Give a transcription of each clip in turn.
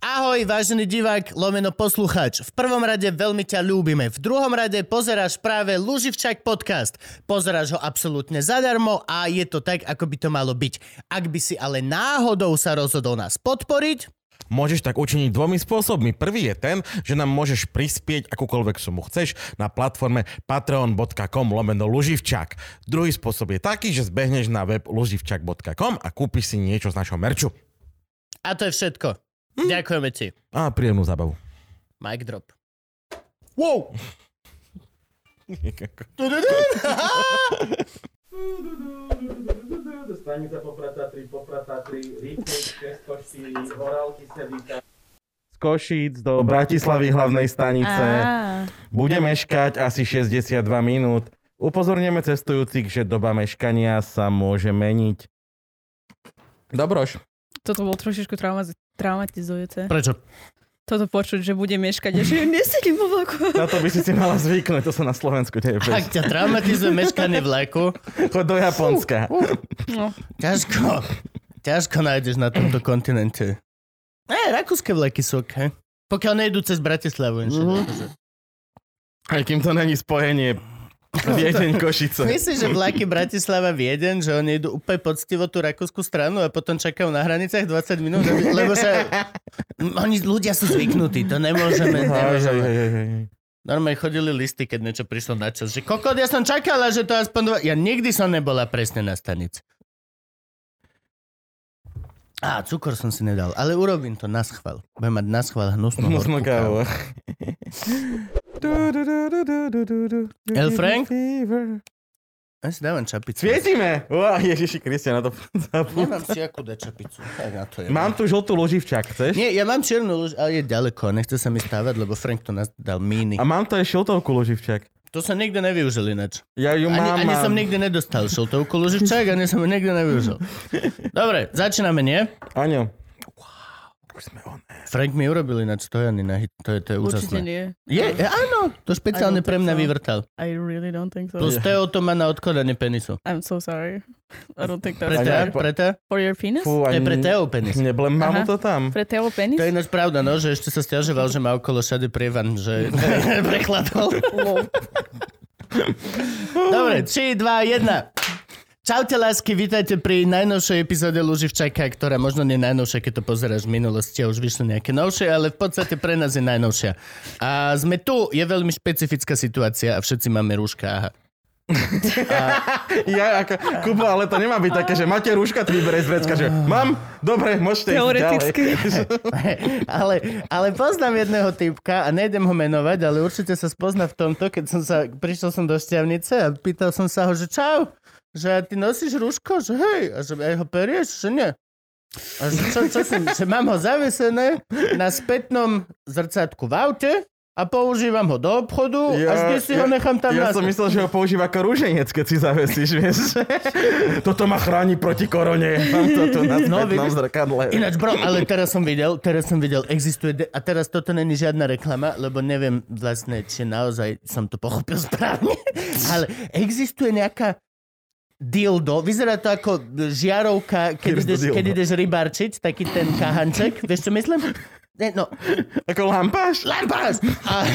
Ahoj, vážený divák, lomeno poslucháč. V prvom rade veľmi ťa ľúbime. V druhom rade pozeráš práve Luživčák podcast. Pozeráš ho absolútne zadarmo a je to tak, ako by to malo byť. Ak by si ale náhodou sa rozhodol nás podporiť, môžeš tak učiniť dvomi spôsobmi. Prvý je ten, že nám môžeš prispieť akúkoľvek sumu chceš na platforme patreon.com/luživčák. Druhý spôsob je taký, že zbehneš na web luživčak.com a kúpiš si niečo z našho merču. a to je všetko. Ďakujeme ti. A príjemnú zábavu. Mic drop. Wow! Stanica Popratatri, Rýchnik, 604, Horálky, Sedíka. Z Košíc do Bratislavy hlavnej stanice. Bude meškať asi 62 minút. Upozorníme cestujúcich, že doba meškania sa môže meniť. Dobroš. Toto bol trošičku traumatizujúce. Prečo? Toto počuť, že bude meškať a že nesedím vo vlaku. Na to by si mala zvyknúť, to sa na Slovensku deje. Ak ťa traumatizuje meškanie vlaku, Choď do Japonska. No. ťažko nájdeš na tomto kontinente. Rakúske vlaky sú ok. Pokiaľ nejdú cez Bratislavu. Aj kým to není spojenie Viedeň, Košice. Myslíš, že vlaky Bratislava Viedeň, že oni idú úplne poctivo tú rakúsku stranu a potom čakajú na hraniciach 20 minút? Lebo sa... Oni ľudia sú zvyknutí, to nemôžeme. Normálne chodili listy, keď niečo prišlo na čas. Že kokot, ja som čakala, že to aspoň... Ja nikdy som nebola presne na stanici. Cukor som si nedal, ale urobím to na schvál. Budem mať na schvál hnusnú kávu. El Frank? Ja si dávam čapicu. Svietime! Ježiši Kristia, na to zabudol. Nemám si akú dať čapicu. Mám tu žltú loživčak, chceš? Nie, ja mám čiernu lož, ale je ďaleko. Nechce sa mi stávať, lebo Frank to nás dal míny. A mám to aj šiltovku loživčak. To sa nikdy nevyužil ináč. Ja ju mám. Ani som nikdy nedostal šiltovku loživčak, ani som ju nikdy nevyužil. Dobre, začíname, nie? Áňo. Frank mi urobil ináč stojany na hit. To je úžasné. Určite nie. Áno, to špeciálne pre mňa vyvrtal. I really don't think so. Plus Teo to má na odkladanie penisu. I'm so sorry. I don't think that's Preto? for your penis? Fú, To je pre Teo penis. Neblem mám to tam. Pre Teo penis? To je ináč pravda, no, že ešte sa stiažoval, že má okolo všade prievan, že prechladol. Dobre, 3, 2, 1. Čaute lásky, vítajte pri najnovšej epizóde Luživčaka, ktorá možno nie je najnovšia, keď to pozeráš v minulosti a už vyšli nejaké novšie, ale v podstate pre nás je najnovšia. A sme tu, je veľmi špecifická situácia a všetci máme rúška, aha. Kubo, ale to nemá byť také, že máte rúška, ty vybereš z vrecka, že mám, dobre, môžete ísť ďalej. Teoreticky. ale poznám jedného typka a nejdem ho menovať, ale určite sa spozná v tomto, keď prišiel som do Šťavnice a pýtal som sa ho, že čau, že ty nosíš rúško, že hej, a že aj ho perieš, že nie. A že mám ho zavesené na spätnom zrcátku v aute a používam ho do obchodu a vždy si ho nechám tam Ja som myslel, že ho používa ako rúženec, keď si zavesíš, vieš. Toto ma chráni proti korone. Mám to tu na spätnom zrkadle. Ináč, bro, ale teraz som videl, existuje, a teraz toto není žiadna reklama, lebo neviem vlastne, či naozaj som to pochopil správne, ale existuje nejaká dildo, vyzerá to ako žiarovka, keď ideš rybárčiť, taký ten kahanček, vieš čo myslím? No. Ako lampáš? Lampáš!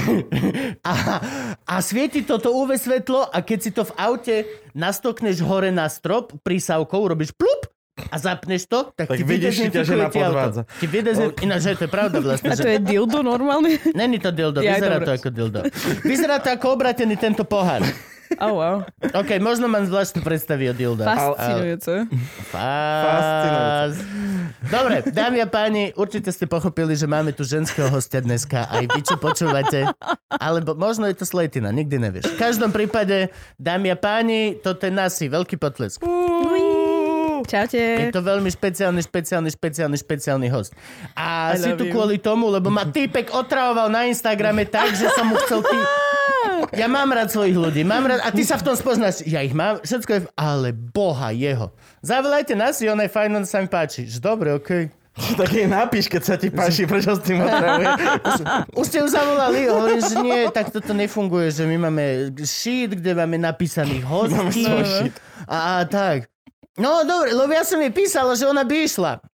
A svieti toto UV svetlo a keď si to v aute nastokneš hore na strop prísavkou, robíš plup a zapneš to, tak ti vidíš, že ťa žena podvádza. Ináč, že to je pravda vlastne. A to je dildo normálne? Není to dildo, vyzerá to ako dildo. Vyzerá to ako obratený tento pohár. Oh, wow. OK, možno mám zvláštne predstavy o dilda. Fascinujúce. Fascinujúce. Dobre, dámy a páni, určite ste pochopili, že máme tu ženského hostia dneska. Aj vy, čo počúvate. Alebo možno je to Slejtina, nikdy nevieš. V každom prípade, dámy a páni, toto je Nasi. Veľký potlesk. Čaute. Je to veľmi špeciálny host. A si tu kvôli tomu, lebo ma týpek otravoval na Instagrame tak, že som mu chcel Ja mám rád svojich ľudí, a ty sa v tom spoznáš. Ja ich mám, všetko je... Ale boha jeho. Zavolajte nás, on je fajn, on sa mi páči. Dobre, okej. Tak jej napíš, keď sa ti páči, prečo s tým otravuje. Už ste ju zavolali, hovorím, že nie, tak toto nefunguje, že my máme sheet, kde máme napísaných hostí. A tak. No dobre, lebo ja som jej písala, že ona by išla.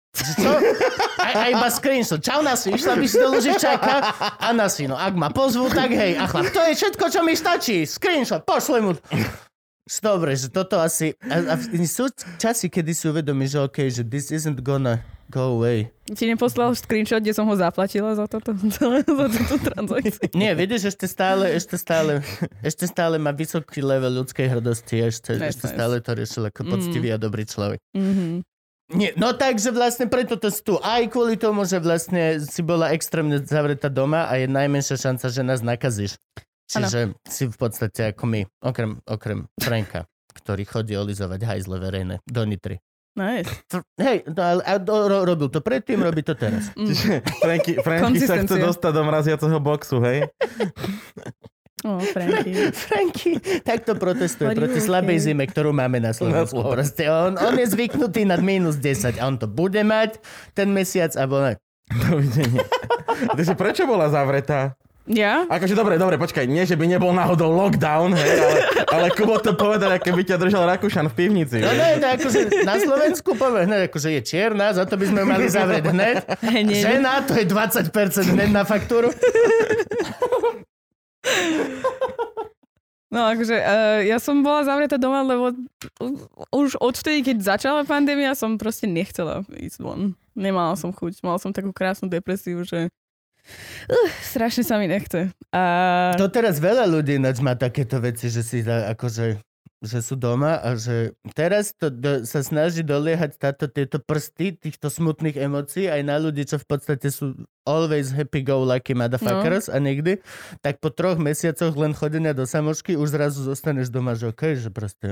Čo? A iba screenshot. Čau, Nasi, išla by si do Lužičáka? A Nasi, no ak ma pozvú, tak hej. A chlap, to je všetko, čo mi stačí. Screenshot, pošlem mu. Dobre, že toto asi... A sú časy, kedy si uvedomíš, že okej, že this isn't gonna go away. Ti neposlal screenshot, kde som ho zaplatila za toto? Za túto transakciu? Nie, vidíš, ešte stále má vysoký level ľudskej hrdosti. Ešte stále to riešil ako poctivý a dobrý človek. Nie, no takže vlastne preto to tu. Aj kvôli tomu, že vlastne si bola extrémne zavretá doma a je najmenšia šanca, že nás nakazíš. Čiže si v podstate ako my, okrem Franka, ktorý chodí olizovať hajzle verejné do Nitry. Nice. Hej, no, ale robil to predtým, robí to teraz. Čiže Franky sa chce dostať do mraziaceho boxu, hej? Franky takto protestuje proti slabej zime, ktorú máme na Slovensku. Proste on je zvyknutý nad -10 a on to bude mať ten mesiac, alebo ne. Dovidenia. Takže prečo bola zavretá? Ja? Akože dobre, počkaj, nie, že by nebol náhodou lockdown, hej, ale Kubo to povedal, ako by ťa držal Rakúšan v pivnici. No ne, akože na Slovensku povie hneď, akože je čierna, za to by sme mali zavrieť hneď. Žena, to je 20% hneď na faktúru. No akože ja som bola zavretá doma, lebo už odvtedy, keď začala pandémia, som proste nechcela ísť von. Nemala som chuť. Mala som takú krásnu depresiu, že strašne sa mi nechce. To teraz veľa ľudí ináč má takéto veci, že si akože že sú doma a že teraz to sa snaží doliehať tieto prsty týchto smutných emócií aj na ľudí, čo v podstate sú always happy go lucky motherfuckers a nikdy, tak po 3 mesiacoch len chodenia do samošky už zrazu zostaneš doma, že okej, že proste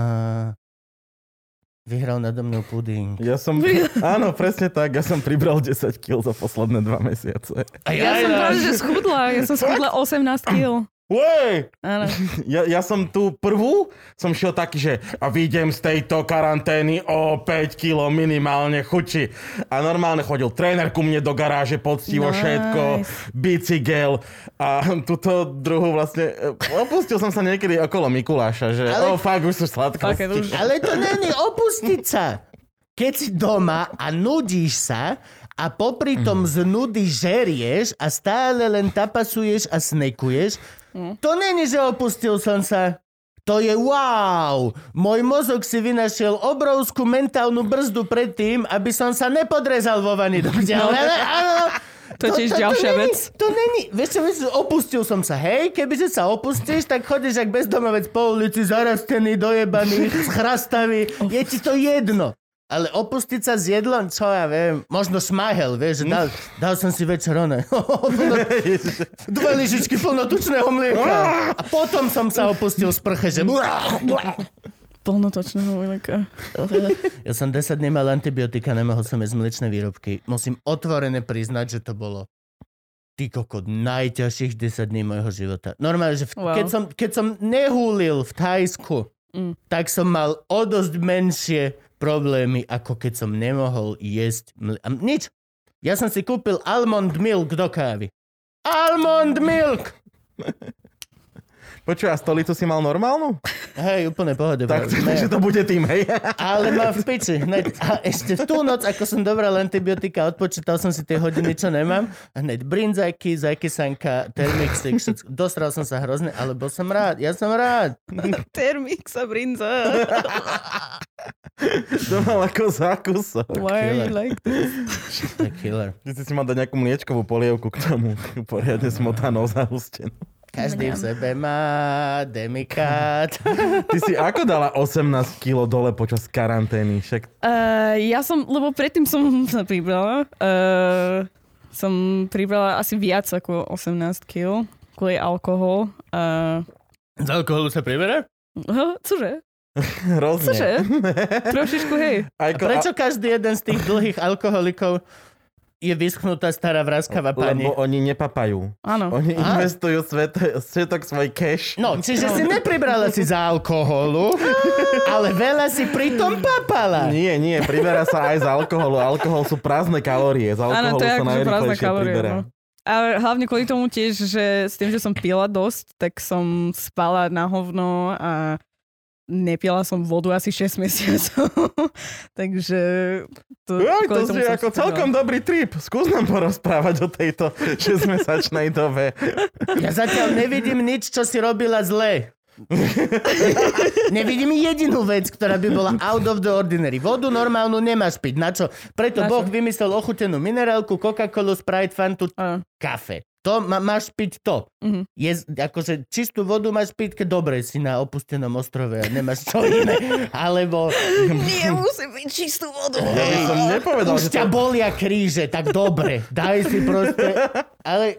vyhral nado mnou puding. Áno, presne tak, ja som pribral 10 kg za posledné 2 mesiace. Ja som práve, že schudla, ja som schudla 18 kg. Uej! Áno. Ja som tu prvú, som šiel taký, že a vyjdem z tejto karantény o 5 kg minimálne chuči. A normálne chodil tréner ku mne do garáže, poctivo všetko, bicykel a túto druhú vlastne, opustil som sa niekedy okolo Mikuláša, že fakt už sú sladkosti. Ale to není opustiť sa. Keď si doma a nudíš sa a popri tom z nudy žerieš a stále len tapasuješ a snekuješ, to není, že opustil som sa. To je wow! Môj mozog si vynašiel obrovskú mentálnu brzdu predtým, aby som sa nepodrezal vo vani. To tiež ďalšia vec. To není, vieš, opustil som sa, hej? Kebyže sa opustíš, tak chodíš jak bezdomovec po ulici, zarastený, dojebaný, chrastavý. Je ti to jedno. Ale opustiť sa s jedlom, čo ja viem, možno šmahel, vieš, že dal som si večer 2 lyžičky plnotučného mlieka. A potom som sa opustil z prche, že... Plnotučného mlieka. Ja som 10 dní mal antibiotika, nemohol som jesť mliečne výrobky. Musím otvorene priznať, že to bolo najťažších 10 dní môjho života. Normálne, že keď som nehúlil v Thajsku, tak som mal o dosť menšie problémy, ako keď som nemohol jesť nič. Ja som si kúpil almond milk do kávy. Almond milk! Počuj, a stolicu si mal normálnu? Hej, úplne pohode. Takže to bude tým, hej? Ale mám v piči. A ešte v tú noc, ako som dobral antibiotika, odpočítal som si tie hodiny, čo nemám. Hneď brinzajky, zajkysanka, termixy, všetko. Dostral som sa hrozne, ale bol som rád. Ja som rád. Termix a brinza. To mal ako zákusok. Why are you like this? To je killer. Ty si mal dať nejakú mliečkovú polievku k tomu. Poriadne smotanou zahustenú. Každý v sebe má demikát. Ty si ako dala 18 kg dole počas karantény? Ja som, lebo predtým som sa pribrala. Som pribrala asi viac ako 18 kg. Kvôli alkohol. Z alkoholu sa priberá? Cože? Hrozne. Cože? Trošičku, hej. A prečo každý jeden z tých dlhých alkoholikov je vyschnutá stará vraskavá pani? Lebo oni nepapajú. Áno. Oni investujú svetok svoj cash. No, čiže si nepribrala si za alkoholu, ale veľa si pritom papala. Nie, priberá sa aj z alkoholu. Alkohol sú prázdne kalórie. Z alkoholu sa najrýchlejšie priberá. A hlavne kvôli tomu tiež, že s tým, že som pila dosť, tak som spala na hovno a nepila som vodu asi 6 mesiacov. Takže to je ako celkom dobrý trip. Skús nám porozprávať o tejto 6-mesačnej dobe. Ja zatiaľ nevidím nič, čo si robila zle. Nevidím jedinú vec, ktorá by bola out of the ordinary. Vodu normálnu nemáš piť. Na čo? Preto Boh vymyslel ochutenú minerálku, Coca-Colu, Sprite, Fantu, kafe. To máš piť to. Je, akože čistú vodu máš piť, keď dobre si na opustenom ostrove a nemáš čo iné. Alebo... Nie, musím piť čistú vodu. Ja by som nepovedal, už ťa bolia kríže, tak dobre. Daj si proste... Ale...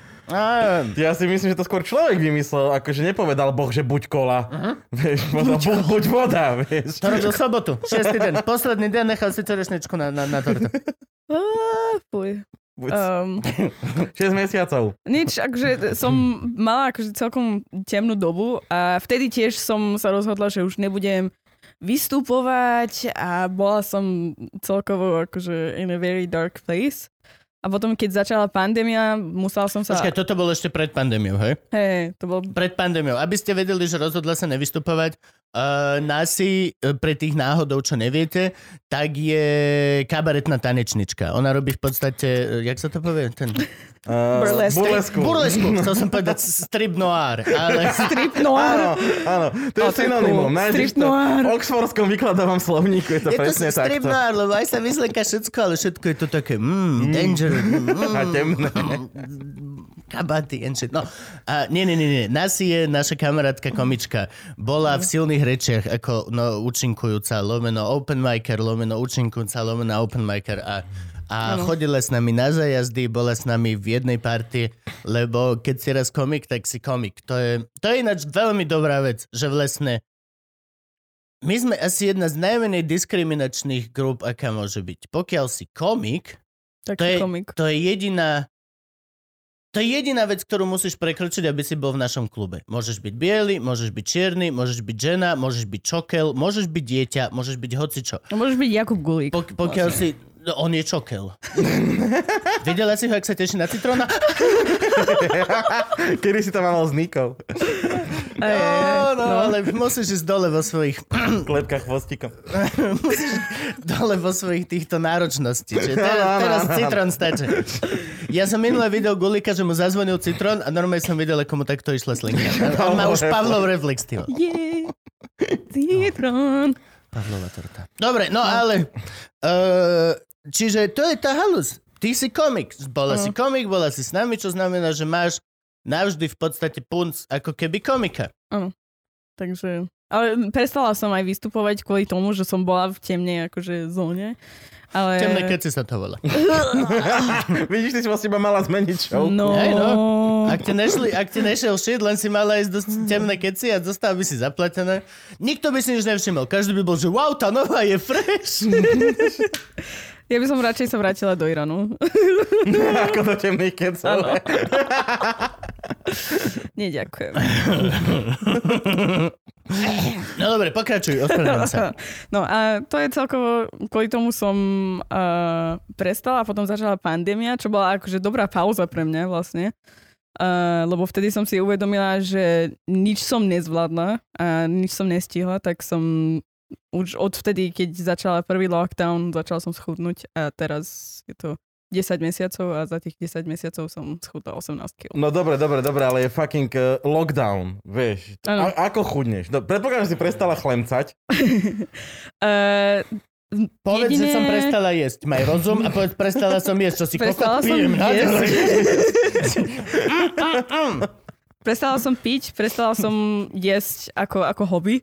Ja si myslím, že to skôr človek vymyslel, akože nepovedal Boh, že buď kola. Vieš, buď voda, vieš. To robil sobotu, 6. deň. Posledný deň nechal si cerešničku na tortu. Fuj. 6 mesiacov. Nič, akože som mala akože celkom temnú dobu a vtedy tiež som sa rozhodla, že už nebudem vystupovať a bola som celkovo akože in a very dark place. A potom, keď začala pandémia, musela som sa... Počkaj, toto bolo ešte pred pandémiou, hej? Hej, to bolo... Pred pandémiou. Aby ste vedeli, že rozhodla sa nevystupovať, Nasi, pre tých náhodou, čo neviete, tak je kabaretná tanečnička. Ona robí v podstate, jak sa to povie? Burlesku. Chcel som povedať strip noir. Ale... Strip noir? Áno. To je synonymum. Strip noir. V oxfordskom vykladovom slovníku je to presne takto. Je to strip noir, lebo aj sa vyzleká všetko, ale všetko je to také danger. A temné. Kabaty and shit. No, nie. Nasi je naša kamarátka komička. Bola v silných rečiach ako účinkujúca, lomeno open micer, lomeno účinkujúca, lomeno open micer a chodila s nami na zájazdy, bola s nami v jednej partii, lebo keď si raz komik, tak si komik. To je ináč veľmi dobrá vec, že vlastne my sme asi jedna z najmenej diskriminačných grup, aká môže byť. Pokiaľ si komik, to je jediná vec, ktorú musíš prekročiť, aby si bol v našom klube. Môžeš byť biely, môžeš byť čierny, môžeš byť žena, môžeš byť čokel, môžeš byť dieťa, môžeš byť hocičo. Môžeš byť Jakub Gulík. Pokiaľ si... No, on je čokel. Videla si ho, ak sa teší na citróna? Kedy si to mal s Nikou? No, ale musíš ísť dole vo svojich... Klepkách chvostíkom. Musíš dole vo svojich týchto náročností. Teraz citrón stačí. Ja som minulé videl Gulíka, že mu zazvonil citrón a normálne som videl, ako mu takto išla slinka. On má už Pavlov reflex, týho. Citrón. Pavlova torta. Dobre, no ale... Čiže to je tá halus. Ty si komik. Bola si komik, bola si s nami, čo znamená, že máš navždy v podstate punc ako keby komika. Áno. Takže... Ale prestala som aj vystupovať kvôli tomu, že som bola v temnej akože zóne. Ale... Temné keci sa to volá. Vidíš, ty si vlastne mala zmeniť show. No. Hej, no. Ak ti nešiel shit, len si mala ísť do temné keci a dostal by si zaplatené. Nikto by si nič nevšimol. Každý by bol, že wow, tá nová je fresh. Ja by som radšej sa vrátila do Iránu. Ako do temných kecov. Nie, ďakujem. No dobre, pokračuj, ospravedlňujem sa. No a to je celkovo, kvôli tomu som prestala a potom začala pandémia, čo bola akože dobrá pauza pre mňa vlastne. Lebo vtedy som si uvedomila, že nič som nezvládla a nič som nestihla, tak som už odvtedy, keď začala prvý lockdown, začala som schudnúť a teraz je to 10 mesiacov a za tých 10 mesiacov som schudla 18 kg. No dobre, ale je fucking lockdown, vieš. Ako chudneš? Predpokladám, že si prestala chlemcať. Povedz, že som prestala jesť. Maj rozum a povedz, prestala som jesť. Čo si kokot pijem? Prestala som piť, prestala som jesť ako hobby.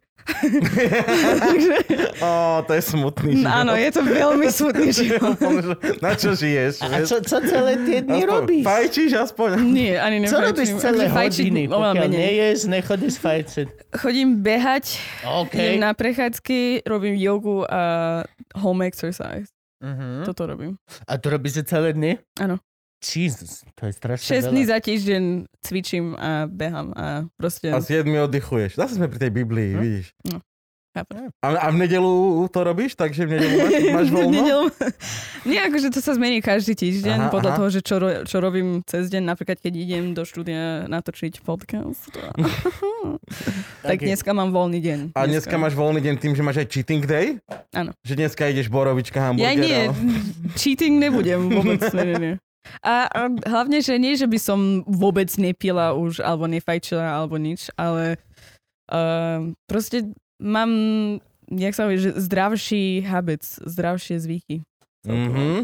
To je smutný život. Áno, je to veľmi smutný život. Na čo žiješ? A čo celé tie dny robíš? Fajčíš aspoň? Nie, ani nefajčím. Čo robíš celé hodiny, pokiaľ neješ, nechodíš fajčiť? Chodím behať, idem na prechádzky, robím jogu a home exercise. Toto robím. A to robíš celé dny? Áno. Jesus, to je strašne 6 dní za týždeň cvičím a behám a proste... A 7 oddychuješ. Zase sme pri tej Biblii, vidíš. No. A v nedelu to robíš? Takže v nedelu máš voľno? Nie, akože to sa zmení každý týždeň podľa toho, že čo robím cez deň. Napríklad, keď idem do štúdia natočiť podcast. Tak dneska mám voľný deň. A dneska máš voľný deň tým, že máš aj cheating day? Áno. Že dneska ideš borovička, hamburgera? Ja nie, cheating nebudem vôbec. Nie. A hlavne, že nie, že by som vôbec nepila už, alebo nefajčila, alebo nič, ale proste mám, jak sa hovorí, že zdravší habits, zdravšie zvyky. Mhm.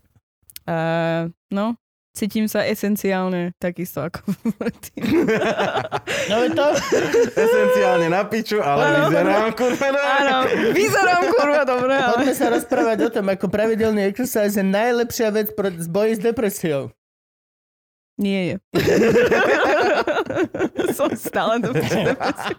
No, cítim sa esenciálne takisto ako tým. No je to? Esenciálne na piču, ale vyzerám kurva. Áno, vyzerám kurva, dobre. Poďme sa rozprávať o tom, ako pravidelný exercise je najlepšia vec pro boji s depresiou. Nie je. Som stále depresia.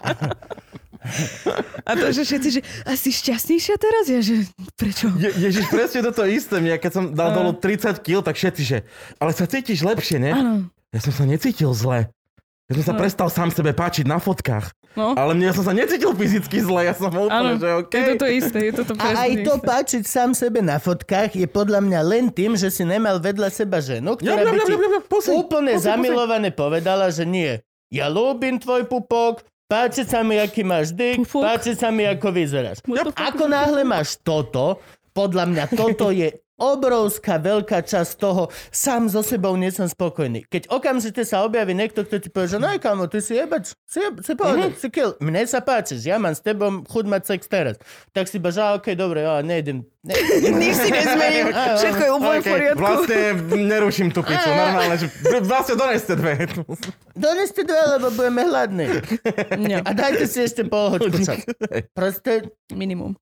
A to, že všetci, že a si šťastnejšia teraz? Ja, že prečo? Ježiš, presne toto isté. Ja keď som dal dolu 30 kg, tak všetci, že ale sa cítiš lepšie, ne? Áno. Ja som sa necítil zle. Ja som sa prestal sám sebe páčiť na fotkách. No. Ale mne som sa necítil fyzicky zle. Ja som úplne, že okej. Je to isté. Je to A aj to páčiť sám sebe na fotkách je podľa mňa len tým, že si nemal vedľa seba ženu, ktorá by ti úplne zamilované povedala, že nie. Ja ľúbim tvoj pupok, páči sa mi, aký máš dyk, páči sa mi, ako vyzeráš. Ako náhle máš toto, podľa mňa toto je obrovská veľká časť toho, sám so sebou nie som spokojný. Keď okamžite sa objaví niekto, kto ti povie, že no kámo, ty si jebač, si povedal, si kill. Mne sa páčiš, ja mám s tebou chuť mať sex teraz. Tak si baš, okej, dobre, nejdem. Nič si nezmením, všetko je úplne v poriadku. Vlastne neruším tú pizzu, normálne, že vlastne doneste dve. Doneste dve, lebo budeme hladní. A dajte si ešte polhoďku čas. Proste... Minimum.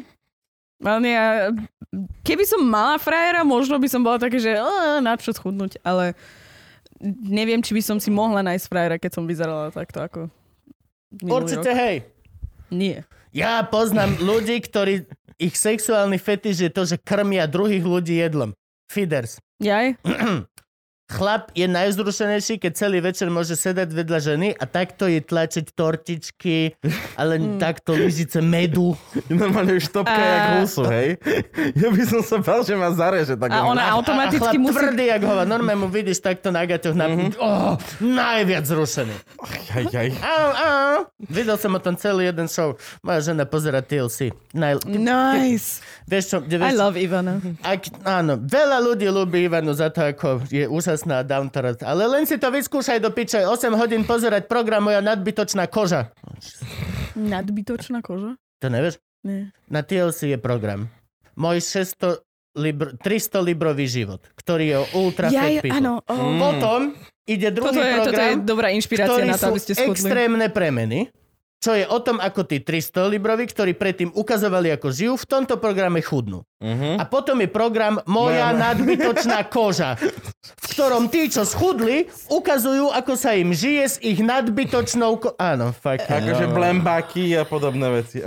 Keby som mala frajera, možno by som bola také, že na čo schudnúť, ale neviem, či by som si mohla nájsť frajera, keď som vyzerala takto ako určite rok. Hej. Nie. Ja poznám ľudí, ktorí ich sexuálny fetiš je to, že krmia druhých ľudí jedlom. Feeders. Jaj? Chlap je najvzrušenejší, keď celý večer môže sedať vedľa ženy a takto je tlačiť tortičky, ale takto lyžice medu. Normálne už topka jak husu, hej? Ja by som sa bál, že ma zareže. Tak a ona automaticky musí... tvrdý jak hova. Normálne mu vidíš takto na gaťoch najviac zrušený. Videl som o tom celý jeden show. Moja žena pozerá TLC. Nice. Vieš čo? I love Ivana. Áno, veľa ľudí ľúbi Ivanu za to, ako je úžasná downtown. Ale len si to vyskúšaj do piče. 8 hodín pozerať program Moja nadbytočná koža. Nadbytočná koža? To nevieš? Nie. Na TLC je program. Môj 300 librový život, ktorý je ultra fat people. Áno. Potom ide druhý program, toto je dobrá inšpirácia na to, aby ste schudli. Extrémne premeny, čo je o tom, ako tí 300 libroví, ktorí predtým ukazovali, ako žijú, v tomto programe chudnú. A potom je program Moja nadbytočná koža, v ktorom tí, čo schudli, ukazujú, ako sa im žije s ich nadbytočnou áno, fakt. Akože blembáky a podobné veci.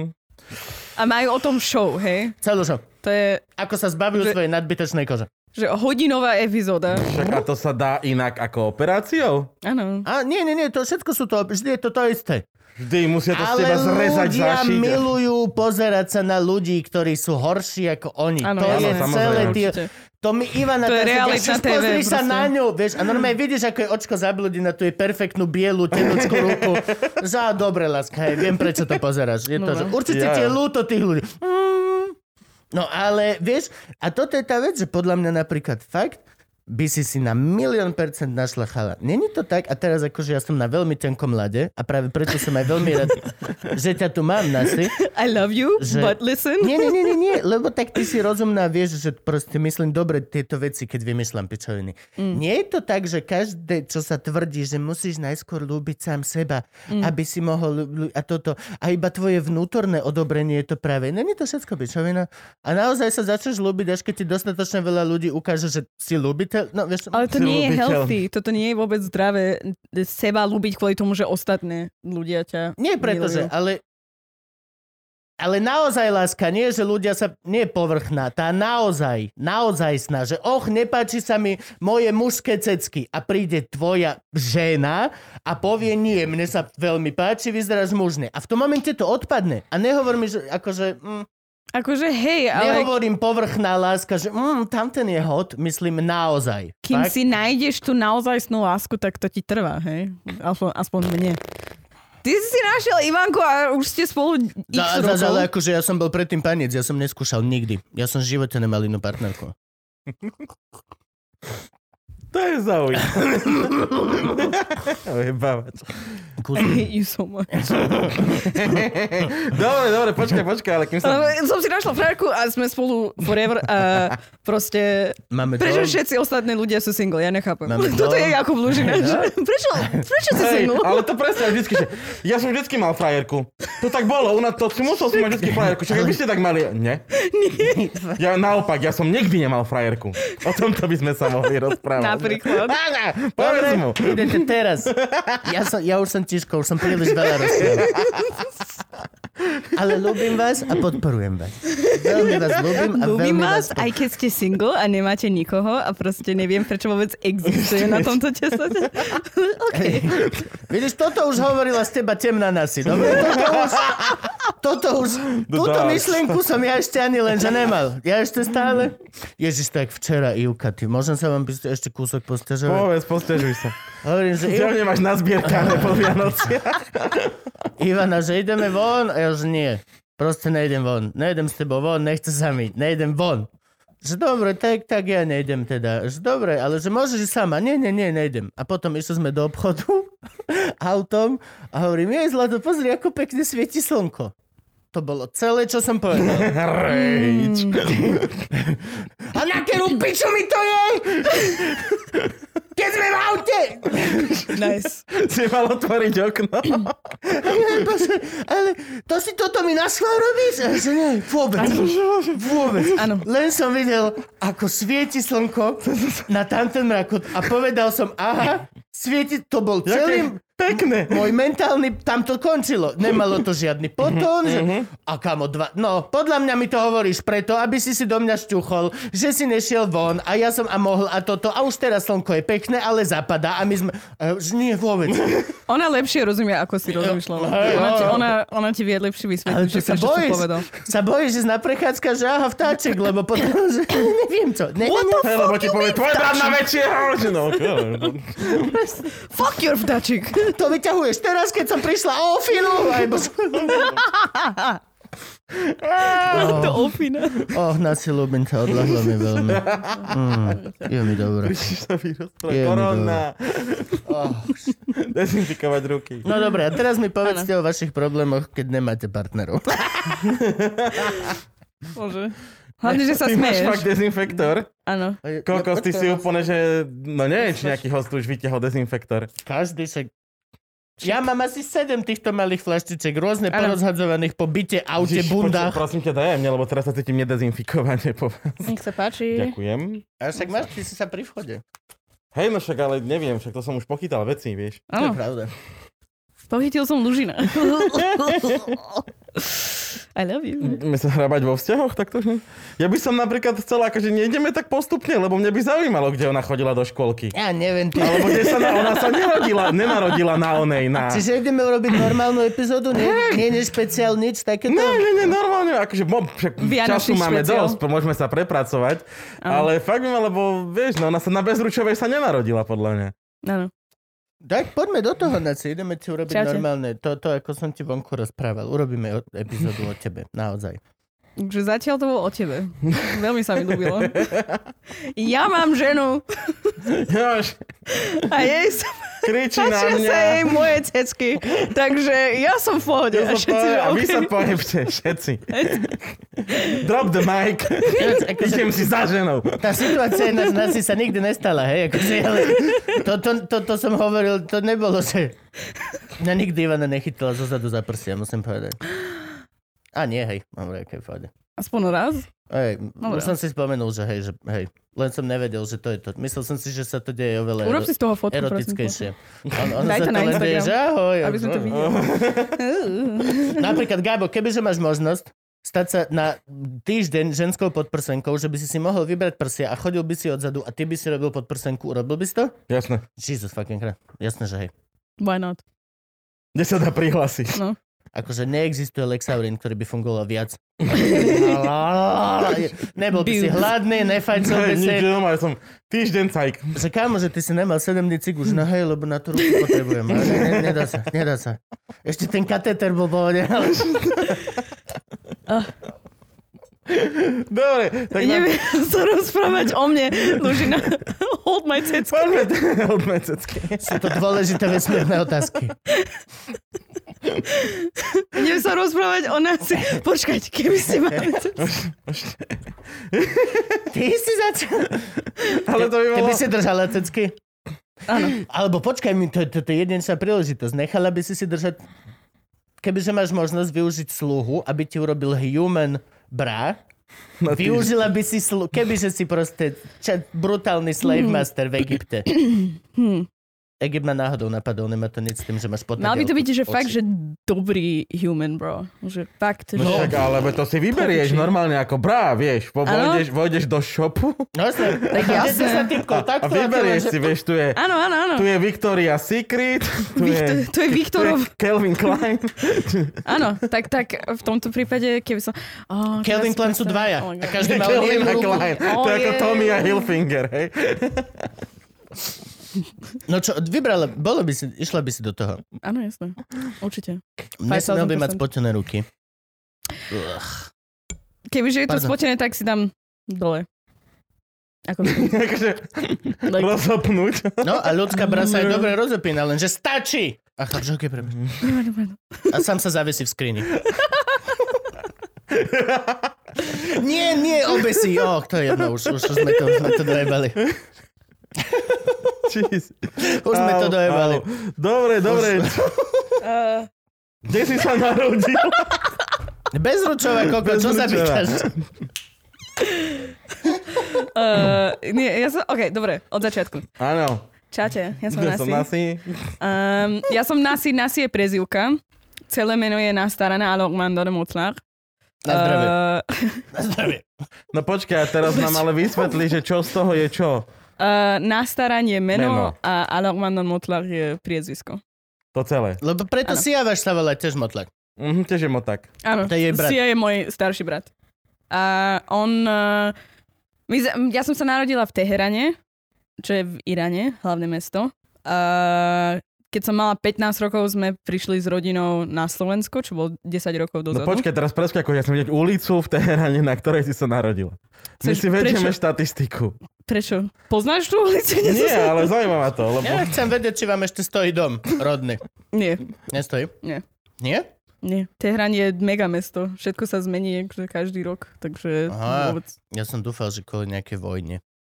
A majú o tom show, hej? Celú show. To je... Ako sa zbavujú svojej nadbytočnej kože. Že hodinová epizóda. Však a to sa dá inak ako operáciou? Áno. A nie, to všetko sú to, vždy je to isté. Vždy musia to z teba zrezať, zašiť. Ale ľudia milujú pozerať sa na ľudí, ktorí sú horší ako oni. Ano, to je celé to mi Ivana... To je realitná TV. Pozri sa na ňu, vieš, a normálne vidíš, ako je očko zabludí na tú perfektnnú bielu tenučku ruku. Dobre, láska, hej, viem, prečo to pozeráš. Je to, že určite ti je ľúto tých ľudí. No ale, vieš, a toto je tá vec, že podľa mňa napríklad fakt, by si na 1,000,000% našla chala. Není to tak, a teraz akože ja som na veľmi tenkom ľade a práve preto som aj veľmi rád, že ťa tu mám, Nasi. I love you, but listen. Nie, lebo tak ty si rozumná, vieš, že proste myslím dobre tieto veci, keď vymýšľam pičoviny. Nie je to tak, že každé, čo sa tvrdí, že musíš najskôr ľúbiť sám seba, aby si mohol a toto, a iba tvoje vnútorné odobrenie je to práve. Není to všetko pičovina. A naozaj sa začneš ľúbiť, až keď ti dostatočne veľa ľudí ukáže, že si ľúbite. No, vieš, ale to nie je healthy. Toto nie je vôbec zdravé seba ľúbiť kvôli tomu, že ostatné ľudia ťa nie preto, že, ale Ale naozaj láska, nie, že ľudia sa... Nie povrchná, tá naozajstná, že nepáči sa mi moje mužské cecky a príde tvoja žena a povie nie, mne sa veľmi páči, vyzeráš mužne. A v tom momente to odpadne. A nehovor mi, že akože... Akože hej, ale... Nehovorím povrchná láska, že tamten je hot, myslím naozaj. Kým fakt? si nájdeš tú naozajstnú lásku, tak to ti trvá, hej? Aspoň mne. Ty si našiel Ivanku a už ste spolu x rokov. Ale akože ja som bol predtým paniec, ja som neskúšal nikdy. Ja som v živote nemal inú partnerku. To je zaujímavé. Ojebávač. I hate you so much. Dobre, počkaj, ale kým sa... Som si našla frajerku a sme spolu forever a proste... Prečo všetci ostatní ľudia sú single? Ja nechápem. Toto je Jakub Lužina. Prečo si single? Ale to presne vždycky, že ja som vždycky mal frajerku. To tak bolo, musel som mať vždycky frajerku. Čo by ste tak mali? Nie. Ja naopak, ja som nikdy nemal frajerku. O tomto by sme sa mohli rozprávať. Napríklad. Povedz mu. Idete teraz. Ja už som tiško, už som príliš veľa rozprával. Ale ľúbim vás a podporujem vás. Veľmi vás ľúbim a ľúbim veľmi vás, aj keď ste single a nemáte nikoho a proste neviem, prečo vôbec existuje na tomto časote. Okay. Vidíš, toto už hovorila z teba temná nasi. Dobre, túto myšlienku som ja ešte ani len, že nemal. Ja ešte stále... Ježiš, tak včera, Ivka, ty, môžem sa vám ešte kúsok postežovať? Postežuj sa. Hovorím, že... Čo nemáš nazbierkané po Vianociach? Ivana, že ideme von? A ja, že nie. Proste nejdem von. Nejdem s tebou von, nechce sa mi. Nejdem von. Že dobre, tak ja nejdem teda. Že dobre, ale že môžeš sama. Nie, nejdem. A potom išli sme do obchodu autom a hovorím, Zlato, pozri, ako pekne svieti slnko. To bolo celé, čo som povedal. Rejč. A na ktorú piču mi to je? Keď sme v aute! Nice. Si mal otvoriť okno. Ale to si toto mi naschvál robíš? A že nie, vôbec. Áno. Len som videl, ako svieti slnko na tamten mrakot a povedal som, aha, svieti, to bol celý... Pekné. Môj mentálny, tam to končilo. Nemalo to žiadny potón. A kamo, no, podľa mňa mi to hovoríš preto, aby si do mňa šťuchol, že si nešiel von a ja som mohol a toto. A už teraz slnko je pekné, ale zapadá a my sme... nie, vôbec. Ona lepšie rozumie, ako si rozmýšľala. Ona ti vie lepšie vysvetliť, že čo si povedal. Sa bojíš, že na prechádzka, že aha, vtáček, lebo potom, že neviem čo. What the fuck lebo ti povie, tvoj brat na väčšieho. Fuck your vtáčik. To vyťahuješ teraz, keď som prišla o Finu. To ofina. Nasi ľúbim ťa, odľahlo mi veľmi. Je mi dobré. Korona. Dezinfikovať ruky. No dobré, a teraz mi povedzte o vašich problémoch, keď nemáte partnerov. Bože. Hlavne, že sa ty smeješ. Ty máš fakt dezinfektor? Áno. Kokos, ty si úplne, že... No neviem, či nejaký host už vytiahol dezinfektor. Každý sa... Ja mám asi 7 týchto malých flaštiček, rôzne porozhadzovaných po byte, aute, bundách. Prosím ťa, daj mne, lebo teraz sa cítim nedezinfikovane po vás. Nech sa páči. Ďakujem. A však máš, ty si sa pri vchode. Hej, no však, ale neviem, však to som už pochytal veci, vieš. To je pravda. Pochytil som Lužina. I love you. Ideme sa hrabať vo vzťahoch, tak to už... Ja by som napríklad chcela, akože nejdeme tak postupne, lebo mne by zaujímalo, kde ona chodila do škôlky. Ja neviem. Alebo kde sa ona sa nenarodila na onej, na... Čiže ideme urobiť normálnu epizódu? Nie špeciál, nič takéto? Nie, normálne, akože času máme dosť, môžeme sa prepracovať, ale fakt by ma, lebo vieš, no ona sa na Bezručovej sa nenarodila, podľa mňa. Áno. Tak poďme do toho, Naci, ideme ti urobiť normálne. To, ako som ti vonku rozprával. Urobíme epizódu o tebe, naozaj. Že zatiaľ to bolo o tebe. Veľmi sa mi ľúbilo. Ja mám ženu. Jož. A jej sa... Kričí na mňa. sa jej moje cecky. Takže ja som v pohode. A vy sa pohybte, všetci. Drop the mic. Idem si za ženou. Tá situácia nás sa nikdy nestala, hej? To som hovoril, to nebolo, že... Mňa nikdy Ivana nechytila zozadu za prsia, musím povedať. A nie, hej, mám rejke v pohode. Aspoň raz? Hej, už som si spomenul, že hej, len som nevedel, že to je to. Myslel som si, že sa to deje oveľa Urob si z toho fotku, erotickejšie. Daj to na Instagram, že ahoj. aby sme to videli. Napríklad, Gábo, kebyže máš možnosť stať sa na týždeň ženskou podprsenkou, že by si mohol vybrať prsia a chodil by si odzadu a ty by si robil podprsenku, urobil by si to? Jasné. Jesus fucking Christ. Jasné, že hej. Why not? Kde sa dá prihlásiť? No. Akože neexistuje Lexaurin, ktorý by fungoval viac. Nebol by si hladný, nefajčil by si. Nič, som týždeň cajk. Že kámo, že ty si nemal 7 dní cigu, že no hej, lebo na tú ruku potrebujem. Nedá sa. Ešte ten katéter bol pohode. Dobre. Tak Ideme sa rozprávať o mne. Lužina, hold my cecky. Hold my cecky. Sú to dôležité vesmírne otázky. Idem sa rozprávať o nás. Počkajte, keby ste mali... Ty si začal. Ale to by bolo... Keby si držala cecky. Áno. Alebo počkaj mi, to je jedinečná príležitosť. Nechala by si držať... Kebyže máš možnosť využiť sluhu, aby ti urobil human bra, využila by si sluhu... Kebyže si proste brutálny slave master v Egypte. Egypt ma náhodou napadol, nemá to nič s tým, že máš potadielku. Mal by to byť, že fakt, že dobrý human, bro. Že fakt, že... No tak, ale to si vyberieš normálne ako vieš. Vojdeš do shopu No jasne. Tak jasne. a vyberieš si, vieš, tu je... Áno. Tu je Victoria's Secret, Tu je Viktorov. Calvin Klein. Áno, tak v tomto prípade, keby som... Calvin Klein sú dvaja. A každý mal Calvin jednu a ruku. Klein. To je ako Tommy a Hilfiger, hej? No čo, išla by si do toho. Áno, jasné. Určite. Nesmel by mať spotené ruky. Kebyže je to spotené, tak si dám dole. Ako Takže rozhopnúť. No a ľudská brasa je dobre rozopína, lenže stačí! A chlap, že okej, prepáč. A sám sa zavesí v skrini. Nie, obesí. To je jedno, už sme to dojebali. Už sme to dojebali. Dobre. Kde si sa narodil? Bezručová koko, čo sa pýtaš? OK, dobre, od začiatku. Áno. Čaute, ja som Nasi. Ja som Nasi. Nasi je prezývka. Celé meno je Nastaraná Alokmandor Mutlach. Na zdravie. No počkaj, teraz nám ale vysvetli, že čo z toho je čo. Nastaran je meno a Alokmandor Mutlach je priezvisko. To celé. Lebo preto Siavaš sa volá tiež Motlak. Tiež je Motak. Áno, to je jej brat. Sia je môj starší brat. A on... ja som sa narodila v Teherane, čo je v Iráne, hlavné mesto. Keď som mala 15 rokov, sme prišli s rodinou na Slovensko, čo bolo 10 rokov dozadu. No počkaj, teraz preskakuj, ja som vidieť ulicu v Teherane, na ktorej si sa narodila. My si vedieme štatistiku. Prečo? Poznáš tú ulicu? Nie, ale zaujíma ma to. Lebo... Ja chcem vedieť, či vám ešte stojí dom rodný. Nie. Nestojí? Nie. Nie? Nie. Teherán je mega mesto. Všetko sa zmení každý rok, takže vôbec... Ja som dúfal, že kvôli nejakej vojne.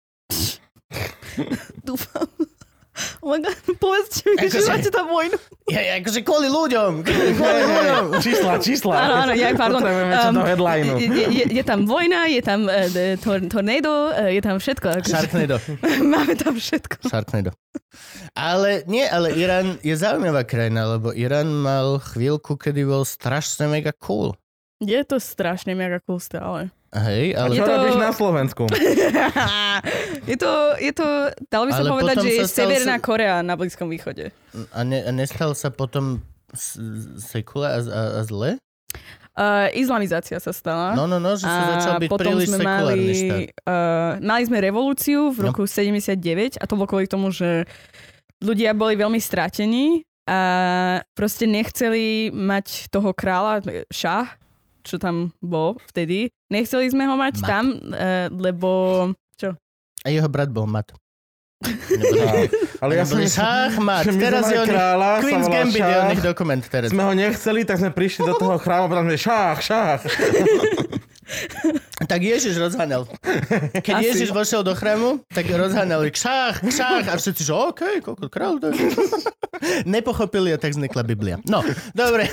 Dúfam. Oh my God, povedzte mi, že máte tam vojnu. Ja, akože kvôli ľuďom. Čísla. Áno, pardon. Potrebujeme čo do headlineu. Je tam vojna, je tam tornado, je tam všetko. Sharknado. Máme tam všetko. Sharknado. Ale Irán je zaujímavá krajina, lebo Irán mal chvíľku, kedy bol strašne mega cool. Je to strašne mega cool stále. Hej, ale... A čo robíš na Slovensku? je to, dalo by sa povedať, že je Severná Korea na Blízkom východe. A nestal sa potom sekula a zle? Islamizácia sa stala. No, že sa začal byť príliš sekulárny štát. Mali sme revolúciu v roku 79 a to bolo kvôli tomu, že ľudia boli veľmi strátení a proste nechceli mať toho kráľa, šah, čo tam bol vtedy. Nechceli sme ho mať tam, lebo... Čo? A jeho brat bol Mat. Ale ja som Šachmat. Teraz je Queen's Gambit je od nich dokument. Teraz. Sme ho nechceli, tak sme prišli do toho chrámu a potom sme šach. Tak Ježiš rozháňal. Keď Asi. Ježiš vošiel do chrámu, tak rozháňali kšách a všetci, že okej, koľko kráľ to je. Nepochopili a tak vznikla Biblia. No, dobre.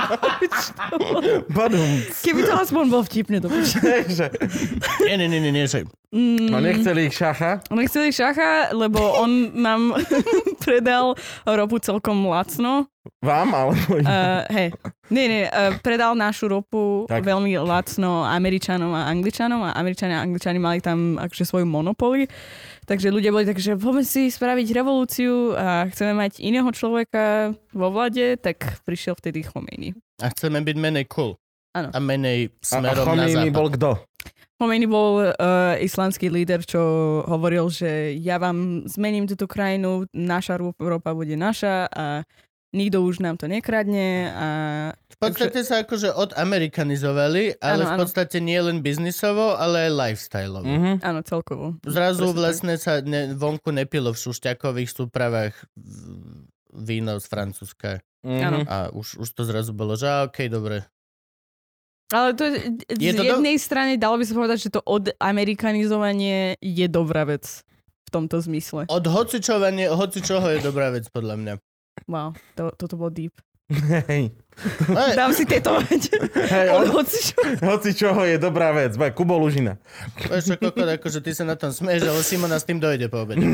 Keby to aspoň bol vtipne, to Nie, že... No nechceli ich šacha? Nechceli šacha, lebo on nám predal ropu celkom lacno. Vám, alebo... Hej, nie, predal našu ropu Tak. veľmi lacno Američanom a Angličanom a Angličani mali tam akože svoju monopoly. Takže ľudia boli tak, že poďme si spraviť revolúciu a chceme mať iného človeka vo vlade, tak prišiel vtedy Khomeini. A chceme byť menej cool. Áno. A menej A smerom na Khomeini západ. bol kto? Khomeini bol islandský líder, čo hovoril, že ja vám zmením túto krajinu, naša ropa bude naša a nikto už nám to nekradne a... V podstate sa akože odamerikanizovali, ale Áno, v podstate nie len biznisovo, ale aj lifestyleovo. Áno, celkovo. Zrazu Presne vlastne sa vonku nepilo v šušťakových súpravách víno z Francúzska. Áno. A už to zrazu bolo, že okej, dobre. Ale to Je z to jednej strany dalo by sa povedať, že to odamerikanizovanie je dobrá vec v tomto zmysle. Od hocičoho je dobrá vec, podľa mňa. Wow, toto bolo deep. Hej. Dám si tetovať. Hej, Od hocičo. Hoci čoho je dobrá vec. Kubo Lužina. Vieš čo, kokot, akože ty sa na tom smieš, ale Simona s tým dojde po obede.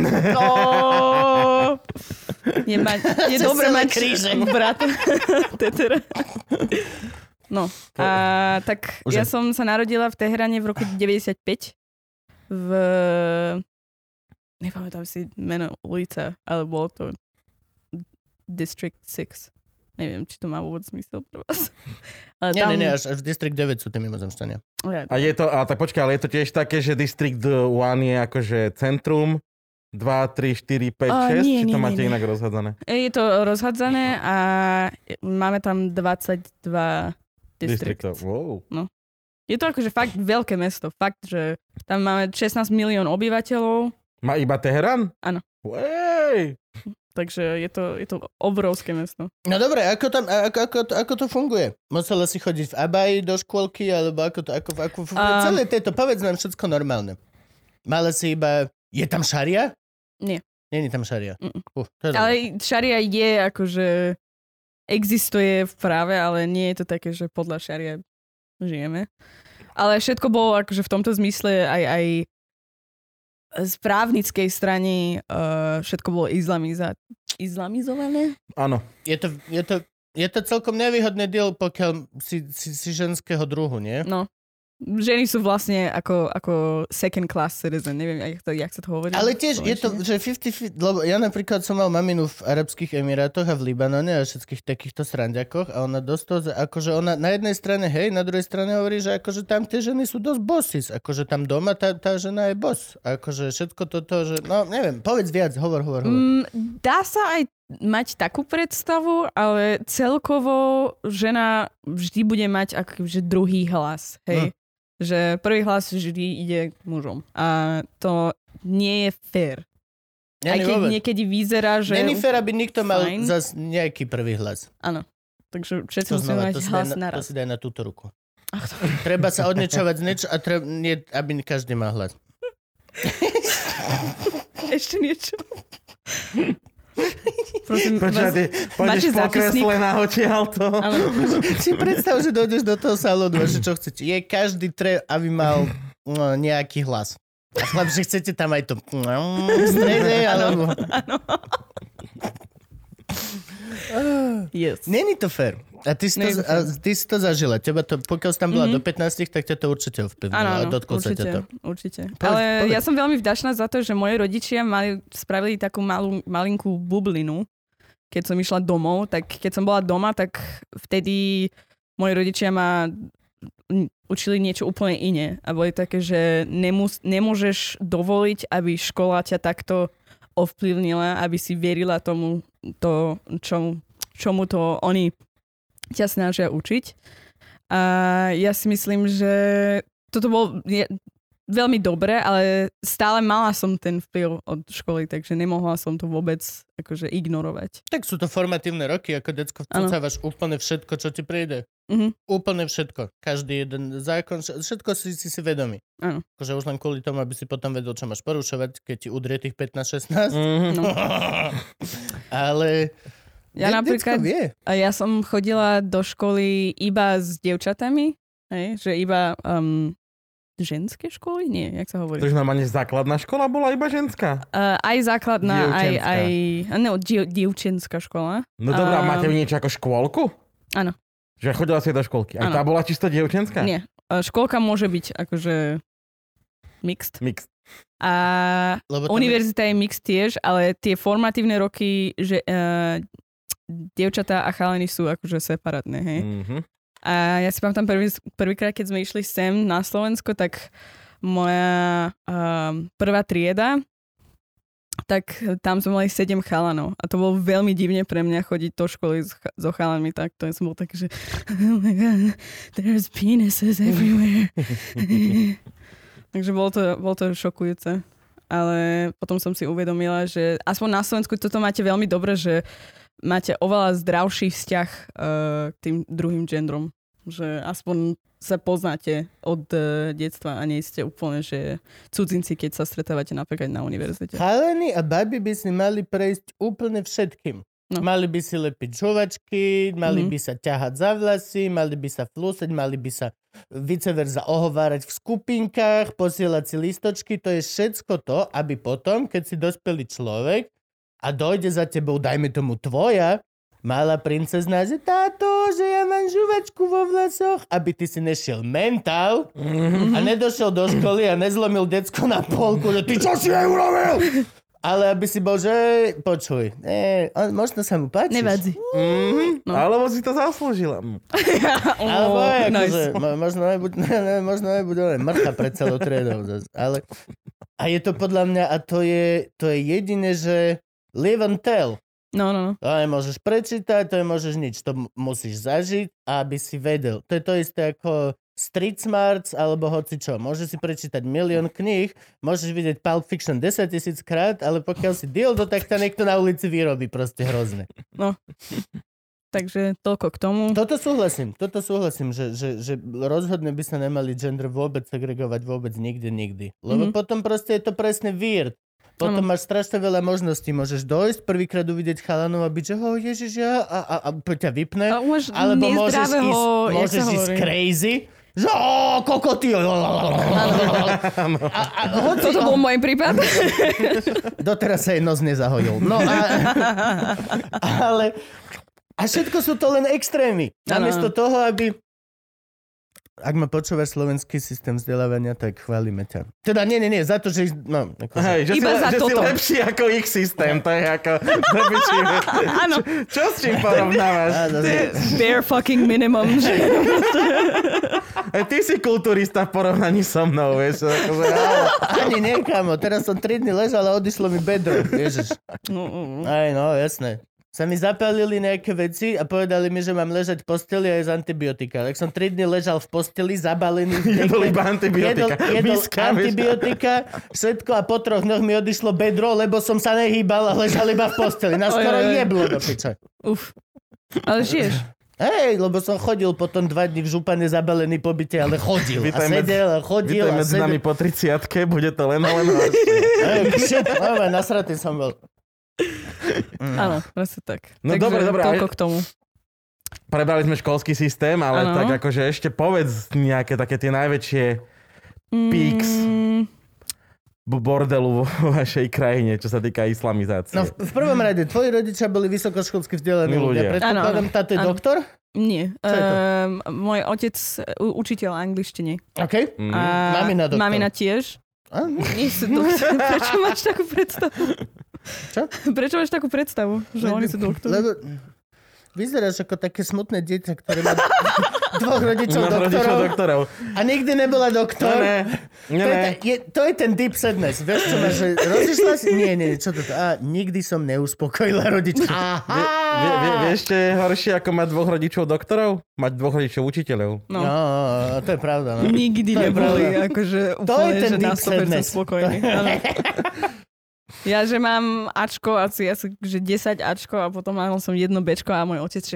Je dobré mať kríže. brata. Tetera. No, a tak ja som sa narodila v Teherane v roku 95 v... Nepamätám si meno ulica, ale bolo to District 6. Neviem, či to má vôbec zmysel pre vás. Ale Nie, až v District 9 sú tí mimozemšťania. A je to, tak počkaj, ale je to tiež také, že District 1 je akože centrum, 2, 3, 4, 5, 6, nie, či to nie, máte nie. inak rozhádzané? Je to rozhádzané a máme tam 22 distriktov. Wow. Je to akože fakt veľké mesto. Fakt, že tam máme 16 milión obyvateľov, Má iba Teherán? Áno. Wej! takže je to obrovské mesto. No dobre, ako to funguje? Musela si chodiť v abaji do škôlky, alebo ako funguje? Celé tieto, povedz nám všetko normálne. Mala si iba... Je tam šaria? Nie. Nie je tam šaria. To je Ale šaria je akože existuje v práve, ale nie je to také, že podľa šaria žijeme. Ale všetko bolo akože v tomto zmysle aj z právnickej strany všetko bolo islamizované. Áno. Je to celkom nevýhodný deal, pokiaľ si ženského druhu, nie? No. Ženy sú vlastne ako second class citizen, neviem, jak sa to hovorí. Ale tiež je to, že 50-50, lebo ja napríklad som mal maminu v Arabských Emirátoch a v Libanone a všetkých takýchto sranďakoch a ona dosť, akože ona na jednej strane hej, na druhej strane hovorí, že akože tam tie ženy sú dosť bossis, akože tam doma tá žena je boss. Akože všetko toto, že no neviem, povedz viac, hovor. Dá sa aj mať takú predstavu, ale celkovo žena vždy bude mať akože druhý hlas, hej. Že prvý hlas vždy ide k mužom. A to nie je fér. Ja aj keď niekedy vyzerá, že... Není fér, aby nikto mal fajn. zas nejaký prvý hlas. Áno. Takže všetci musíme mať hlas naraz. To si daj na túto ruku. Treba sa odniečovať z niečo a nie, aby každý mal hlas. Ešte niečo. Prosím, Pôjdeš pokreslená odtiaľto. Si predstav, že dojdeš do toho salónu a že čo chcete. Je každý aby mal nejaký hlas. A chlap, že chcete tam aj to v strede, alebo... Yes. Není to fér. A ty si to zažila. Teba to, pokiaľ si tam bola do 15, tak ťa to určite ovplyvnilo. Áno, dotklo sa ťa to. Určite. Ale ja som veľmi vďačná za to, že moji rodičia spravili takú malinkú bublinu, keď som išla domov. Tak keď som bola doma, tak vtedy moji rodičia ma učili niečo úplne iné. A boli také, že nemôžeš dovoliť, aby škola ťa takto ovplyvnila, aby si verila tomu, čomu to oni ťa snažia učiť. A ja si myslím, že toto bol veľmi dobre, ale stále mala som ten vplyv od školy, takže nemohla som to vôbec akože ignorovať. Tak sú to formatívne roky, ako decko vcúcávaš úplne všetko, čo ti príde. Úplne všetko. Každý jeden zákon, všetko si vedomý. Áno. Akože už len kvôli tomu, aby si potom vedel, čo máš porušovať, keď ti udrie tých 15-16. No. Ale ja napríklad, ja som chodila do školy iba s dievčatami, že iba ženské školy? Nie, jak sa hovorí? Takže normálne základná škola bola iba ženská? Aj základná, dievčenská škola. No dobrá, máte niečo ako škôlku? Áno. Že chodila si do školky. A tá bola čisto dievčenská? Nie. Školka môže byť akože mixed. A univerzita je mixed tiež, ale tie formatívne roky, že dievčatá a chalani sú akože separátne, hej? A ja si pamätám prvýkrát, keď sme išli sem na Slovensko, tak moja prvá trieda, tak tam sme mali 7 chalanov. A to bolo veľmi divne pre mňa chodiť do školy so chalanmi. Tak to som bol taký, že oh my god, there's penises everywhere. Takže bolo to šokujúce. Ale potom som si uvedomila, že aspoň na Slovensku toto máte veľmi dobre, že máte oveľa zdravší vzťah k tým druhým gendrom. Že aspoň sa poznáte od detstva a nie ste úplne, že cudzinci, keď sa stretávate napríklad na univerzite. Chalani a baby by si mali prejsť úplne všetkým. No. Mali by si lepiť žuvačky, mali by sa ťahať za vlasy, mali by sa flúsať, mali by sa vice versa ohovárať v skupinkách, posielať si listočky. To je všetko to, aby potom, keď si dospelý človek a dojde za tebou, dajme tomu tvoja, malá princezná, že táto, že ja mám žuvačku vo vlasoch, aby ty si nešiel mentál a nedošiel do školy a nezlomil decko na polku, že ty čo si jej urobil? Ale aby si bol, že počuj, možno sa mu páčiš. Nevadí. No. Alebo si to zaslúžila. Alebo akože, možno nebude len mŕcha pred celou triedou. Ale, a je to podľa mňa, a to je jediné, že live and tell. No. To nemôžeš prečítať, to nemôžeš nič. To musíš zažiť, aby si vedel. To je to isté ako Street Smarts alebo hocičo. Môžeš si prečítať 1 000 000 kníh, môžeš vidieť Pulp Fiction 10 000 krát, ale pokiaľ si dildo, tak to niekto na ulici vyrobí. Proste hrozné. No. Takže toľko k tomu. Toto súhlasím, že rozhodne by sa nemali gender vôbec segregovať vôbec nikdy. Lebo potom proste je to presne weird. Potom máš strašne veľa možností. Môžeš dojsť, prvýkrát uvidieť chalanov a byť, že ježiš, a ťa vypne. Alebo môžeš ísť crazy. Že kokoty. Toto bol môj prípad. Doteraz sa jej nos nezahojil. No ale a všetko sú to len extrémy. Namiesto toho, aby... Ak ma počúvaš slovenský systém vzdelávania, tak chválime ťa. Teda nie, za to, že... No, hej, že si lepší ako ich systém, to je ako... Áno. Čo s čím porovnávaš? Bare fucking minimum. Ty si kulturista v porovnaní so mnou, vieš. Ani nie, kamo. Teraz som 3 dny ležal a odišlo mi bedro. Ježiš. Aj no, jasné. Sa mi zapálili nejaké veci a povedali mi, že mám ležať v posteli a jesť antibiotika. Tak som 3 dny ležal v posteli, zabalený v jedol iba antibiotika. Jedol antibiotika, všetko a po 3 dňoch mi odišlo bedro, lebo som sa nehýbal a ležal iba v posteli. Na skoro jeblo do piče. Uf. Ale žiješ. Hej, lebo som chodil potom 2 dny v župane zabalený po byte, ale chodil. A sedel a chodil. Vítaj medzi nami po 30-ke, bude to len horšie. Shit, nasratý som bol. Áno, presne tak. No dobre. Toľko k tomu. Prebrali sme školský systém, ale tak akože ešte povedz nejaké také tie najväčšie peaks bordelu vo vašej krajine, čo sa týka islamizácie. No v prvom rade, tvoji rodičia boli vysokoškolsky vzdelaní ľudia. Predpokladám, táto je doktor? Nie. Môj otec učiteľ angličtiny. OK. Mamina doktor. Mamina tiež. Nie sú doktor. Prečo máš takú predstavu? Čo? Prečo máš takú predstavu, že oni sú doktori? Lebo vyzeráš ako také smutné dieťa, ktoré má dvoch rodičov doktorov. A nikdy nebola doktor. To je ten deep sadness. Vieš, čo máš, že rozišla si? Nie, čo to? Nikdy som neuspokojila rodičov. Vieš, čo je horšie, ako mať dvoch rodičov doktorov? Mať dvoch rodičov učiteľov. No, to je pravda. No. Nikdy neboli akože úplne, že na 100% spokojní. Ja, že mám Ačko, asi že 10 Ačko a potom mal som 1 Bčko a môj otec, že...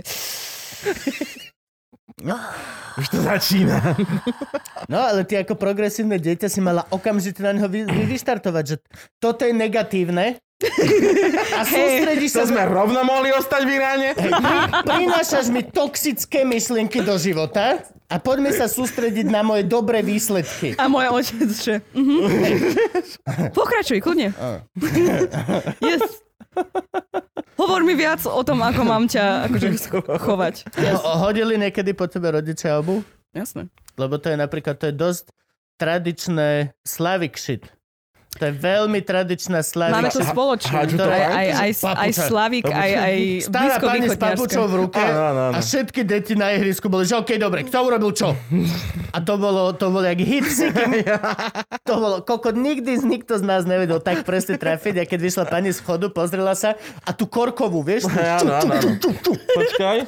Už to začína. No, ale ty ako progresívne dieťa si mala okamžite na neho vyštartovať, že toto je negatívne a sústredíš sa... To sme rovno mohli ostať v Iráne? Prinášaš mi toxické myšlienky do života a poďme sa sústrediť na moje dobré výsledky. A môj otec, že... Pokračuj, kľudne. Yes. Hovor mi viac o tom, ako mám ťa akože chovať. Yes. Hodili niekedy po tebe rodičia obu? Jasné. Lebo to je napríklad, to je dosť tradičné Slavic shit. To je veľmi tradičná Slavic. Máme to spoločné. Aj Slavik, aj stará pani s papučou v ruke a všetky deti na ihrisku boli, že okej, dobre, kto urobil čo? A to bolo jak hit seeking. To bolo, nikto z nás nevedel tak presne trafiť, a keď vyšla pani z vchodu, pozrela sa a tú korkovú, vieš? Počkaj.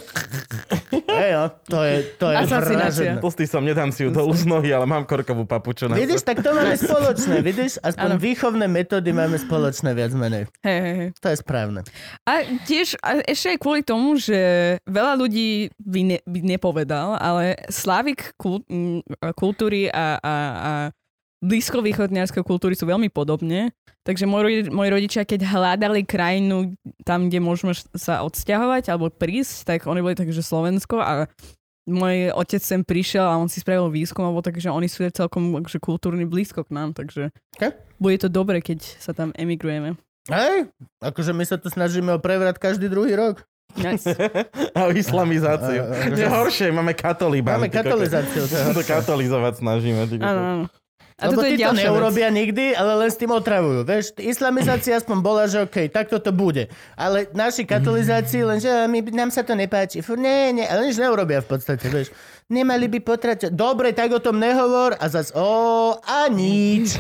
To je asasinácia. Pustý som, nedám si ju do úst nohy, ale mám korkovú papuču. Vidíš, tak to máme spoločné, vidíš? Aspoň výchovné metódy máme spoločné viac menej. Hej. To je správne. A tiež ešte aj kvôli tomu, že veľa ľudí by nepovedal, ale Slavik kultúry a blízkovýchodňarské kultúry sú veľmi podobne. Takže moji rodičia, keď hľadali krajinu tam, kde môžeme sa odsťahovať alebo prísť, tak oni boli takže Slovensko a môj otec sem prišiel a on si spravil výskum, alebo takže oni sú celkom akože, kultúrne blízko k nám, takže bude to dobre, keď sa tam emigrujeme. Hej, akože my sa tu snažíme o prevrat každý druhý rok. Nice. A o islamizáciu. Je horšie, máme katolíban. Máme katolizáciu. To katolizovať snažíme. Áno. Lebo ty to neurobia nikdy, ale len s tým otravujú. Vieš, islamizácia aspoň bola, že okej, takto to bude. Ale naši katolizácii, lenže nám sa to nepáči. Nie, ale nič neurobia v podstate, vieš. Nemali by potrať. Dobre, tak o tom nehovor. A zas, a nič.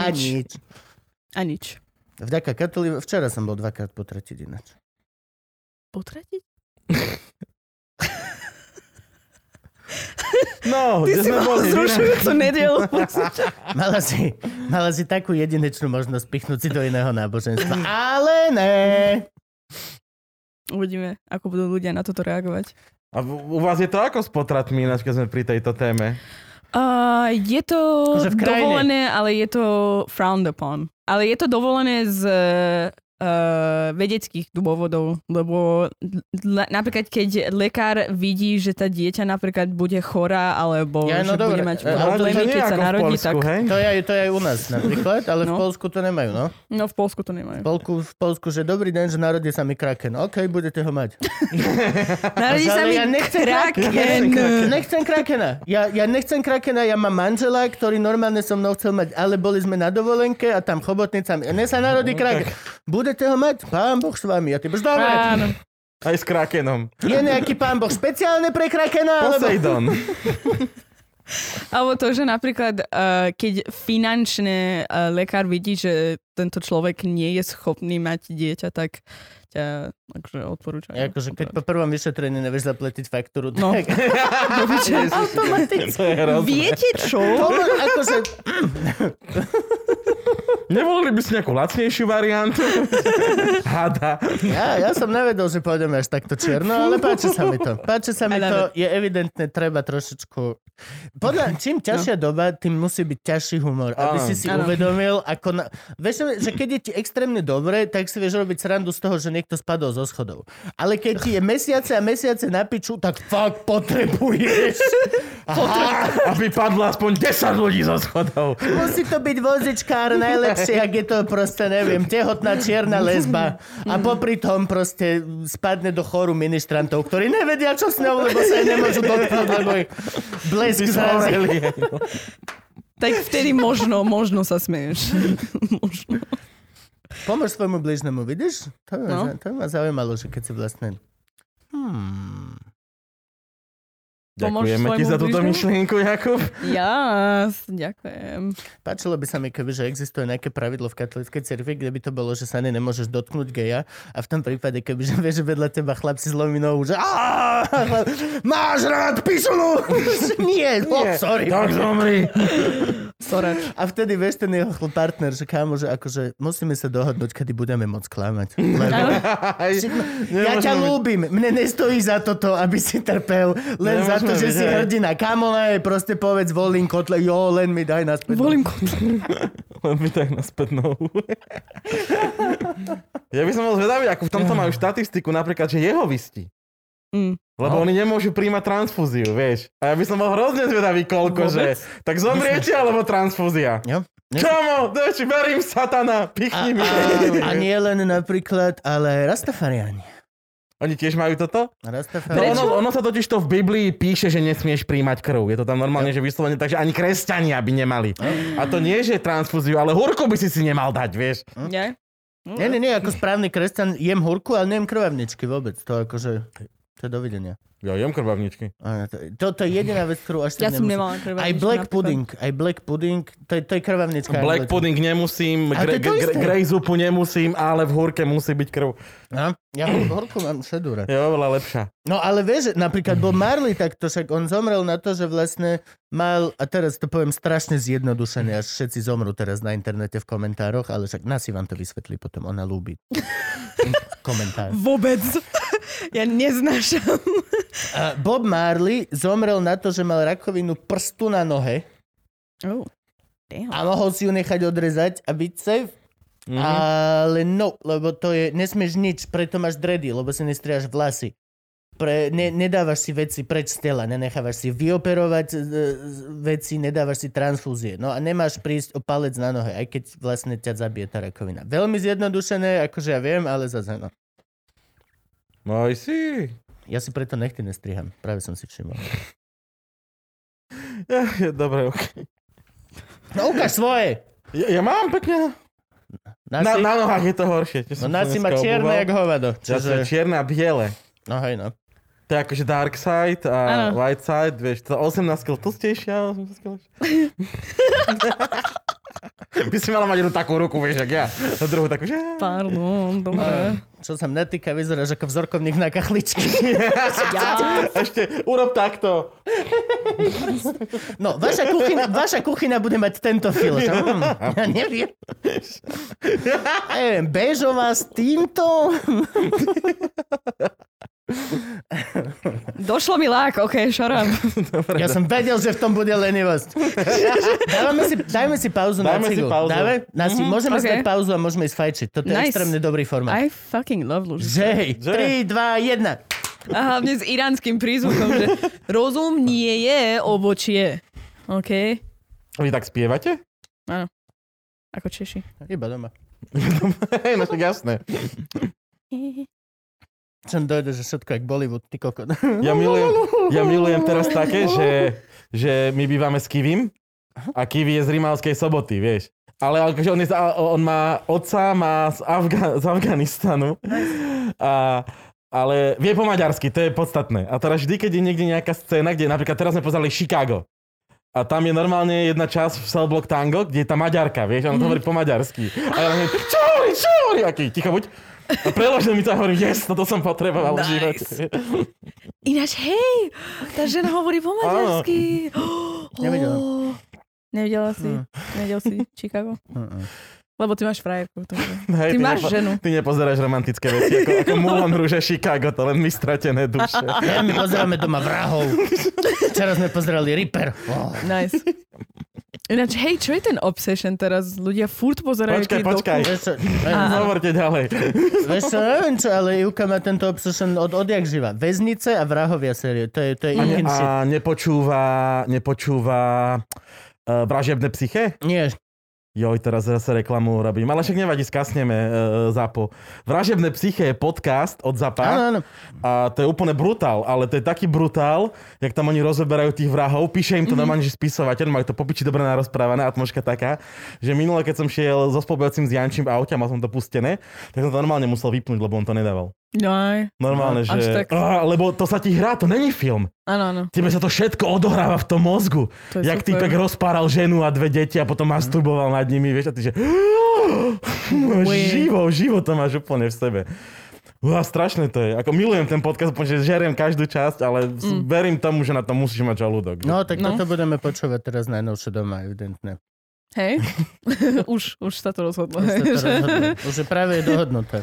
A nič. Vďaka včera som bol 2-krát potratiť ináč. Potratiť? No, ty si mal zrušujúcu nedielu. Mala si takú jedinečnú možnosť pichnúť si do iného náboženstva. Ale ne. Uvidíme, ako budú ľudia na toto reagovať. A u vás je to ako s potratmi, keď sme pri tejto téme? Je to dovolené, ale je to frowned upon. Ale je to dovolené z vedeckých dôvodov, lebo napríklad keď lekár vidí, že tá dieťa napríklad bude chorá alebo že bude mať problémy, keď sa narodí, tak... To je aj u nás napríklad, ale v Poľsku to nemajú, no? No v Poľsku to nemajú. V Poľsku, že dobrý deň, že narodí sa mi kraken. OK, budete ho mať. Narodí sa mi kraken. Nechcem krakena. Ja nechcem krakena, ja mám manžela, ktorý normálne so mnou chcel mať, ale boli sme na dovolenke a tam chobotnica. Mne sa narodí kraken. Budete ho mať? Pán Boh s vami. A ty budeš dobre. Aj s krakenom. Je nejaký pán Boh špeciálne pre krakena? Poseidon. Alebo to, že napríklad, keď finančne lekár vidí, že tento človek nie je schopný mať dieťa, tak ťa akože odporúčajú. Akože keď po prvom vyšetrení nevieš zaplatiť faktúru, no. tak... Automaticky. Viete čo? Akože... Nevolili by si nejakú lacnejšiu variantu? Hada. Ja som nevedel, že pôjdeme až takto čierno, ale páči sa mi to. Je evidentne, treba trošičku... Čím ťažšia doba, tým musí byť ťažší humor. Aby si uvedomil, ako... Vieš, že keď je ti extrémne dobre, tak si vieš robiť srandu z toho, že niekto spadol zo schodov. Ale keď ti je mesiace a mesiace na piču, tak fakt potrebuješ. Aby padlo aspoň 10 ľudí zo schodov. Musí to byť vozičkár najlepšie, ak je to proste, neviem, tehotná čierna lesba. A popri tom proste spadne do chóru ministrantov, ktorí nevedia, čo s ňou, lebo sa jej nemôžu dotknúť, lebo ich blesk zrazili. Tak vtedy možno sa smeješ. Možno. Pomôž svojmu bližnému, vidíš? To ma zaujímalo, že keď si vlastne... Ďakujeme ti za túto myšlienku, Jakub. Ďakujem. Páčilo by sa mi, že existuje nejaké pravidlo v katolíckej cirkvi, kde by to bolo, že sa nemôžeš dotknúť geja a v tom prípade, kebyže vieš, že vedľa teba chlap si zlomí nohu, že máš rád pisunu! Nie, sorry. Tak zomri. Sorry. A vtedy vieš ten jeho partner, že kámo, že akože musíme sa dohodnúť, kedy budeme môcť klamať. Ja ťa ľúbim, mne nestojí za toto, aby si trpel, len za to, že si hrdina. Kámo, proste povedz, volím kotle, len mi daj naspäť. Volím kotle. Len mi daj naspäť nohu. Ja by som bol zvedavý, ako v tomto majú štatistiku, napríklad, že jehovisti. Lebo oni nemôžu príjmať transfúziu, vieš. A ja by som bol hrozne zvedavý, koľko, že tak zomriete, alebo transfúzia. Jo. Čomo, verím satana, pichni mi. A nie len napríklad, ale Rastafariáni. Oni tiež majú toto? No, ono sa totiž to v Biblii píše, že nesmieš príjmať krv. Je to tam normálne, že vyslovene, takže ani kresťania by nemali. A to nie, že transfúziu, ale hurku by si nemal dať, vieš. Nie? Nie, ako správny kresťan jem hurku, ale nejem krvavničky vôbec. To akože, to je dovidenia. Ja jem krvavničky. To je jediná vec, ktorú až tak nemusím. Ja som nemala krvavničky. Aj black pudding, to je krvavnička. Black pudding nemusím, grey zupu nemusím, ale v hurke musí byť krv. Ja horku mám šedúre. Je oveľa lepšia. No ale vieš, napríklad Bob Marley takto, však on zomrel na to, že vlastne mal, a teraz to poviem strašne zjednodušené, až všetci zomrú teraz na internete v komentároch, ale však Nasi vám to vysvetlí potom, ona ľúbi komentár. Vôbec. Ja neznášam. Bob Marley zomrel na to, že mal rakovinu prstu na nohe a mohol si ju nechať odrezať a byť safe. Ale lebo to je, nesmieš nič, preto máš dready, lebo si nestriaš vlasy. Nedávaš si veci preč z tela, nenechávaš si vyoperovať veci, nedávaš si transfúzie. No a nemáš prísť o palec na nohe, aj keď vlastne ťa zabije tá rakovina. Veľmi zjednodušené, akože ja viem, ale zase no. Aj si. Ja si preto nechty nestriham, práve som si všimol. Dobre, okej. No ukáž svoje! Ja mám pekne. Na nohách je to horšie. No Nasi má čierne jak hovado. Ja som čierne a biele. No hej, no. To je akože dark side a white side, vieš, to 18 kg tlstejšie a 18 kg. By si mala mať jednu takú ruku, vieš, jak ja. A druhú takú, že... Pardon, dobre. Čo sa mňa týka, vyzeráš ako vzorkovník na kachličky. Ešte urob takto. No, vaša kuchyňa bude mať tento fil. Ja neviem. Béžová s týmto. Došlo mi lák, shut up. Ja som vedel, že v tom bude lenivosť. Dajme si pauzu na cigu. Dáme? Nasi, môžeme si dať pauzu a môžeme ísť fajčiť. Toto je extrémne dobrý formát. I fucking love Lužu. 3, 2, 1. A hlavne s iránskym prízvukom, že rozum nie je ovočie. OK? Vy tak spievate? Áno. Ako Češi. Iba doma. No tak jasné. Čom dojde, že všetko jak Bollywood, ty kokot. Ja milujem teraz také, že my bývame s Kivim a Kivi je z Rimavskej Soboty, vieš. Ale akože on má otca, má z Afganistanu. Ale vie po maďarsky, to je podstatné. A teraz vždy, keď je niekde nejaká scéna, kde napríklad teraz sme pozerali Chicago. A tam je normálne jedna časť v Cell Block Tango, kde je tá Maďarka, vieš, on to hovorí po maďarsky. A ja hovorím, čo hovorí, aký, ticho buď. A preložil mi to a hovorím, toto som potreboval v živote. Ináč, hej, tá žena hovorí po maďarsky. Nevidela si? Nevidel si Chicago? Lebo ty máš frajerku. Ty máš ženu. Ty nepozeráš romantické veci, ako Moulin Rouge Chicago, to len my stratené duše. Ja, my pozeráme doma vrahov. Včera sme pozerali Reaper. Nice. Ináč, hej, čo je ten obsession teraz? Ľudia furt pozerajú Počkaj. Hovorte ďalej. Vieš čo, neviem čo, ale Ivka má tento obsession odjak živa. Väznice a vrahovia série. To je inkin shit. A nepočúva Vražebné psyché? Nie. Joj, teraz zase reklamu robím. Ale však nevadí, skasneme Zapo. Vražebné psyché je podcast od Zapa. Áno. A to je úplne brutál, ale to je taký brutál, jak tam oni rozoberajú tých vrahov. Píše im to normálne, že spisovateľ, majú to popiči dobre narozprávané, atmosféra taká, že minule, keď som šiel so spolubujúcim s Jančím v aute a mal som to pustené, tak som to normálne musel vypnúť, lebo on to nedával. No aj. Normálne, Až že... tak. Lebo to sa ti hrá, to není film. Áno. Tebe sa to všetko odohráva v tom mozgu. To je Jak super. týpek rozpáral ženu a 2 deti a potom masturboval nad nimi, vieš, a ty že... Živo to máš úplne v sebe. Strašné to je. Ako milujem ten podcast, že žeriem každú časť, ale verím tomu, že na to musíš mať žalúdok. No, tak toto budeme počúvať teraz najnovšie doma, evidentne. Hej? už sa to rozhodlo. Už je práve dohodnuté.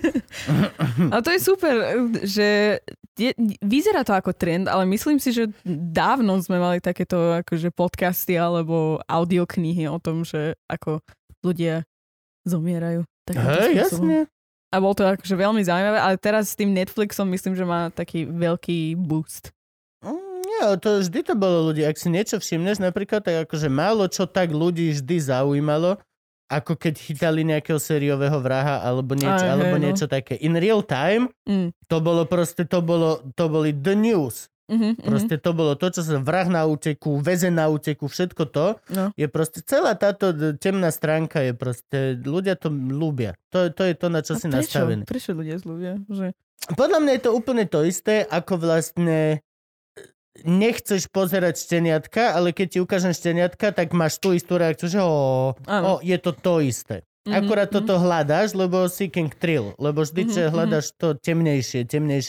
Ale to je super, že vyzerá to ako trend, ale myslím si, že dávno sme mali takéto akože podcasty alebo audioknihy o tom, že ako ľudia zomierajú. Hej, jasne. A bol to akože veľmi zaujímavé, ale teraz s tým Netflixom myslím, že má taký veľký boost. Nie, to vždy to bolo ľudí. Ak si niečo všimneš, napríklad, tak akože málo čo tak ľudí vždy zaujímalo, ako keď chytali nejakého sériového vraha alebo niečo také. In real time, to bolo proste, to boli the news. Proste to bolo to, čo sa vrah na úteku, väzeň na úteku, všetko to je proste, celá táto temná stránka je proste, ľudia to ľúbia. To je to, na čo si nastavený. Prečo ľudia ľúbia? Že... Podľa mňa je to úplne to isté, ako vlastne nechceš pozerať šteniatka, ale keď ti ukážem šteniatka, tak máš tú istú reakciu, že je to isté. Akurát toto hľadáš, lebo seeking thrill, lebo vždy, čo hľadáš to temnejšie.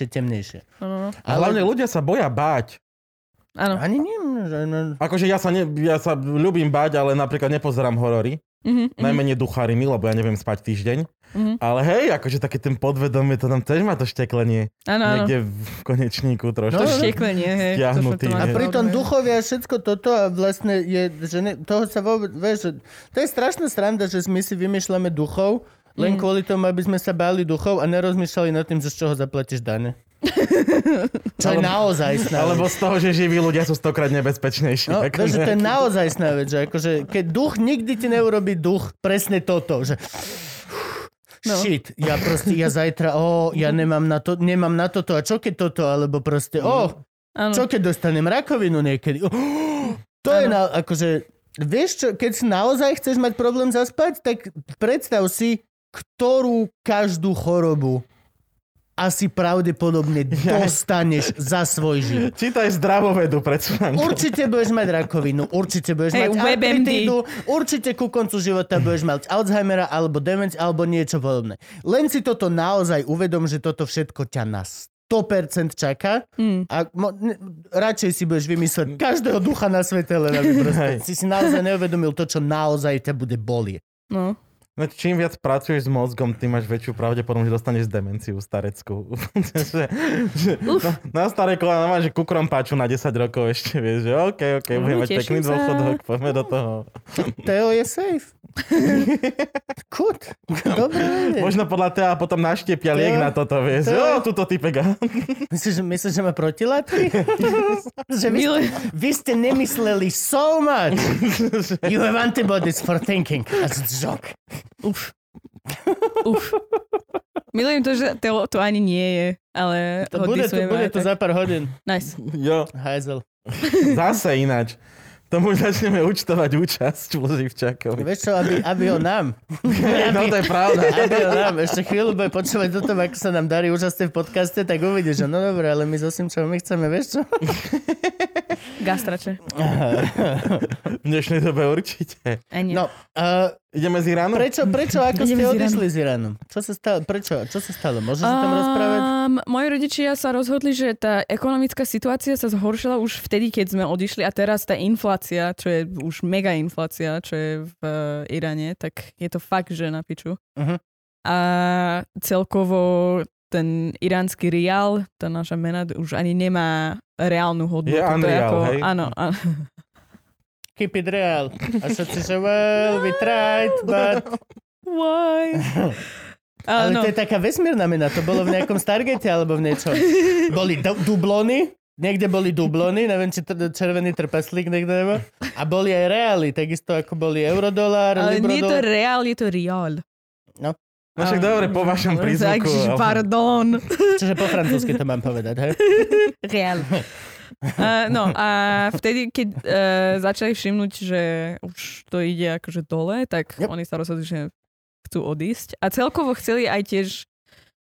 A hlavne ľudia sa boja báť. Áno. Ani nie. Akože ja sa ľúbim báť, ale napríklad nepozerám horory. Najmenej ducháriny, lebo ja neviem spať týždeň. Ale hej, akože také ten podvedomie, to tam tiež má to šteklenie. Áno. Niekde v konečníku trošku. To šteklenie, hej. Stiahnutý. A pritom duchovia všetko toto a vlastne je, že toho sa vôbec, vieš, to je strašná sranda, že my si vymýšľame duchov, len kvôli tomu, aby sme sa báli duchov a nerozmýšľali nad tým, že z čoho zaplatíš dane. Čo je naozaj sná. Alebo z toho, že živí ľudia sú 100-krát nebezpečnejší. No, to je naozaj sná vec, že akože, keď duch, nikdy ti neurobí duch presne toto, že shit, ja zajtra, ja nemám na toto, a čo keď toto, alebo proste, čo keď dostanem rakovinu niekedy, to je akože, vieš čo, keď si naozaj chceš mať problém zaspať, tak predstav si, ktorú každú chorobu asi pravdepodobne dostaneš za svoj život. Čítaj zdravovedu pred spánkom. Určite budeš mať rakovinu, určite budeš mať artritídu, určite ku koncu života budeš mať Alzheimera alebo demenciu alebo niečo podobné. Len si toto naozaj uvedom, že toto všetko ťa na 100% čaká a radšej si budeš vymysleť každého ducha na svete, len aby proste si naozaj neuvedomil to, čo naozaj ťa bude bolieť. No. No, čím viac pracuješ s mozgom, tým máš väčšiu pravdepodobnosť, že dostaneš demenciu stareckú. Na staré kolena máš kukrompáču na 10 rokov ešte, vieš, že OK, budem mať pekný dôchodok, poďme do toho. Teo je safe. Kut. Dobre. Možno podľa Tea potom naštiepia liek na toto, vieš. Tuto typeka. Myslíš, že má protilátky? Že vy ste nemysleli so much. You have antibodies for thinking. That's a joke. Uf. Milujem to, že to ani nie je, ale bude to za pár hodín. Nice. Jo. Hajzel. Zase ináč. Tomu začneme účtovať účasť Živčákovi. Vieš čo, aby ho nám. No to je pravda. Aby ho nám. Ešte chvíľu bude počúvať do toho, ako sa nám darí účasť v podcaste, tak uvidíš, že no dobre, ale my so Simčom my chceme, vieš čo? Gastrače. V dnešnej dobe určite. No, ideme z Iránu? Prečo ako ste odišli z Iránu? Čo sa stalo? Čo sa stalo? Môžeš o tom rozprávať? Moji rodičia sa rozhodli, že tá ekonomická situácia sa zhoršila už vtedy, keď sme odišli a teraz tá inflácia, čo je už mega inflácia, čo je v Iráne, tak je to fakt, že na piču. A celkovo ten iránsky riál, tá naša mena už ani nemá reálnu hodnotu. Je unreal, hej? Áno. Keep it real. A všetci, že well, we tried, but... Why? Ale to je taká vesmírna mena. To bolo v nejakom Stargate alebo v niečom. Boli dublóny, niekde boli dublóny, neviem, či červený trpaslík niekde nebo. A boli aj reály, takisto ako boli eurodolár, ale librodolár. nie je to reál, je to riál. No. No však dobre, po vašom prízvuku. Pardon. Čiže po francúzsky to mám povedať, hej? Reál. No a vtedy, keď začali všimnúť, že už to ide akože dole, tak oni sa rozhodli, že chcú odísť. A celkovo chceli aj tiež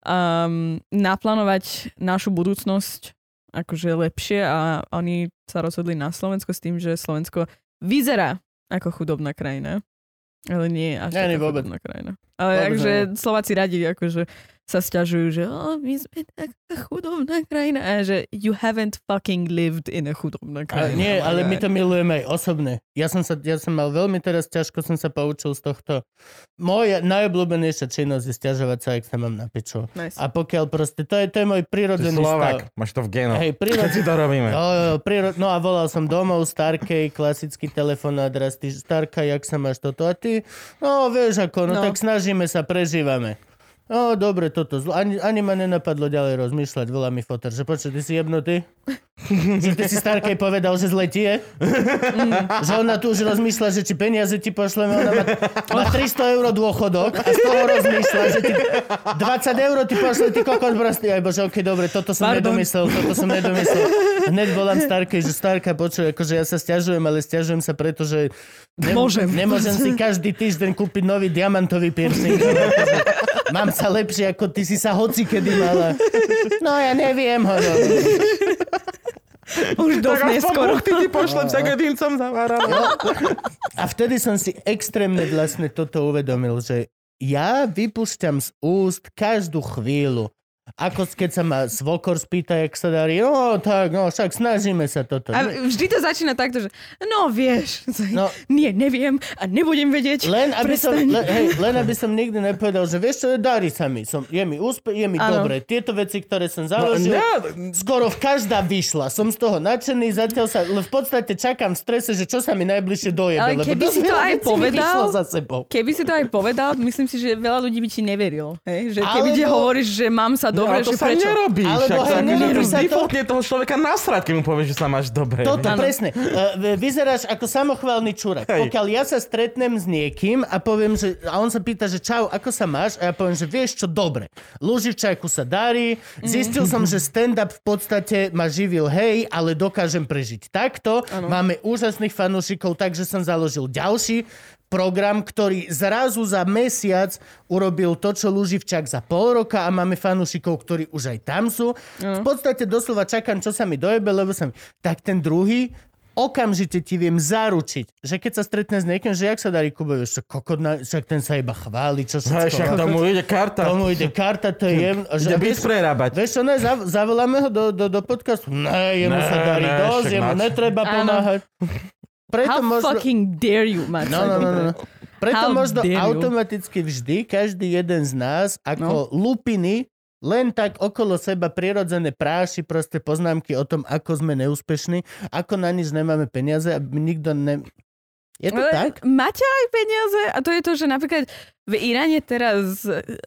naplánovať našu budúcnosť akože lepšie a oni sa rozhodli na Slovensko s tým, že Slovensko vyzerá ako chudobná krajina. Ale nie až taká chudobná krajina. Ale takže Slováci radi akože sa sťažujú, že my sme taká chudobná krajina a že you haven't fucking lived in a chudobná krajina. Nie, ale my to milujeme aj osobne. Ja som mal veľmi teraz ťažko, som sa poučil z tohto. Moja najobľúbenejšia činnosť je sťažovať sa, ak sa mám na piču. Nice. A pokiaľ proste, to je môj prirodzený Slovák, stav. máš to v génoch. Hej, Všetci to robíme. No a volal som domov starkej, klasický telefonát, raz ty, starka, jak sa máš toto? A ty, no vieš ako, no tak snažíme sa, prežívame. No, dobre, toto. Ani ma nenapadlo ďalej rozmýšľať. Volá mi foter, že počuť, ty si jebnutý? Že ty si starkej povedal, že zle ti je? Že ona tu už rozmýšľa, že či peniaze ti pošleme. Ona má 300 € dôchodok a z toho rozmýšľa, že ti 20 € ty pošle, ty kokot proste. Aj bože, okej, dobre, toto som nedomyslel. Hneď volám starkej, že starka, počuj, akože ja sa sťažujem, ale sťažujem sa preto, že nemôžem si každý týždeň kúpiť nový diamantový piercing. Mám sa lepšie, ako ty si sa hocikedy mala. No ja neviem, Už dosť neskoro. Ty ti pošlem sa gedincom zaváral. A vtedy som si extrémne vlastne toto uvedomil, že ja vypúšťam z úst každú chvíľu. Ako keď sa ma svokor spýta, jak sa darí, však snažíme sa toto. A vždy to začína takto, že vieš, neviem a nebudem vedieť. Len aby som nikdy nepovedal, že vieš čo, darí sa mi. Je mi dobre. Tieto veci, ktoré som založil, skoro každá vyšla. Som z toho nadšený, zatiaľ sa, v podstate čakám v strese, že čo sa mi najbližšie dojebe. Ale keby si to aj povedal, myslím si, že veľa ľudí by ti neverilo. Hej? Že keby ti hovoríš, že mám sa dobre, to že sa prečo? Nerobí. Alebo nerobí sa to. Defaultne toho človeka nasrať, keď mu povieš, že sa máš dobre. Toto, presne. Vyzeráš ako samochválny čurák. Pokiaľ ja sa stretnem s niekým a poviem, že a on sa pýta, že čau, ako sa máš? A ja poviem, že vieš čo, dobre. Lužičajku sa darí. Zistil som, že stand-up v podstate ma živil, hej, ale dokážem prežiť takto. Máme úžasných fanúšikov, takže som založil ďalší program, ktorý zrazu za mesiac urobil to, čo Luživčák za pol roka a máme fanúšikov, ktorí už aj tam sú. V podstate doslova čakám, čo sa mi dojebe, lebo tak ten druhý okamžite ti viem zaručiť, že keď sa stretne s niekým, že jak sa darí Kubo, vieš, však ten sa iba chváli, čo všetko. Však tomu ide karta. To je ide byť prerábať. Vieš čo, zavoláme ho do podcastu. Ne, jemu sa darí dosť, jemu netreba pomáhať. Preto fucking dare you, mať sa dobre. Preto možno automaticky vždy každý jeden z nás ako lupiny len tak okolo seba prirodzené práši proste poznámky o tom, ako sme neúspešní, ako na nič nemáme peniaze a nikto Je to tak? Máte aj peniaze a to je to, že napríklad v Iráne teraz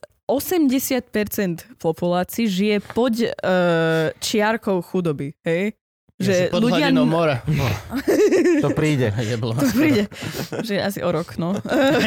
80% populácií žije pod čiarkou chudoby, hej? Že pod hladinou mora. To príde. To príde. Že asi o rok, no.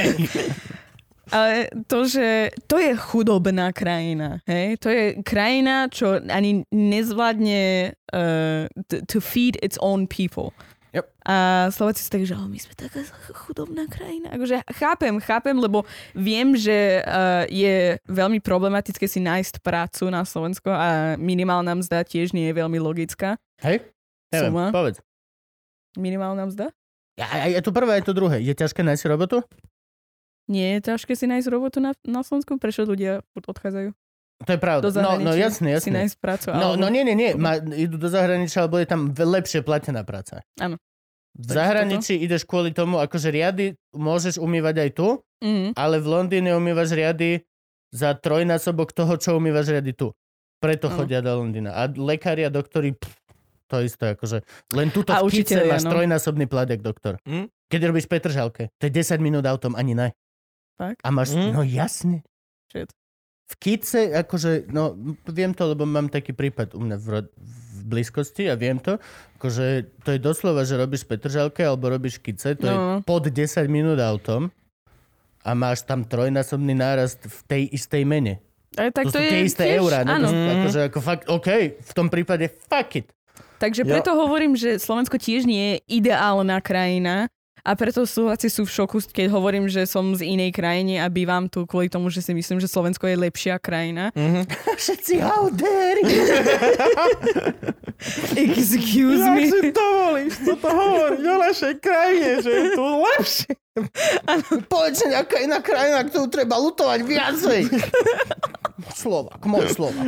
Ale to, že to je chudobná krajina, hej? To je krajina, čo ani nezvládne to feed its own people. Yep. A Slováci sú tak, že my sme taká chudobná krajina. Akože chápem, lebo viem, že je veľmi problematické si nájsť prácu na Slovensku a minimálna mzda tiež nie je veľmi logická. Hej? Neviem, povedz. Minimálna mzda? Je to prvé, je to druhé. Je ťažké nájsť robotu? Nie je ťažké si nájsť robotu na Slovensku? Prečo ľudia odchádzajú? To je pravda. No jasne. Si nájsť prácu. Nie. Idú do zahraničia, alebo je tam lepšie platená práca. Áno. V zahraničí ideš kvôli tomu, akože riady môžeš umývať aj tu, ale v Londýne umývaš riady za trojnásobok toho, čo umývaš riady tu. Preto chodia do Londýna. A lekári a doktori... To isté, akože len tuto v Kice máš trojnásobný plat, jak doktor. Keď robíš Petržalke, to je 10 minút autom, ani ne. Tak? A máš, no jasne. Shit. V Kice, akože, no viem to, lebo mám taký prípad u mňa v blízkosti a viem to, akože to je doslova, že robíš Petržalke alebo robíš Kice, to je pod 10 minút autom a máš tam trojnásobný nárast v tej istej mene. Tak to sú tie isté eurá. Áno. Akože ako fakt, OK, v tom prípade fuck it. Takže preto hovorím, že Slovensko tiež nie je ideálna krajina A preto Slováci sú v šoku, keď hovorím, že som z inej krajiny a bývam tu kvôli tomu, že si myslím, že Slovensko je lepšia krajina. Všetci how dare you? Excuse me. Jak si dovolíš toto hovoriť o našej krajine, že je tu lepšie? Povedz nejaká iná krajina, ktorú treba lutovať viacej. Slovák, môj Slovák.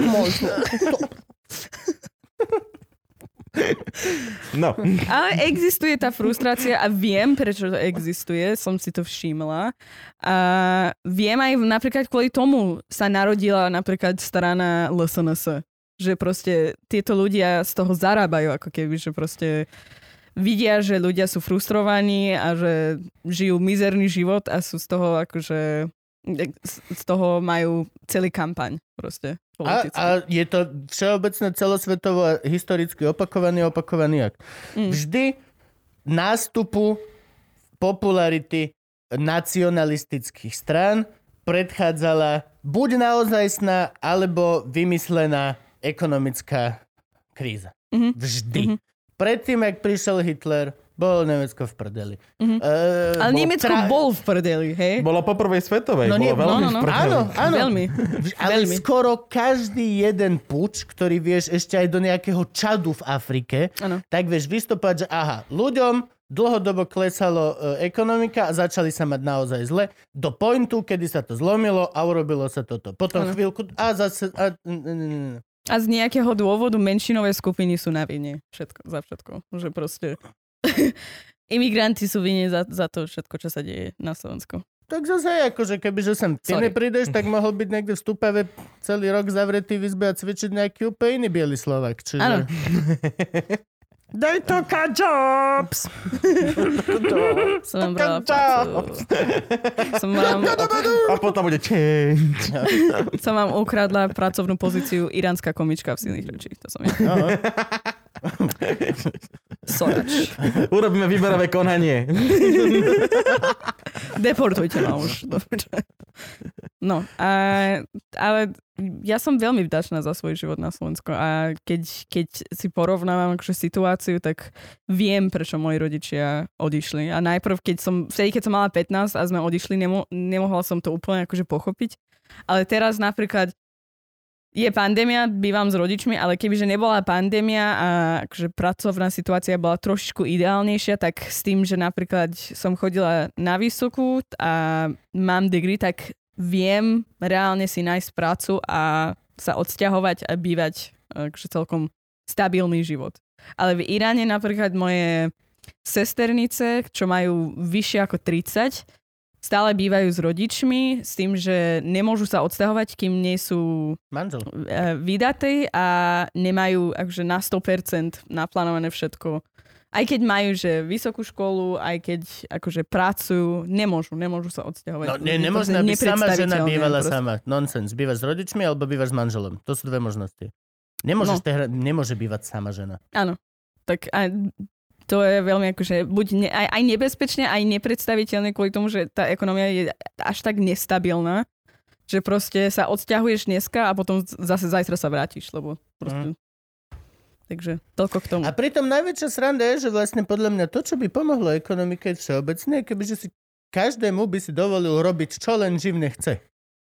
No. Ale existuje tá frustrácia a viem, prečo to existuje, som si to všimla. A viem aj napríklad kvôli tomu sa narodila napríklad strana LSNS. Že proste tieto ľudia z toho zarábajú, ako keby, že proste vidia, že ľudia sú frustrovaní a že žijú mizerný život a sú z toho akože z toho majú celý kampaň proste. A je to všeobecne celosvetovo historicky opakovaný jak. Vždy nástupu popularity nacionalistických strán predchádzala buď naozajstná, alebo vymyslená ekonomická kríza. Vždy. Predtým, ak prišiel Hitler, bolo Nemecko v prdeli. Ale Nemecko bol v prdeli, hej? Bolo po prvej svetovej, No, bolo veľmi v prdeli. Áno. Veľmi. Ale Veľmi. skoro každý jeden puč, ktorý vieš ešte aj do nejakého Čadu v Afrike, tak vieš vystupovať, že aha, ľuďom dlhodobo klesalo ekonomika a začali sa mať naozaj zle. Do pointu, kedy sa to zlomilo a urobilo sa toto. Potom chvíľku a zase... A z nejakého dôvodu menšinové skupiny sú na vine. Za všetko. Že proste... Imigranti sú vine za to všetko, čo sa deje na Slovensku. Tak zase akože kebyže sem ty neprídeš, tak mohol byť niekde v Stupave celý rok zavretý v izbe a cvičiť nejaký úplne iný biely Slovák. Čiže... Daj to jobs! Som vám brala prácu. A potom bude change. Som vám ukradla pracovnú pozíciu iránska komička v silných rečích. To som ja. Sorač. Urobíme výberové konanie. Deportujte ma už. No, ale ja som veľmi vďačná za svoj život na Slovensku a keď si porovnávam akože situáciu, tak viem, prečo moji rodičia odišli. A najprv, keď som mala 15 a sme odišli, nemohla som to úplne akože pochopiť. Ale teraz napríklad je pandémia, bývam s rodičmi, ale kebyže nebola pandémia a akože pracovná situácia bola trošičku ideálnejšia, tak s tým, že napríklad som chodila na vysokú a mám degree, tak viem reálne si nájsť prácu a sa odsťahovať a bývať akože celkom stabilný život. Ale v Iráne napríklad moje sesternice, čo majú vyššie ako 30, stále bývajú s rodičmi s tým, že nemôžu sa odsťahovať, kým nie sú vydatí a nemajú akože na 100% naplánované všetko. Aj keď majú že vysokú školu, aj keď akože pracujú, nemôžu sa odsťahovať. No nemožné, aby sama žena bývala sama. Nonsens. Bývaš s rodičmi alebo bývaš s manželom. To sú dve možnosti. Nemôže bývať sama žena. Áno. Tak to je veľmi akože buď aj nebezpečné, aj nepredstaviteľné kvôli tomu, že tá ekonomia je až tak nestabilná, že proste sa odsťahuješ dneska a potom zase zajtra sa vrátiš, lebo proste... Takže toľko k tomu. A pritom najväčšia sranda je, že vlastne podľa mňa to, čo by pomohlo ekonomike všeobecne, kebyže si každému by si dovolil robiť, čo len živne chce.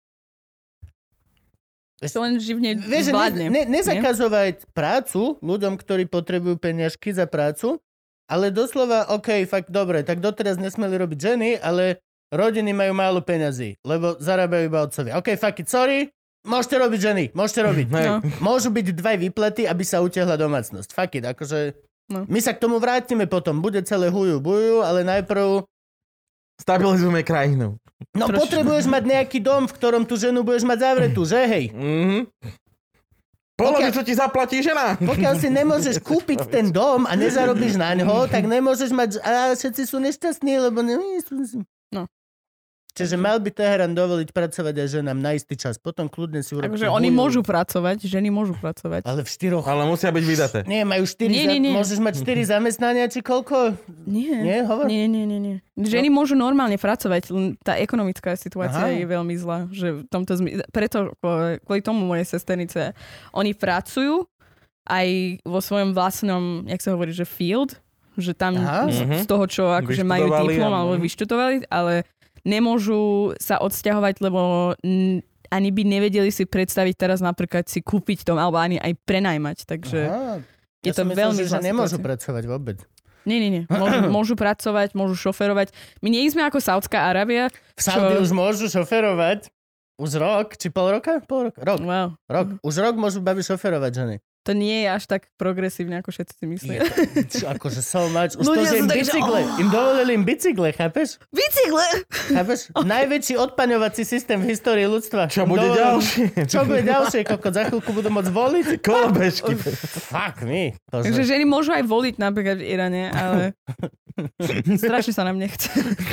Čo len živne zvládne. Nezakazovať prácu ľuďom, ktorí potrebujú peniažky za prácu, ale doslova, fakt dobre, tak doteraz nesmeli robiť ženy, ale rodiny majú málo peňazí, lebo zarábajú iba otcovia. Fuck it, sorry, môžete robiť ženy, môžete robiť. No. Môžu byť 2 výplaty, aby sa utiahla domácnosť. Fuck it, akože my sa k tomu vrátime potom, bude celé buju, ale najprv... Stabilizujeme krajinu. No potrebuješ mať nejaký dom, v ktorom tú ženu budeš mať zavretú, že hej? Polovicu ti zaplatí žena. Pokiaľ si nemôžeš kúpiť ten dom a nezarobíš na ňo, tak nemôžeš mať... A všetci sú nešťastní, lebo... No. Čiže mal by Teherán dovoliť pracovať aj ženám na istý čas. Potom kľudne si urobí... Takže oni môžu pracovať, ženy môžu pracovať. Ale v 4. Ale musia byť vydaté. Nie, majú 4... Nie. Môžeš mať 4 zamestnania, či koľko? Nie. Hovor? Nie. Ženy môžu normálne pracovať, tá ekonomická situácia je veľmi zlá. Že v tomto preto kvôli tomu moje sesternice, oni pracujú aj vo svojom vlastnom, jak sa hovorí, že field, že tam z toho, čo akože majú diplom alebo vyštudovali, ale nemôžu sa odsťahovať, lebo ani by nevedeli si predstaviť teraz napríklad si kúpiť dom alebo ani aj prenajmať, takže je to veľmi zlá situácia. Nemôžu pracovať vôbec. Nie. Môžu pracovať, môžu šoferovať. My nie sme ako Saudská Arábia. V Saudi už môžu šoferovať. Už rok, či pol roka? Rok. Wow. Rok. Už rok môžu babi šoferovať ženy. To nie je až tak progresívne, ako všetci si myslia. Akože so much. Už to, že im bicykle. Im dovolili im bicykle, chápeš? Bicykle? Chápeš? Najväčší odpaňovací systém v histórii ľudstva. Čo bude ďalšie? Čo bude ďalšie? Koko, za chvíľku budú môcť voliť? Kolobežky. Fuck me. Takže ženy môžu aj voliť napríklad v Iráne, ale strašne sa nám nechce.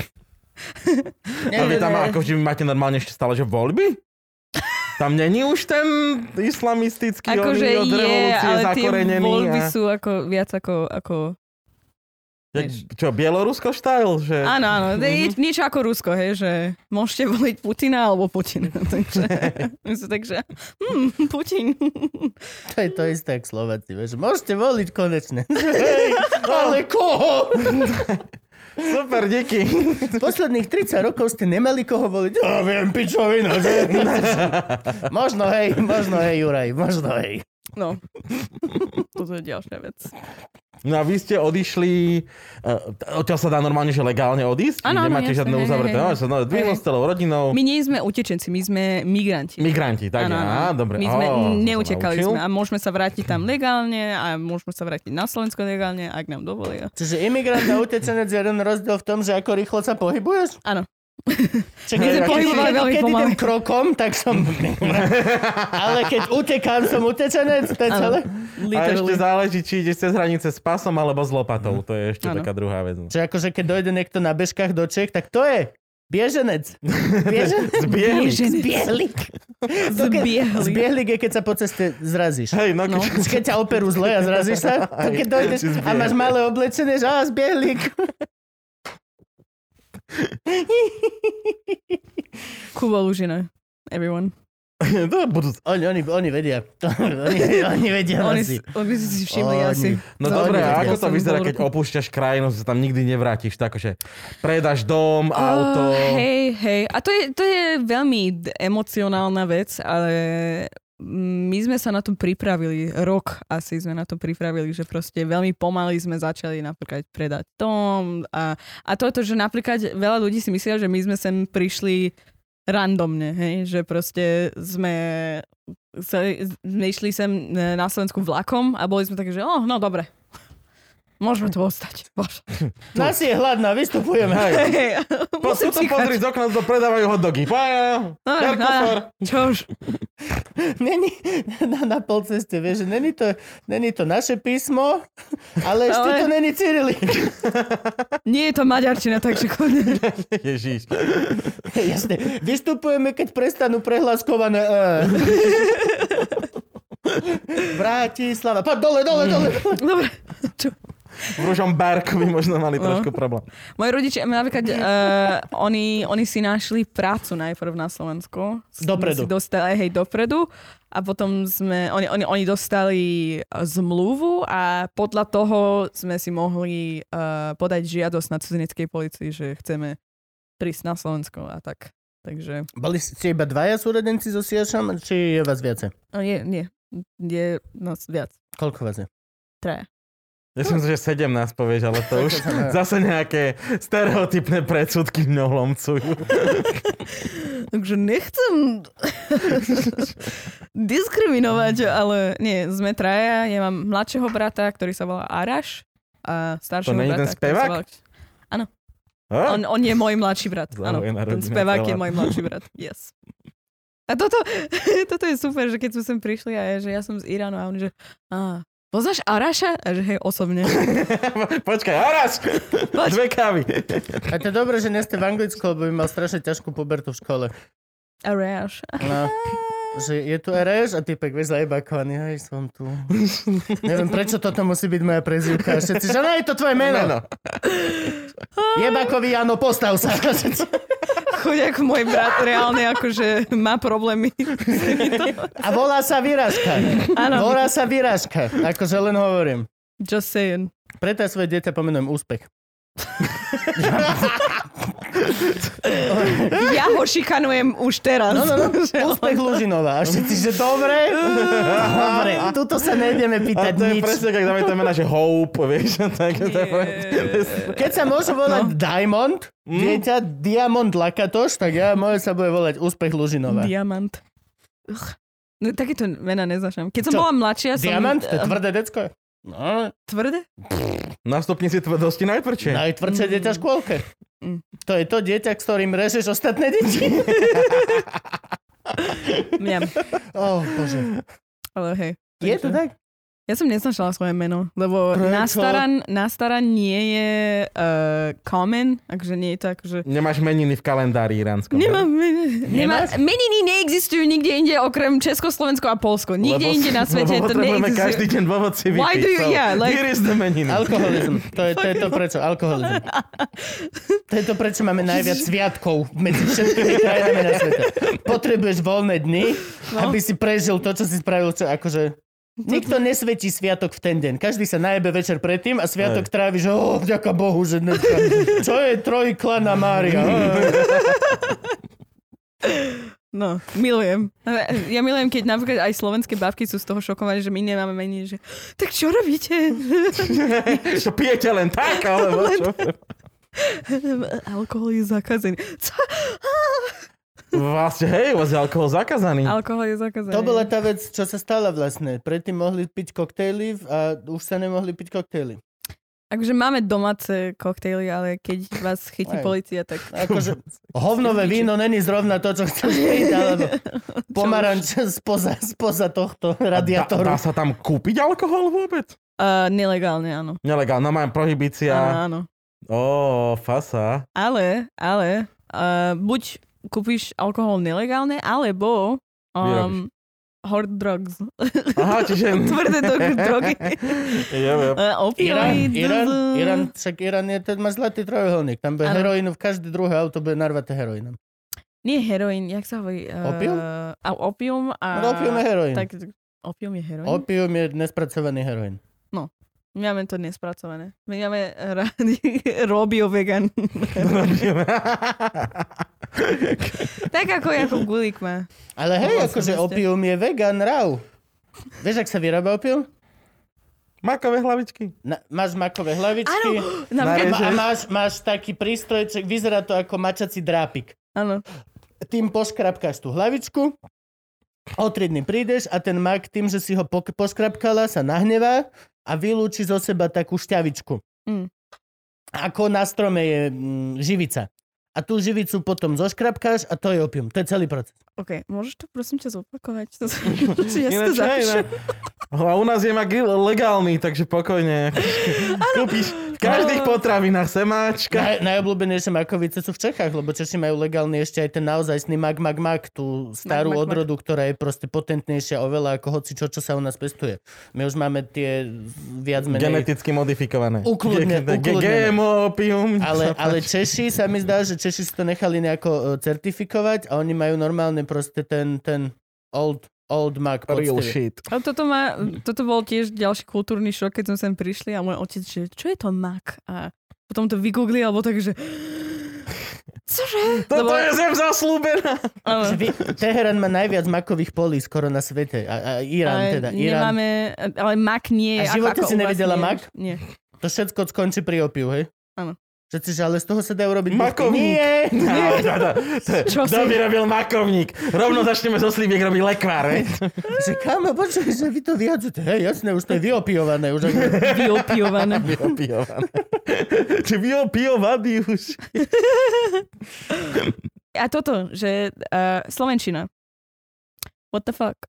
A vy tam akože máte normálne ešte stále, že voľby? Tam není už ten islamistický akože od revolúcie zakorenený. Ale tie voľby sú ako viac ako... Čo, Bielorusko štyle? Že... Áno. Je niečo ako Rusko, hej, že môžete voliť Putina alebo Putina. takže Putin. To je to isté, ako Slováci. Môžete voliť konečne. Ale koho? Super, díky. Posledných 30 rokov ste nemali koho voliť. Ja viem, pičovina. Možno hej, Juraj, možno hej. No, toto je ďalšia vec. No a vy ste odišli, odtiaľ sa dá normálne, že legálne odísť? Áno, nemáte žiadne uzavreté. S celou rodinou. My nie sme utečenci, my sme migranti. Migranti, tak dobre. My sme neutekali sme a môžeme sa vrátiť tam legálne a môžeme sa vrátiť na Slovensko legálne, ak nám dovolia. Čiže imigrant a utečenec je jeden rozdiel v tom, že ako rýchlo sa pohybuješ? Áno. Keď idem krokom, tak som... Ale keď utekám, som utečenec, to je celé. A ešte záleží, či ideš cez hranice s pasom alebo s lopatou. To je ešte taká druhá vec. Čiže akože keď dojde niekto na bežkách do Čech, tak to je bieženec. Zbiehlik je, keď sa po ceste zrazíš. Hej, keď ťa operú zle a zrazíš sa, to keď dojdeš a máš malé oblečenie, že zbiehlik. Kuba Lužina. Everyone. Oni vedia. Oni vedia asi. Oni si všimli asi. No dobre, a ako to vyzerá, keď opúšťaš krajinu, že sa tam nikdy nevrátiš? Tak, že predáš dom, auto... Hej. A to je veľmi emocionálna vec, ale my sme sa na tom pripravili, rok asi sme na tom pripravili, že proste veľmi pomaly sme začali napríklad predať dom a toto, že napríklad veľa ľudí si myslia, že my sme sem prišli randomne, hej, že proste sme išli sem na Slovensku vlakom a boli sme také, že no dobre. Môžeme tu ostať. Nás je hladná, vystupujeme. Musím pozri z okna, to predávajú hotdogy. Čož? Není na polceste, vieš, že není to naše písmo, ale ešte to není cyrilik. Nie je to maďarčina, takže kľudne. Ježiš. Jasne. Vystupujeme, keď prestanú prehláskované Bratislava. Dole. Dobre. Čo? V Ružomberku by možno mali trošku problém. Moji rodičia, napríklad, oni si našli prácu najprv na Slovensku. Dopredu. Dopredu. A potom oni dostali zmluvu a podľa toho sme si mohli podať žiadosť na cudzineckej policii, že chceme prísť na Slovensko a tak. Takže... Boli ste iba dvaja súrodenci so Siašom, či je vás viacej? Nie. Je nás viac. Koľko vás je? 3. Ja som že 17 povieš, ale to už zase nejaké stereotypné predsudky mňou lomcujú. Takže nechcem diskriminovať, ale nie, sme 3. Ja mám mladšieho brata, ktorý sa volá Araš a staršieho brata. To nie je ten spevák? Áno. On je môj mladší brat. Áno, ten spevák je môj mladší brat. Yes. A toto je super, že keď sme sem prišli a že ja som z Iránu a on že poznáš Araša? A že hej, osobne. Počkaj, Araš! 2 kávy. A to je dobré, že nie ste v Anglicku, lebo by mal strašne ťažkú pubertu v škole. Araš. No, že je tu Araš a typek, vieš, zajebakovaný. Hej, som tu. Neviem, prečo toto musí byť moja prezývka. A všetci, že je to tvoje meno. Jebakový, áno, postav sa. Chuďak môj brat reálne akože má problémy. A volá sa Vyrážka. Áno. Volá sa Vyrážka. Akože len hovorím. Just saying. Preto ja svoje dieťa pomenujem Úspech. Ja ho šikanujem už teraz. No. Úspech Lužinová. A všetci, že dobre. Dobre, tuto sa nejdeme pýtať to je nič. presne, keď dáme to mená, že Hope, vieš. Keď sa môže volať Diamond, dieťa Diamond Lakatoš, tak ja moje sa bude volať Úspech Lužinová. Diamant. No, takéto mená neznašam. Keď som bola mladšia, Diamant? To je tvrdé decko? No. Tvrdé? Na stupnici tvrdosti najtvrdšie. Najtvrdšie dieťa v škôlke. To je to dieťa, s ktorým režeš ostatné deti. Mňam. Bože. Ale hej. Je to tak? Ja som nesnašala svoje meno, lebo nastaran nie je common, akože nie je to akože... Nemáš meniny v kalendári iránskom. Meniny neexistujú nikde inde okrem Československo a Polsko. Nikde inde na svete to potrebujeme neexistuje. každý deň dôvod si vypiť. Why do you, Here is the meniny. Alkoholizm. To je to prečo. Alkoholizm. To je to prečo máme najviac sviatkov medzi všetkými krajinami na svete. Potrebuješ voľné dny, aby si prežil to, čo si spravil, čo akože... Nikto nesvetí sviatok v ten deň. Každý sa najebe večer predtým a sviatok trávi, že vďaka Bohu, že dneska... Čo je trojklana Mária? No, milujem. Ja milujem, keď napríklad aj slovenské babky sú z toho šokované, že my nemáme meniny, že tak čo robíte? Čo pijete len tak, alebo čo? Alkohol je zakázaný. Co? Vlastne, hej, je alkohol zakázaný. Alkohol je zakázaný. To bola tá vec, čo sa stala vlastne. Predtým mohli piť koktejly a už sa nemohli piť koktejly. Akože máme domáce koktejly, ale keď vás chytí polícia, tak... Akože hovnové víno není zrovna to, čo chceš piť, alebo pomaranč spoza tohto radiátoru. Dá sa tam kúpiť alkohol vôbec? Nelegálne, áno. Nelegálne, mám prohibícia. Áno. Fasa. Ale, buď kúpiš alkohol nelegálne, alebo hard drugs. Aha, čiže... Tvrdé drogy. Irán je, ten má zlatý trojuholník. Tam bude heroínu, v každé druhé auto bude narvaté heroínom. Nie heroín, jak sa hovorí? Opium? Opium a... No, opium je heroín. Tak, opium je heroín? Opium je nespracovaný heroín. No. My máme to nespracované. My máme Robio vegan. Tak ako Gulík má. Ale hej, akože opium je vegan raw. Vieš, ak sa vyrába opium? Makové hlavičky. Máš makové hlavičky. Áno. A máš taký prístrojček, vyzerá to ako mačací drápik. Áno. Tým poškrapkáš tú hlavičku, o 3 dny prídeš a ten mak tým, že si ho poškrapkala, sa nahnevá a vylúči zo seba takú šťavičku. Ako na strome je živica. A tú živicu potom zoškrapkáš a to je opium. To je celý proces. OK, môžeš to prosím ťa zopakovať? Ja si to zapíšem. A u nás je mak legálny, takže pokojne. Kúpiš v každých potravinách semáčka. Najobľúbenejšie makovice sú v Čechách, lebo Češi majú legálny ešte aj ten naozajstný mak, tú starú odrodu, ktorá je proste potentnejšia oveľa ako hoci čo sa u nás pestuje. My už máme tie viac menej... Geneticky modifikované. Ukludnené. GMO, opium. Ale Češi, sa mi zdá, že Češi si to nechali nejako certifikovať a oni majú normálne proste ten old mak. Real shit. A toto bol tiež ďalší kultúrny šok, keď sme sem prišli a môj otec, že čo je to mak? A potom to vygooglil, alebo tak, že cože? Toto je zem zaslúbená. Teherán má najviac makových polí skoro na svete. A Irán teda. Nemáme, ale mak nie je... A v živote si nevidela mak? Nie. To všetko skončí pri opiu, hej? Áno. Všetci, že ale z toho sa dá urobiť makovník. Nie. Kto by robil makovník? Rovno začneme zo slíbiek robiť lekvár, hej? Že kámo, počuj, že vy to vyhadzujete. Hej, jasné, už to je vyopiované. Vyopiované. Či vyopiovaný už. A toto, že slovenčina. What the fuck?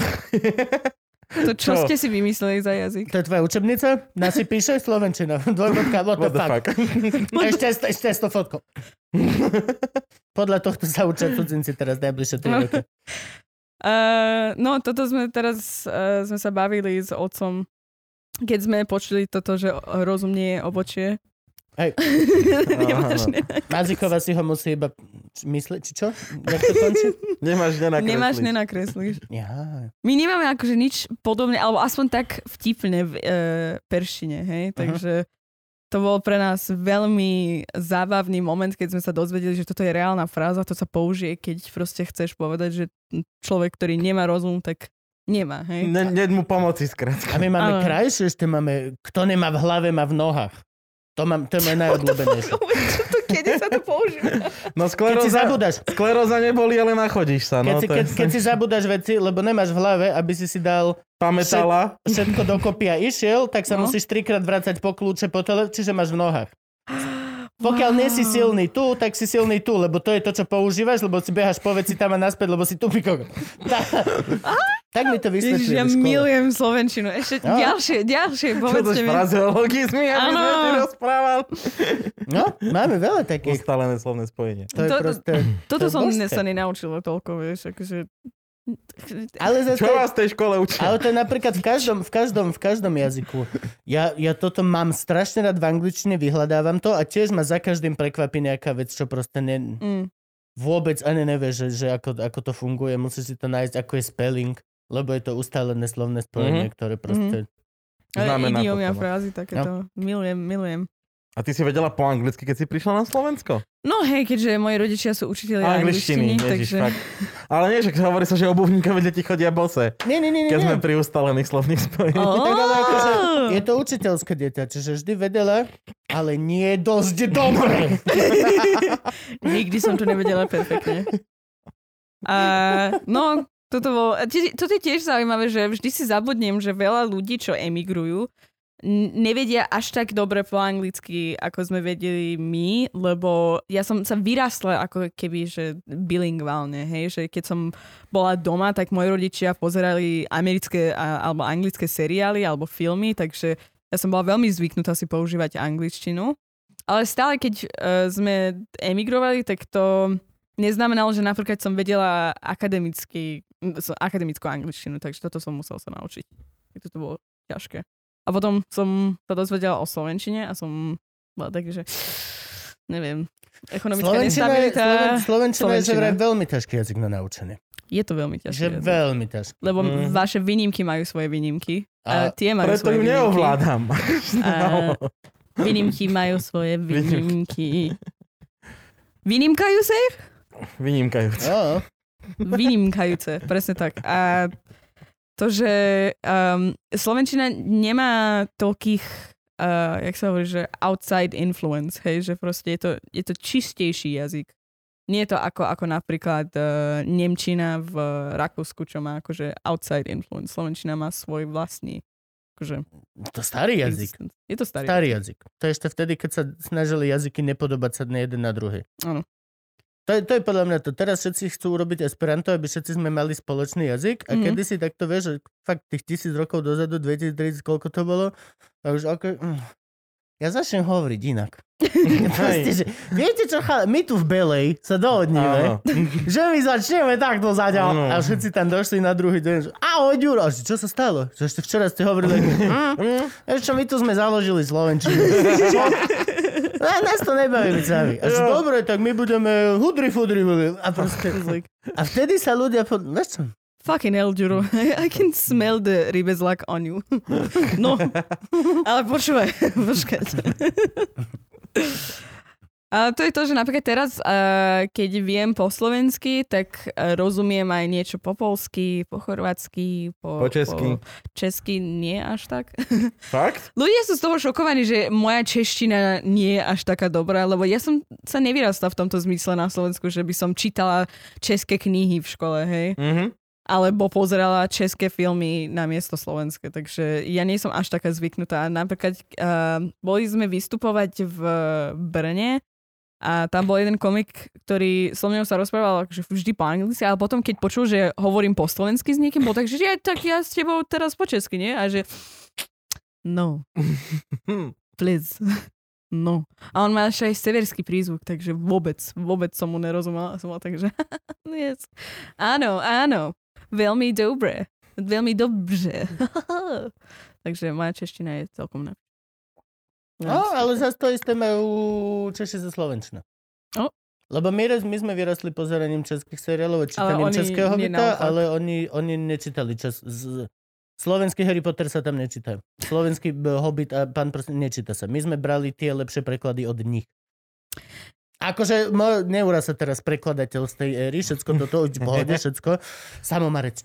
To čo ste si vymysleli za jazyk? To je tvoja učebnica? Na si píše slovenčina. Dvojbodka, what the fuck. Ešte 100 fotko. Podľa tohto sa učia cudzinci teraz najbližšie 3 roky. No, toto sme teraz sme sa bavili s otcom, keď sme počuli toto, že rozum nie je obočie. Hej. Nemáš Mazíková si ho musí iba mysleť, či čo? Jak to končí? Nemáš nenakreslíš. Ja. My nemáme akože nič podobné, alebo aspoň tak vtipné v perštine, hej? Takže to bol pre nás veľmi zábavný moment, keď sme sa dozvedeli, že toto je reálna fráza, to sa použije, keď proste chceš povedať, že človek, ktorý nemá rozum, tak nemá, hej? Nie mu pomoci, skrátka. A my máme krajšie, ešte máme, kto nemá v hlave, má v nohách. To je moje najobľúbenejšie. Kedy sa to používa? No Keď si zabúdaš. skleróza neboli, ale nachodíš sa. No, Keď si zabúdaš veci, lebo nemáš v hlave, aby si dal pamätala. Všetko dokopy a išiel, tak sa musíš 3-krát vracať po kľúče, po tele, čiže máš v nohách. Pokiaľ nie si silný tu, tak si silný tu, lebo to je to, čo používaš, lebo si behaš po veci tam a naspäť, lebo si tupíko. Tak mi to vysvetľuje. Ježiš, ja milujem slovenčinu. Ešte ďalšie, povedzte mi. Čo to frazeologizmy, aby sme ti rozprával. No, máme veľa takých. Ustálené slovné spojenie. To je proste... Toto som sa nenaučila toľko, vieš, akože... Ale zase, čo vás v tej škole učia? Ale to je napríklad v každom jazyku. Ja toto mám strašne rád v angličtine, vyhľadávam to a tiež ma za každým prekvapí nejaká vec, čo proste vôbec ani nevieš, že ako to funguje. Musíš si to nájsť, ako je spelling, lebo je to ustálené slovné spojenie, ktoré proste... Ale idiomia frázy takéto. No. Milujem. A ty si vedela po anglicky, keď si prišla na Slovensko? No hej, keďže moji rodičia sú učitelia angličtiny, takže... Fakt. Ale nie, že hovorí sa, že obuvníkovi deti chodia bose. Nie. Keď sme pri ustálených slovných spojeniach. Je to učiteľské dieťa, čiže vždy vedela, ale nie dosť dobre. Nikdy som to nevedela perfektne. No, toto je tiež zaujímavé, že vždy si zabudnem, že veľa ľudí, čo emigrujú, nevedia až tak dobre po anglicky, ako sme vedeli my, lebo ja som sa vyrastla ako keby, že bilingválne, hej, že keď som bola doma, tak moji rodičia pozerali americké alebo anglické seriály alebo filmy, takže ja som bola veľmi zvyknutá si používať angličtinu. Ale stále, keď sme emigrovali, tak to neznamenalo, že napríklad som vedela akademickú angličtinu, takže toto som musel sa naučiť. To bolo ťažké. A potom som sa dozvedela o slovenčine a som bola tak, že neviem, ekonomická nestabilita. Slovenčina je veľmi ťažký jazyk na naučenie. Je to veľmi ťažké. Veľmi ťažké. Lebo vaše výnimky majú svoje výnimky. A tie majú preto svoje výnimky. Neovládam. Výnimky majú svoje výnimky. Vynímkajú sa ich? Vynímkajúce. Vynímkajúce, presne tak. A to, že slovenčina nemá toľkých, jak sa hovorí, že outside influence, hej, že proste je to čistejší jazyk. Nie je to ako napríklad nemčina v Rakúsku, čo má akože outside influence. Slovenčina má svoj vlastný akože... To starý jazyk. Je to starý jazyk. To je ešte vtedy, keď sa snažili jazyky nepodobať sa jeden na druhý. Áno. To je podľa mňa to. Teraz všetci chcú urobiť Esperanto, aby všetci sme mali spoločný jazyk a kedysi tak to vieš, že fakt tých 1000 rokov dozadu, 2030, koľko to bolo, a už ja začnem hovoriť inak. Proste, že, viete čo, my tu v Belej sa dohodníme, že my začneme takto zatiaľ. A všetci tam došli na druhý deň, že ahoj, Ďuro, čo sa stalo? Čo ešte včera ste hovorili, čo my tu sme založili Slovenčinu. Nás to nebaví byť sami. Dobre, tak my budeme hudri. A proste... A vtedy sa ľudia... Vieš čo? Fucking hell, Ďuro. I can smell the rybezlak on you. No. Ale počúvaj. Počkať. A to je to, že napríklad teraz, keď viem po slovensky, tak rozumiem aj niečo po polsky, po chorvátsky, po česky. Po česky nie až tak. Fakt? Ľudia sú z toho šokovaní, že moja čeština nie je až taká dobrá, lebo ja som sa nevyrastla v tomto zmysle na Slovensku, že by som čítala české knihy v škole, hej. Alebo pozerala české filmy na miesto slovenské, takže ja nie som až taká zvyknutá. Napríklad boli sme vystupovať v Brne a tam bol jeden komik, ktorý so mnou sa rozprával že vždy po anglicky, ale potom keď počul, že hovorím po slovensky s niekým, bol tak, že tak ja s tebou teraz po česky, nie? A že no, please, no. A on má ešte aj severský prízvuk, takže vôbec som mu nerozumela. Som bola tak, že yes. Áno. Veľmi dobre. Veľmi dobře. Takže moja čeština je celkom No, ale zase to isté majú Češi zo Slovenčina. O. Lebo my sme vyrastli pozeraním českých seriálov a čítaním českého Hobita, ale oni nečítali slovenský Harry Potter sa tam nečíta. Slovenský Hobbit a pán proste nečíta sa. My sme brali tie lepšie preklady od nich. Akože, neurá sa teraz prekladateľ z tej éry, všetko toto, pohode, všetko. Samomarec.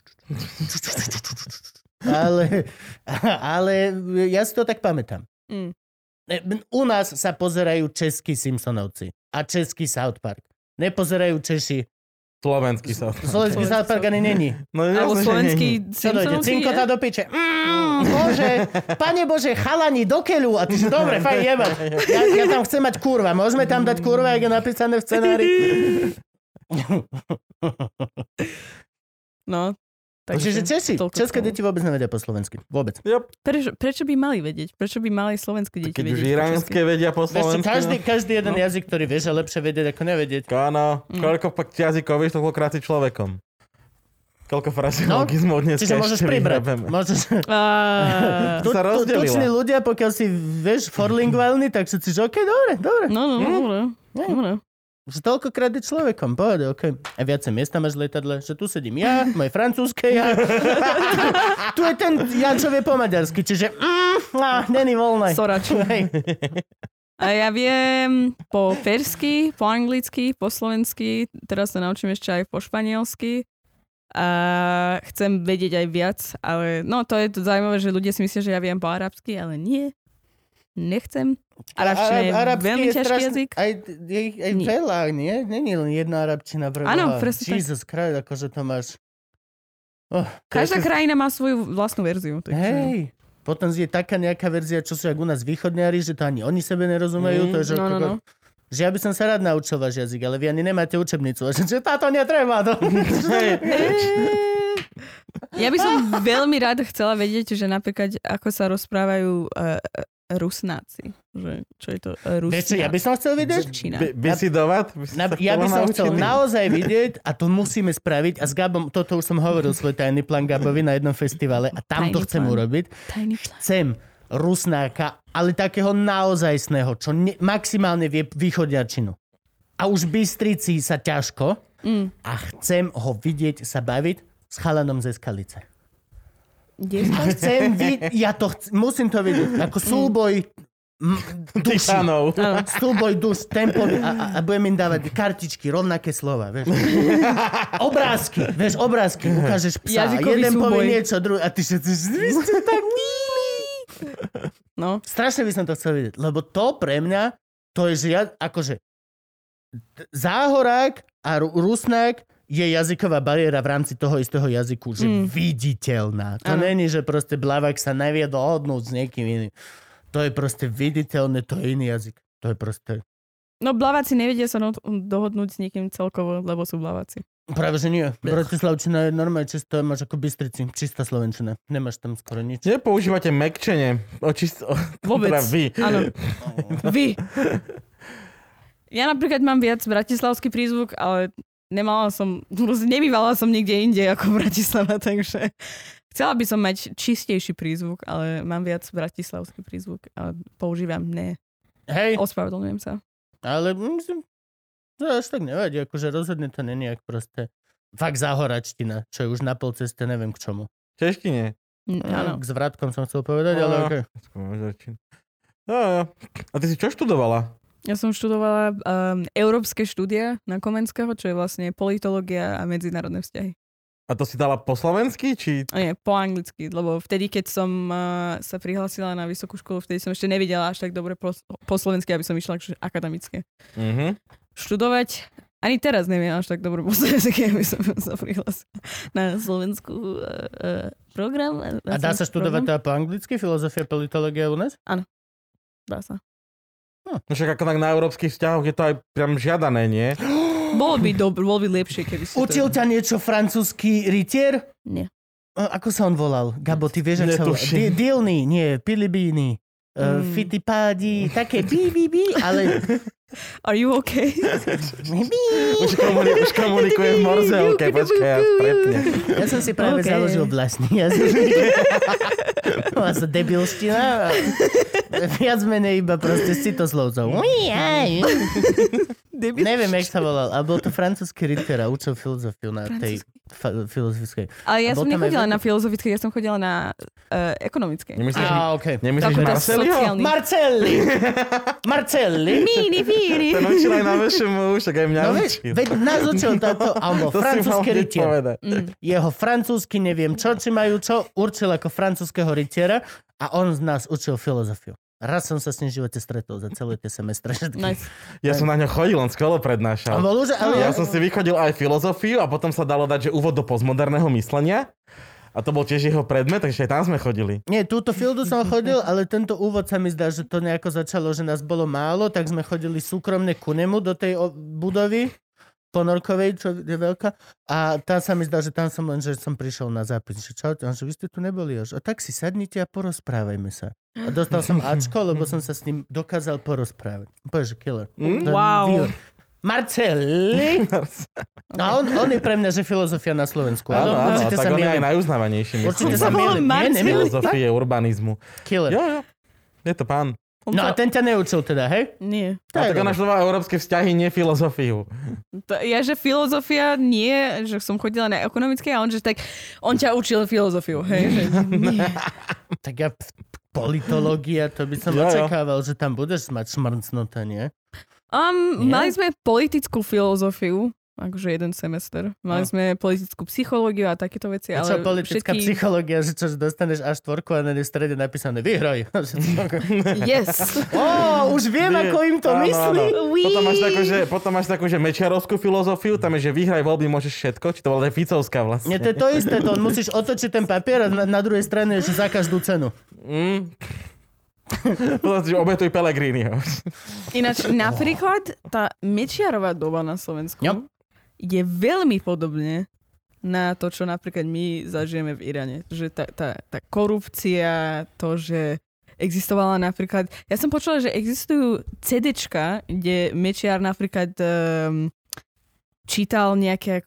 Ale ja si to tak pamätám. U nás sa pozerajú českí Simpsonovci a český South Park. Nepozerajú Češi. Slovenský South Park. Slovenský South Park ani není. No, alebo slovenský Simpsonovci. Cinkota do piče. Bože, pane Bože, chalani, do keľu. A ty si, dobre, fajn, jebať. Ja tam chcem mať kurva. Môžeme tam dať kurva, jak je napísané v scenári? No. Čiže Česi, české deti vôbec nevedia po slovensky. Vôbec. Yep. Prečo by mali vedieť? Prečo by mali slovenské deti Keď vedieť? už iránske vedia po slovensky. Každý jeden jazyk, ktorý vieš, je lepšie vedieť, ako nevedieť. Áno. Koľko pak jazykov vieš, toľkokrát si človekom. Koľko frazeologizmov dneska čiže môžeš pribrať. sa rozdelila. Tuční ľudia, pokiaľ si, vieš, forlingválny, tak si že okej, dobre. No. Že toľkokrát je človekom, pohode, okej. A viacej miesta máš v lietadle, že tu sedím ja, moje francúzske ja. Tu je ten Jančo vie po maďarsky, čiže není voľné. Soraču. A ja viem po persky, po anglicky, po slovensky, teraz sa naučím ešte aj po španielsky. A chcem vedieť aj viac, ale no to je to zaujímavé, že ľudia si myslia, že ja viem po arabsky, ale nie. Nechcem. Arabčina je veľmi ťažký jazyk. Aj veľa, nie? Není len jedna arabčina. Áno, presne tak. Jesus Christ, akože to máš... Každá krajina má svoju vlastnú verziu. Hej, potom je taká nejaká verzia, čo sú jak u nás východňári, že to ani oni sebe nerozumejú. To je, že že ja by som sa rád naučil váš jazyk, ale vy ani nemáte učebnicu. A že táto netreba. Ja by som veľmi rád chcela vedieť, že napríklad ako sa rozprávajú Rusnáci. Že, čo je to Rusnáci? Vieš čo, ja by som chcel vidieť? Besidovať? Ja by som chcel naozaj vidieť a to musíme spraviť a s Gabom, toto už som hovoril svoj tajný plán Gabovi na jednom festivale a tam to chcem urobiť. Chcem Rusnáka, ale takého naozajstného, čo maximálne vie východňarčinu. A už v Bystrici sa ťažko a chcem ho vidieť sa baviť s chalanom ze Skalice. Musím to vidieť. Ako súboj duši. Súboj duš, tempový. A budem im dávať kartičky, rovnaké slova. Vieš. Obrázky. Ukážeš psa. Jazykový jeden súboj. povie niečo, druhý. A ty všetci, vy ste tak milí. No. Strašne by som to chcel vidieť. Lebo to pre mňa, to je, že ja, akože Záhorák a Rusnák je jazyková bariéra v rámci toho istého jazyku, že viditeľná. To není, že proste Blavák sa nevie dohodnúť s niekým iným. To je proste viditeľné, to je iný jazyk. To je proste... No Blaváci nevedia sa dohodnúť s niekým celkovo, lebo sú Blaváci. Práve, že nie. Bratislavčina je normálne čisto, máš ako Bystrici, čistá slovenčina. Nemáš tam skoro nič. Nepoužívate mekčenie. Vôbec. Teda vy. Áno. Vy. Ja napríklad mám viac bratislavský prízvuk, ale nebývala som nikde inde ako Bratislava, takže chcela by som mať čistejší prízvuk, ale mám viac bratislavský prízvuk, ale používam Hej. Ospravedlňujem sa. Ale myslím, že až tak nevadí, akože rozhodne to není jak proste fakt záhoračtina, čo je už na pol ceste, neviem k čomu. Češtine. Áno. K zvratkom som chcel povedať, ale okej. A ty si čo študovala? Ja som študovala európske štúdia na Komenského, čo je vlastne politológia a medzinárodné vzťahy. A to si dala po slovensky, či? Nie, po anglicky, lebo vtedy, keď som sa prihlásila na vysokú školu, vtedy som ešte nevidela až tak dobre po slovensky, aby som išla akademické. Študovať. Ani teraz neviem až tak dobre po slovensky, aby som sa prihlásila na slovenskú program. A dá sa študovať teda po anglicky? Filozofia, politológia u nás? Áno, dá sa. No však ako tak na európskych vzťahoch je to aj priam žiadané, nie? Bolo by lepšie, keby si Učil ťa niečo francúzsky rytier? Nie. Ako sa on volal? Gabo, ty vieš, ak sa volal? Dilný, nie, Pilibíny, Fittipádi, také ale Are you okay? Už komunikuje v morzeovke, počkaj, ja prepnem. Ja som si práve založil vlastný jazyk. Bola sa debilština. Viac menej iba proste s citoslovcov. Neviem, jak sa volal, ale bol to francúzsky rytter a učil filozofiu na tej filozofickej. Ale ja som nechodila na filozofickej, ja som chodila na ekonomickej. Nemyslíš Marcelliho? Marcelli. Míni, fíri. Ten učil aj na VŠMU, však aj mňa učil. Veď nás učil táto, a on bol francúzsky rytier. Povedať. Jeho francúzsky neviem čo, či majú čo, určil ako francúzskeho rytiera a on z nás učil filozofiu. Raz som sa s ním v živote stretol za celé tie semestre. Nice. Ja som na ňo chodil, on skvelo prednášal. Ja som si vychodil aj filozofiu a potom sa dalo dať, že úvod do postmoderného myslenia. A to bol tiež jeho predmet, takže aj tam sme chodili. Nie, túto fildu som chodil, ale tento úvod sa mi zdá, že to nejako začalo, že nás bolo málo, tak sme chodili súkromne ku nemu do tej budovy Ponorkovej, čo je veľká. A tam sa mi zdá, že tam som len, že som prišiel na zápis. Že čaute, že vy ste tu neboli až. A tak si sadnite a porozprávajme sa. A dostal som Ačko, lebo som sa s ním dokázal porozprávať. Bože, killer. Wow. Marcelli. A on je pre mňa, že filozofia na Slovensku. Áno, tak on je aj najuznávanejší. Určite sa mýlim. Filozofie, urbanizmu. Killer. Jo. Je to pán. No a ten ťa neučil teda, hej? Nie. A tak on našloval európske vzťahy, nie filozofiu. Ja, že filozofia nie, že som chodila na ekonomické a on, že tak, on ťa učil filozofiu, hej? Že nie. Tak ja politológia, to by som očakával, že tam budeš mať šmrncnuté, nie? Mali sme politickú filozofiu, akože jeden semester. Mali sme politickú psychológiu a takéto veci. A čo politická psychológia, že čo dostaneš až tvorku a na strede napísané vyhraj. Yes. Už viem, ako im to myslí. Potom máš takú, že mečiarovskú filozofiu, tam je, že vyhraj voľby, môžeš všetko. Či to bola Ficovská vlastne. Nie, to je to isté. To musíš otočiť ten papier a na druhej strane je, že za každú cenu. Obetuj Pellegriniho. Ináč, napríklad tá Mečiarová doba na Slovensku je veľmi podobne na to, čo napríklad my zažijeme v Iráne. Že tá korupcia, to, že existovala napríklad... Ja som počula, že existujú CDčka, kde Mečiar napríklad čítal nejaké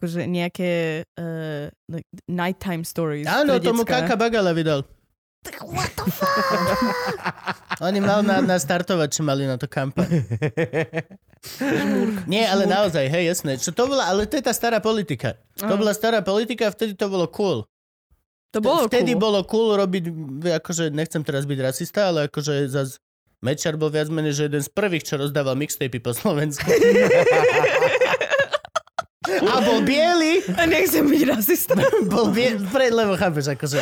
nighttime stories. Áno, tomu Kaka Bagala vydal. What the fuck? Oni mal nastartovať, či mali na to kampaň. Nie, ale naozaj, hej, jasné. Čo to bola, ale to je tá stará politika. To bola stará politika a vtedy to bolo cool. Vtedy bolo cool robiť, akože nechcem teraz byť rasista, ale akože zase Mečiar bol viac menej, že jeden z prvých, čo rozdával mixtapy po Slovensku. A bol biely. A nechcem byť rasista. Bol biely, lebo chápeš, akože...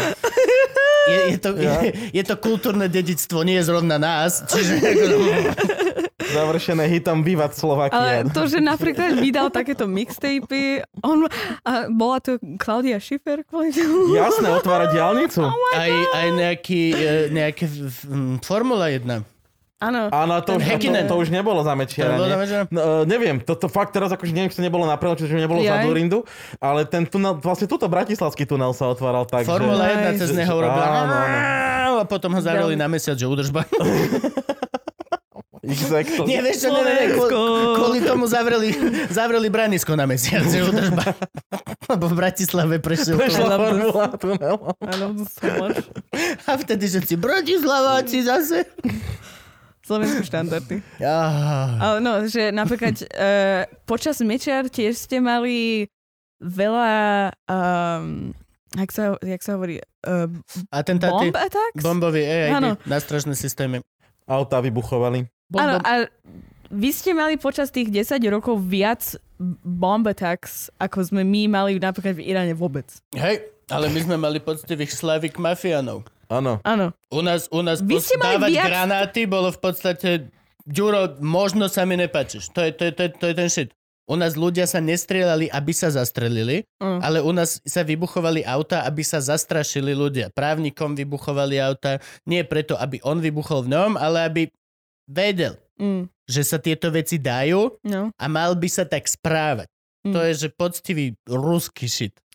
Je to kultúrne dedičstvo, nie je zrovna nás. Čiže... Završené hitom Vivat Slovakia. Ale to, že napríklad vydal takéto mixtapy, bola to Klaudia Schiffer kvôli tomu? Jasné, otvára diaľnicu. Aj nejaké Formula 1. Áno, to už nebolo za Mečiara. Neviem, to fakt teraz akože neviem, či to nebolo napravo, čiže nebolo za Durindu, ale ten tunel, vlastne túto bratislavský tunel sa otváral tak, Formula 1 cez neho urobila a potom ho zavreli na mesiac, že udržba. Exactly. Nie, vieš čo, kvôli tomu zavreli Branisko na mesiac, že udržba. Lebo v Bratislave prešla Formula tunelom. A vtedy všetci Bratislaváci zase... Slovenské štandardy. Ale no, že napríklad počas Mečiar tiež ste mali veľa jak sa hovorí atentáty, bomb attacks? Bombový nástražné systémy. Autá vybuchovali. Áno, a vy ste mali počas tých 10 rokov viac bomb attacks, ako sme my mali napríklad v Iráne vôbec. Hej, ale my sme mali poctivých Slavic mafiánov. Áno. U nás dávať granáty bolo v podstate Ďuro, možno sa mi nepáčiš. To je ten shit. U nás ľudia sa nestrieľali, aby sa zastrelili, ale u nás sa vybuchovali auta, aby sa zastrašili ľudia. Právnikom vybuchovali auta, nie preto, aby on vybuchol v ňom, ale aby vedel, že sa tieto veci dajú a mal by sa tak správať. To je, že poctivý ruský shit.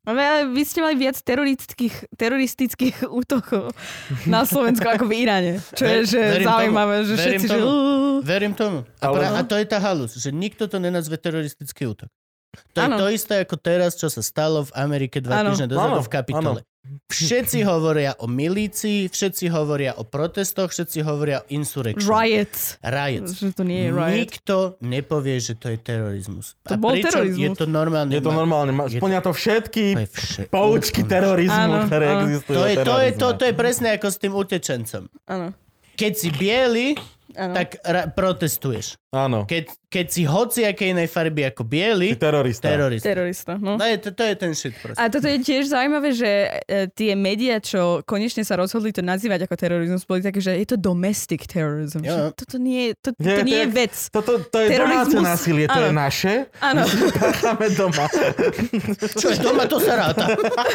Ale vy ste mali viac teroristických útokov na Slovensku ako v Iráne. Čo je že zaujímavé, že všetci... Verím tomu. A to je tá halus, že nikto to nenazve teroristický útok. To je to isté ako teraz, čo sa stalo v Amerike 2 týždne dozadu v Kapitole. Všetci hovoria o milícii, všetci hovoria o protestoch, všetci hovoria o insurrection. Riots. Že to nie je riot. Nikto nepovie, že to je terorizmus. To bol terorizmus. Je to normálne. Splňa to všetky poučky terorizmu, ktoré existujú. To je presne ako s tým utečencom. Áno. Keď si biely, tak protestuješ. Áno. Keď si hociakej inej farby ako biely, terorista. No. To je ten shit proste. A toto je tiež zaujímavé, že tie médiá, čo konečne sa rozhodli to nazývať ako terorizmus, boli také, že je to domestic terrorism. Toto nie je vec. To je domáce násilie, to je naše. Áno. My si to páchame doma. Čo je doma, to sa ráta.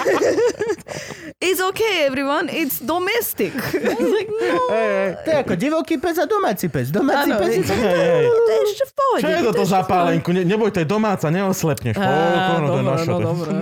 It's okay, everyone. It's domestic. To je ako divoký pes a domáci pes. Domáci pes je to je ešte v pohode. Čo je toto za pálenku? Neboj, to je domáca, neoslepneš. Dobre.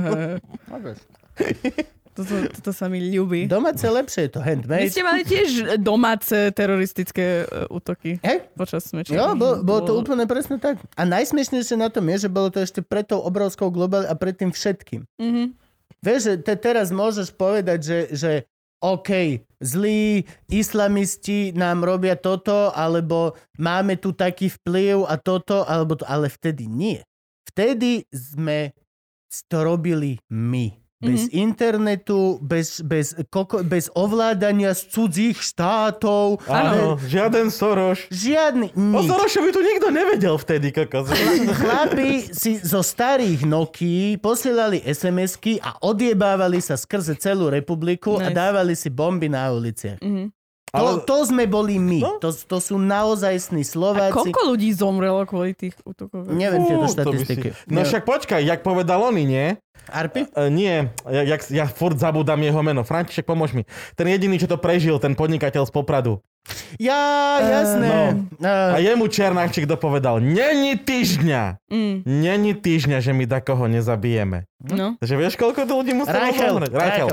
Toto sa mi ľúbi. Domáce lepšie je to handmade. Vy ste mali tiež domáce teroristické útoky počas smečenia. Jo, bolo to úplne presne tak. A najsmiešnejšie na tom je, že bolo to ešte pred tou obrovskou globál a pred tým všetkým. Mm-hmm. Vieš, že teraz môžeš povedať, že OK, zlí islamisti nám robia toto, alebo máme tu taký vplyv a toto, alebo to, ale vtedy nie. Vtedy sme to robili my. Bez internetu, bez ovládania z cudzích štátov. Áno, žiaden Soros. Žiadny. O Sorošovi tu nikto nevedel vtedy, kokos. Chlapi si zo starých Nokií posielali SMS-ky a odjebávali sa skrze celú republiku a dávali si bomby na uliciach. To sme boli my. No? To sú naozajstní Slováci. A koľko ľudí zomrelo kvôli tých útokov? Neviem tieto štatistiky. No však počkaj, jak povedal on, nie? Arpi? Nie, ja furt zabudám jeho meno. František, pomôž mi. Ten jediný, čo to prežil, ten podnikateľ z Popradu. Jasné. A jemu Černáčik dopovedal, není týždňa, že my takoho nezabijeme. No. Takže vieš, koľko to ľudí muselo zomrieť? Rachel.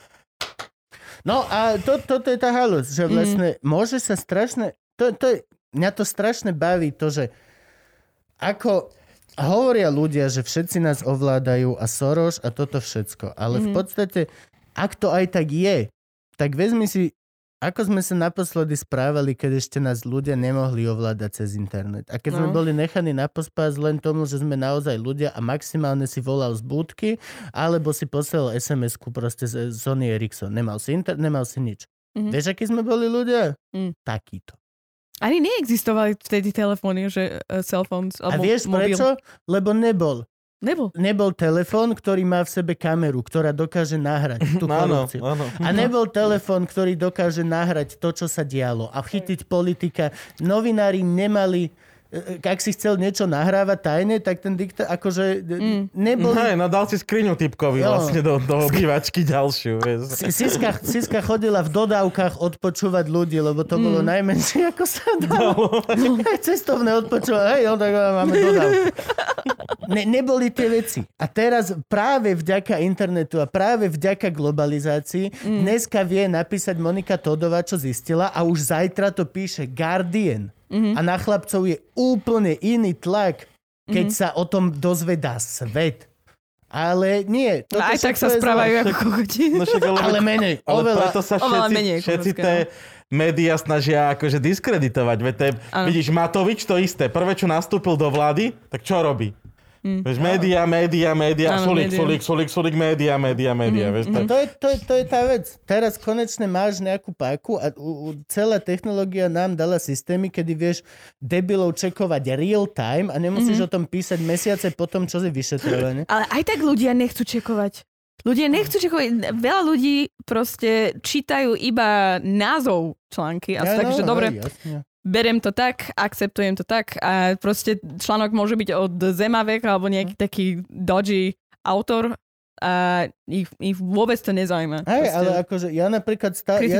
No a toto je tá halus, že vlastne môže sa strašne... Mňa to strašne baví to, že ako hovoria ľudia, že všetci nás ovládajú a Soros a toto všetko. Ale v podstate, ak to aj tak je, tak vezmi si, ako sme sa naposledy správali, keď ešte nás ľudia nemohli ovládať cez internet. A keď sme boli nechaní na pospás len tomu, že sme naozaj ľudia a maximálne si volal z budky, alebo si poslal SMS-ku proste z Sony Ericsson. Nemal si nič. Vieš, akí sme boli ľudia? Takýto. Ani neexistovali vtedy telefóny, že cell phones alebo mobil. A vieš prečo? Lebo nebol. Nebol telefón, ktorý má v sebe kameru, ktorá dokáže nahrať tú korupciu. Áno. A nebol telefón, ktorý dokáže nahrať to, čo sa dialo a chytiť politika. Novinári nemali... Ak si chcel niečo nahrávať tajne, tak ten diktát akože nebol... No dal si skriňu typkovi vlastne do obývačky ďalšiu. Siska chodila v dodávkach odpočúvať ľudí, lebo to bolo najmenšie, ako sa dalo. Cestovné odpočúvať. Tak máme dodávku. Neboli tie veci. A teraz práve vďaka internetu a práve vďaka globalizácii dneska vie napísať Monika Todová, čo zistila a už zajtra to píše Guardian. A na chlapcov je úplne iný tlak, keď sa o tom dozvedá svet. Ale nie. Aj tak sa správajú ako kokoti. Ale menej. Ale preto sa všetci tie médiá snažia akože diskreditovať. Vidíš, Matovič to isté. Prvé, čo nastúpil do vlády, tak čo robí? Vieš, média, sulik, média. Vieš, to je tá vec. Teraz konečne máš nejakú páku a celá technológia nám dala systémy, kedy vieš debilov čekovať real time a nemusíš o tom písať mesiace po tom, čo si vyšetrované. Ale aj tak ľudia nechcú čekovať. Veľa ľudí proste čítajú iba názov články a tak, že dobre... Jasne. Beriem to tak, akceptujem to tak a proste článok môže byť od Zemavek alebo nejaký taký dodgy autor a ich vôbec to nezaujíma. Hej, ale akože ja napríklad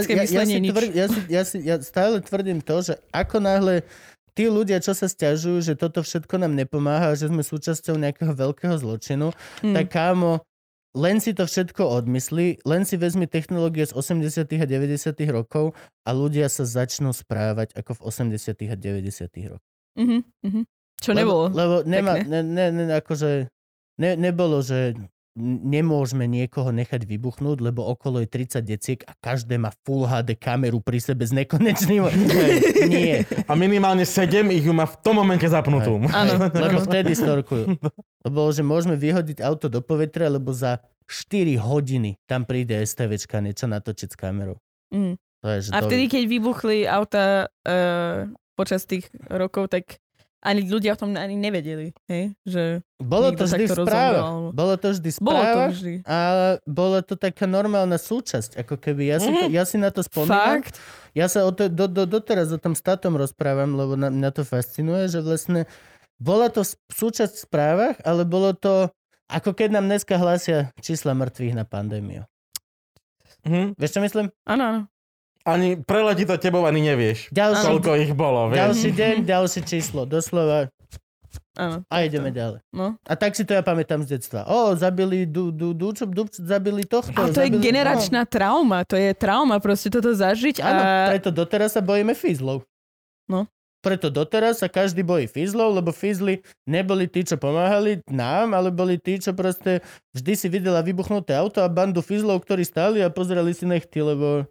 ja stále tvrdím to, že ako náhle tí ľudia, čo sa sťažujú, že toto všetko nám nepomáha, že sme súčasťou nejakého veľkého zločinu, tak kámo, len si to všetko odmyslí, len si vezmi technológie z 80. a 90. rokov a ľudia sa začnú správať ako v 80. a 90. rokoch. Čo nebolo. Lebo akože nebolo, že nemôžeme niekoho nechať vybuchnúť, lebo okolo je 30 deciek a každé má Full HD kameru pri sebe s nekonečným... Nie. A minimálne 7 ich ju má v tom momente zapnutú. Áno. Lebo vtedy storkujú. To bolo, že môžeme vyhodiť auto do povetria, lebo za 4 hodiny tam príde STVčka niečo natočiť s kamerou. To je, a vtedy, keď vybuchli auta počas tých rokov, tak ani ľudia o tom ani nevedeli, hej? Že bolo to vždy v správach. Bolo to vždy v správach a bola to taká normálna súčasť, ako keby. Ja si na to spomínam. Fakt? Ja sa doteraz o tom s tátom rozprávam, lebo mňa to fascinuje, že vlastne bola to súčasť v správach, ale bolo to, ako keď nám dneska hlásia čísla mŕtvych na pandémiu. Vieš, čo myslím? Áno. Ani preletí to tebou, ani nevieš, koľko ich bolo. Vieš? Ďalší deň, ďalšie číslo, doslova. Áno. A ideme ďalej. No. A tak si to ja pamätám z detstva. Zabili zabili tohto. A to je generačná trauma. To je trauma proste toto zažiť. Áno, preto doteraz sa bojíme fízlov. No. Preto doteraz sa každý bojí fízlov, lebo fízli neboli tí, čo pomáhali nám, ale boli tí, čo proste vždy si videla vybuchnuté auto a bandu fízlov, ktorí stáli a pozerali si nechty, lebo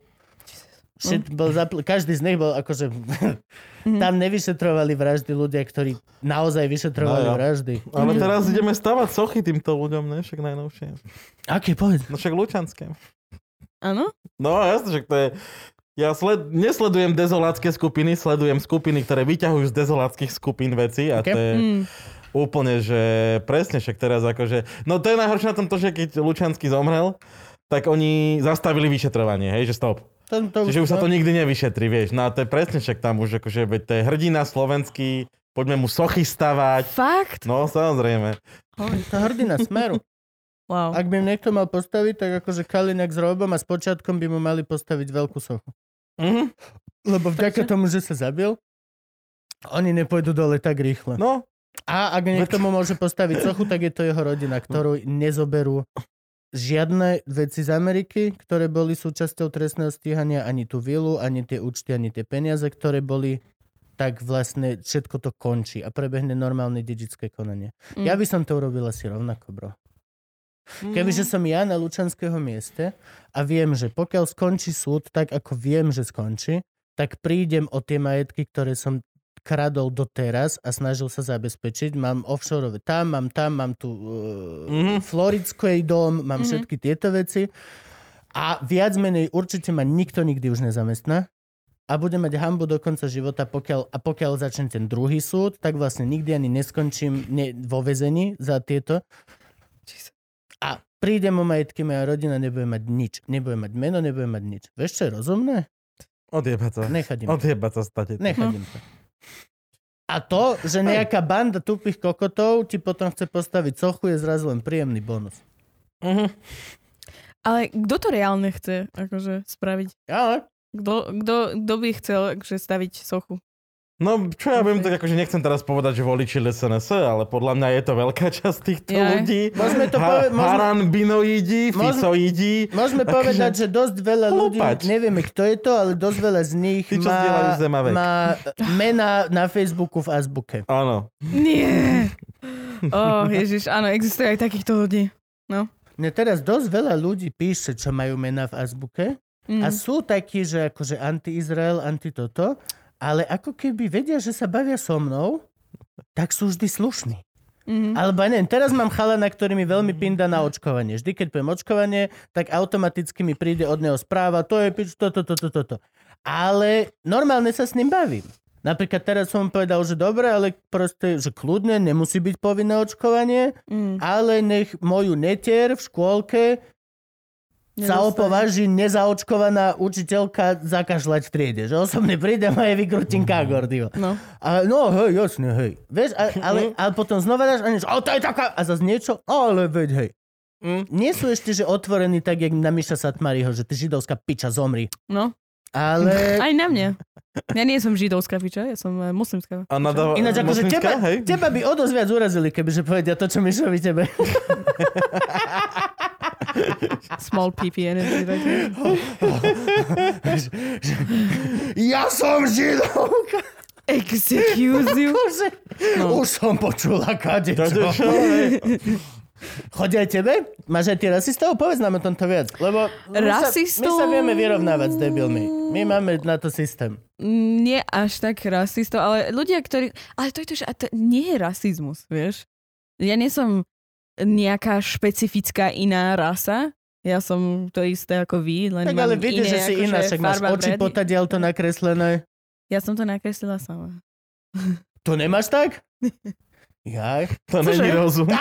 každý z nich bol akože... Tam nevyšetrovali vraždy ľudia, ktorí naozaj vyšetrovali vraždy. Ale teraz ideme stavať sochy týmto ľuďom, ne? Však najnovšie. Aké, povedz? No však Lučanské. Áno? No jasne, však to je... Ja nesledujem dezolátske skupiny, sledujem skupiny, ktoré vyťahujú z dezolátskych skupín veci a to je úplne, že presne však teraz akože... No to je najhoršie na tom to, že keď Lučanský zomrel, tak oni zastavili vyšetrovanie, hej, že stop. Čiže už sa to nikdy nevyšetri, vieš. No a to je presne však tam už akože, veď to je hrdina slovenský, poďme mu sochy stavať. Fakt? No, samozrejme. To hrdina Smeru. Wow. Ak by im niekto mal postaviť, tak akože Kaliňák s Robom a s Počiatkom by mu mali postaviť veľkú sochu. Lebo vďaka tomu, že sa zabil, oni nepôjdu dole tak rýchle. No. A ak niekto mu môže postaviť sochu, tak je to jeho rodina, ktorú nezoberú žiadne veci z Ameriky, ktoré boli súčasťou trestného stíhania, ani tú vilu, ani tie účty, ani tie peniaze, ktoré boli, tak vlastne všetko to končí a prebehne normálne dedičské konanie. Ja by som to urobil asi rovnako, bro. Kebyže som ja na Lučanského mieste a viem, že pokiaľ skončí súd tak, ako viem, že skončí, tak prídem o tie majetky, ktoré som kradol doteraz a snažil sa zabezpečiť. Mám offshore tam, mám tu floridský dom, mám všetky tieto veci a viac menej určite ma nikto nikdy už nezamestná a budem mať hanbu do konca života, pokiaľ začne ten druhý súd, tak vlastne nikdy ani neskončím vo väzení za tieto. A prídem o majetky, moja rodina nebude mať nič. Nebude mať meno, nebude mať nič. Vieš, čo je rozumné? Odjebať sa. Odjebať sa stať. Nechadím sa. A to, že nejaká banda tupých kokotov ti potom chce postaviť sochu, je zrazu len príjemný bonus. Ale kto to reálne chce akože spraviť? Ale? Kto by chcel akože staviť sochu? No, čo ja viem, tak akože nechcem teraz povedať, že voliči SNS, ale podľa mňa je to veľká časť týchto ľudí. Môžeme to Haranbinoidi, Ficoidi. Môžeme povedať, že dosť veľa ľudí, nevieme kto je to, ale dosť veľa z nich má mená na Facebooku v azbuke. Áno. Nie. Ježiš, áno, existuje aj takýchto ľudí. No. Mne teraz dosť veľa ľudí píše, čo majú mená v azbuke a sú takí, že akože anti-Izrael, anti-toto. Ale ako keby vedia, že sa bavia so mnou, tak sú vždy slušní. Alebo neviem, teraz mám chalana, ktorý mi veľmi pinda na očkovanie. Vždy, keď poviem očkovanie, tak automaticky mi príde od neho správa, to je pič, toto. Ale normálne sa s ním bavím. Napríklad teraz som povedal, že dobre, ale proste, že kľudne, nemusí byť povinné očkovanie, ale nech moju netier v škôlke sa opováži nezaočkovaná učiteľka zakašľať v triede. Že osobne prídem a je vykrutím kágordivo. No. No hej, jasne, hej. Vieš, ale potom znova dáš a niečo, to je taká, a zase niečo, ale veď hej. Nie sú ešte, že otvorení tak, jak na Miša Satmariho, že ty židovská piča zomri. No. Ale... Aj na mne. Ja nie som židovská piča, ja som muslimská. Ináč akože teba by o dosť viac urazili, kebyže povedia to, čo Mišovi tebe. Small PP energy. Ja som židovka! Excuse you? No. Už som počula kadečo. Chodia aj tebe? Máš aj ty rasistov? Povedz nám o tomto viac. Lebo my sa vieme vyrovnávať s debilmi. My máme na to systém. Nie až tak rasistov, ale ľudia, ktorí... Ale to nie je rasizmus, vieš? Ja nie som nejaká špecifická iná rasa. Ja som to isté ako vy, len tak mám ale vidíš, že si iná, však máš oči potadiaľ to nakreslené. Ja som to nakreslila sama. To nemáš tak? Ja? To není rozum.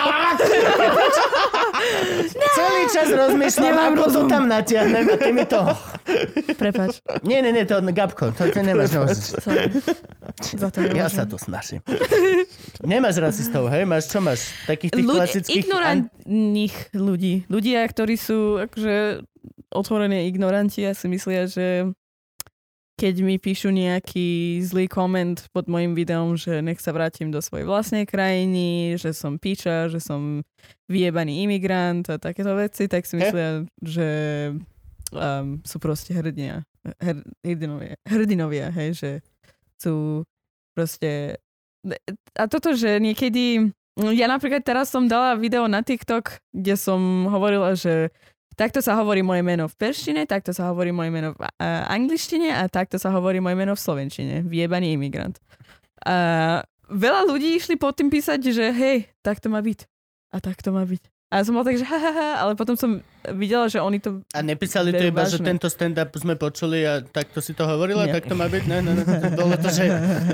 Celý čas rozmýšľam, ako to tam natiahnem a ty mi to... Prepáč. Nie, to Gabko, to ty nemáš Za to ja sa to snažím. Nemáš rasistov, hej? Čo máš? Takých tých klasických... Ignorantných ľudí. Ľudia, ktorí sú akože otvorené ignoranti a si myslia, že keď mi píšu nejaký zlý koment pod mojim videom, že nech sa vrátim do svojej vlastnej krajiny, že som piča, že som vyjebaný imigrant a takéto veci, tak si myslia, že sú proste hrdinovia, hej, že sú proste... A toto, že niekedy... Ja napríklad teraz som dala video na TikTok, kde som hovorila, že takto sa hovorí moje meno v perštine, takto sa hovorí moje meno v angličtine a takto sa hovorí moje meno v slovenčine. Vyjebaný imigrant. Veľa ľudí išli pod tým písať, že hej, tak to má byť. A tak to má byť. A ja som bol tak, že ale potom som videla, že oni to... A nepísali to iba, že tento stand-up sme počuli a takto si to hovorila, tak to má byť? Ne. Bolo to, že...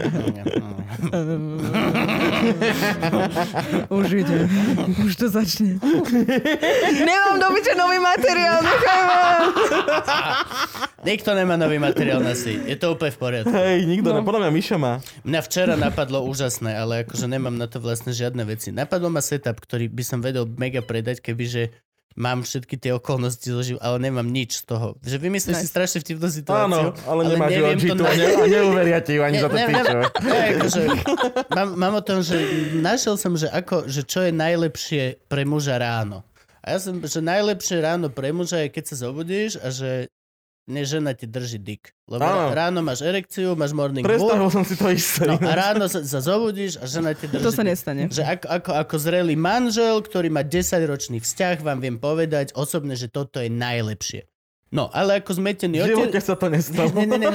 Už ide. Už to začne. Nemám dobyče nový materiál, nechaj ma. Nikto nemá nový materiál na si. Je to úplne v poriadku. Hej, nikto podľa mňa Mišo má. Mňa včera napadlo úžasné, ale akože nemám na to vlastne žiadne veci. Napadlo ma setup, ktorý by som vedel mega predať, kebyže mám všetky tie okolnosti zoživ, ale nemám nič z toho. Že vymyslíš si strašne vtipnú situáciu. Áno, ale nemáš očitu a neuveria ti ju ani za to píčo. Akože, mám o tom, že našiel som, že čo je najlepšie pre muža ráno. A ja som, že najlepšie ráno pre muža je, keď sa zobudíš a že žena ti drží dick. Lebo ráno máš erekciu, máš morning wood. Predstavil som si to isté. No, a ráno sa zobudíš a žena ti drží to sa nestane. Že ako zrelý manžel, ktorý má 10-ročný vzťah, vám viem povedať osobne, že toto je najlepšie. No, ale ako zmetený otec... V živote sa to nestalo.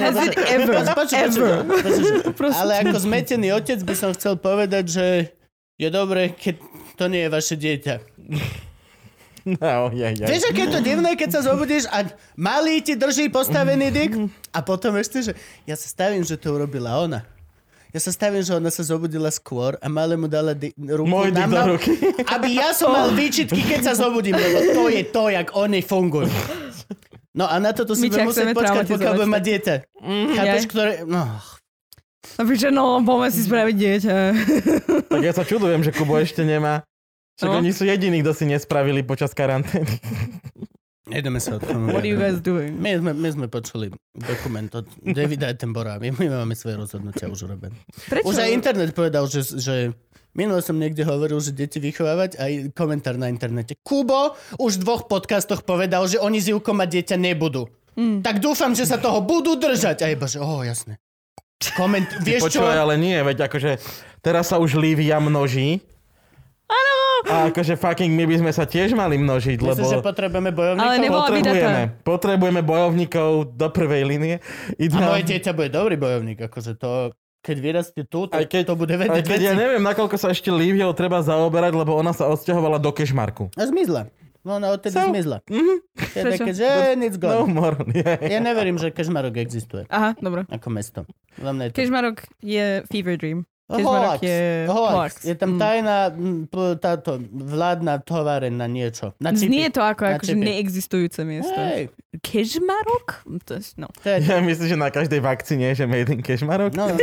Ale ako zmetený otec by som chcel povedať, že je dobré, keď to nie je vaše dieťa. No, Vieš, aké je to divné, keď sa zobudíš a malý ti drží postavený dick a potom ešte, že ja sa stavím, že to urobila ona. Ja sa stavím, že ona sa zobudila skôr a malé mu dala ruku na mňa, aby ja som mal výčitky, keď sa zobudím, lebo to je to, jak oni fungujú. No a na toto si budem musieť počkať, pokiaľ budem mať dieťa. Chápeš, ktoré... No, poďme si spraviť dieťa. Tak ja sa čudujem, že Kubo ešte nemá. Však oni sú jediní, kto si nespravili počas karantény. Ideme sa od tomu. What are you guys doing? My sme počuli dokument od Davida Attenborougha. My máme svoje rozhodnutia už urobené. Už aj internet povedal, že minule som niekde hovoril, že deti vychovávať, aj komentár na internete. Kubo už v 2 podcastoch povedal, že oni s Ivkom a dieťa nebudú. Tak dúfam, že sa toho budú držať. A iba, že jasne. Vieš čo? Počúvaj, ale nie, veď akože teraz sa už Lívia množí. Áno. A akože fucking my by sme sa tiež mali množiť, lebo... Myslíš, že potrebujeme bojovníkov? Ale potrebujeme bojovníkov do prvej línie. A moje dieťa bude dobrý bojovník, akože to... Keď vyrastie tu, tak to bude vedieť. Aj keď ja neviem, nakoľko sa ešte Líviou treba zaoberať, lebo ona sa odsťahovala do Kešmarku. A zmizla. No ona odtedy zmizla. Teda keďže it's gone. No more. Ja neverím, že Kešmarok existuje. Aha, dobre. Ako mesto. Kešmarok je fever dream. Hoax. Je tam tajná táto vládna továreň na niečo. Na čipy. Znie to ako akože neexistujúce miesto. Hey. Kešmarok? No. Ja myslím, že na každej vakcíne je, že made in Kešmarok. No.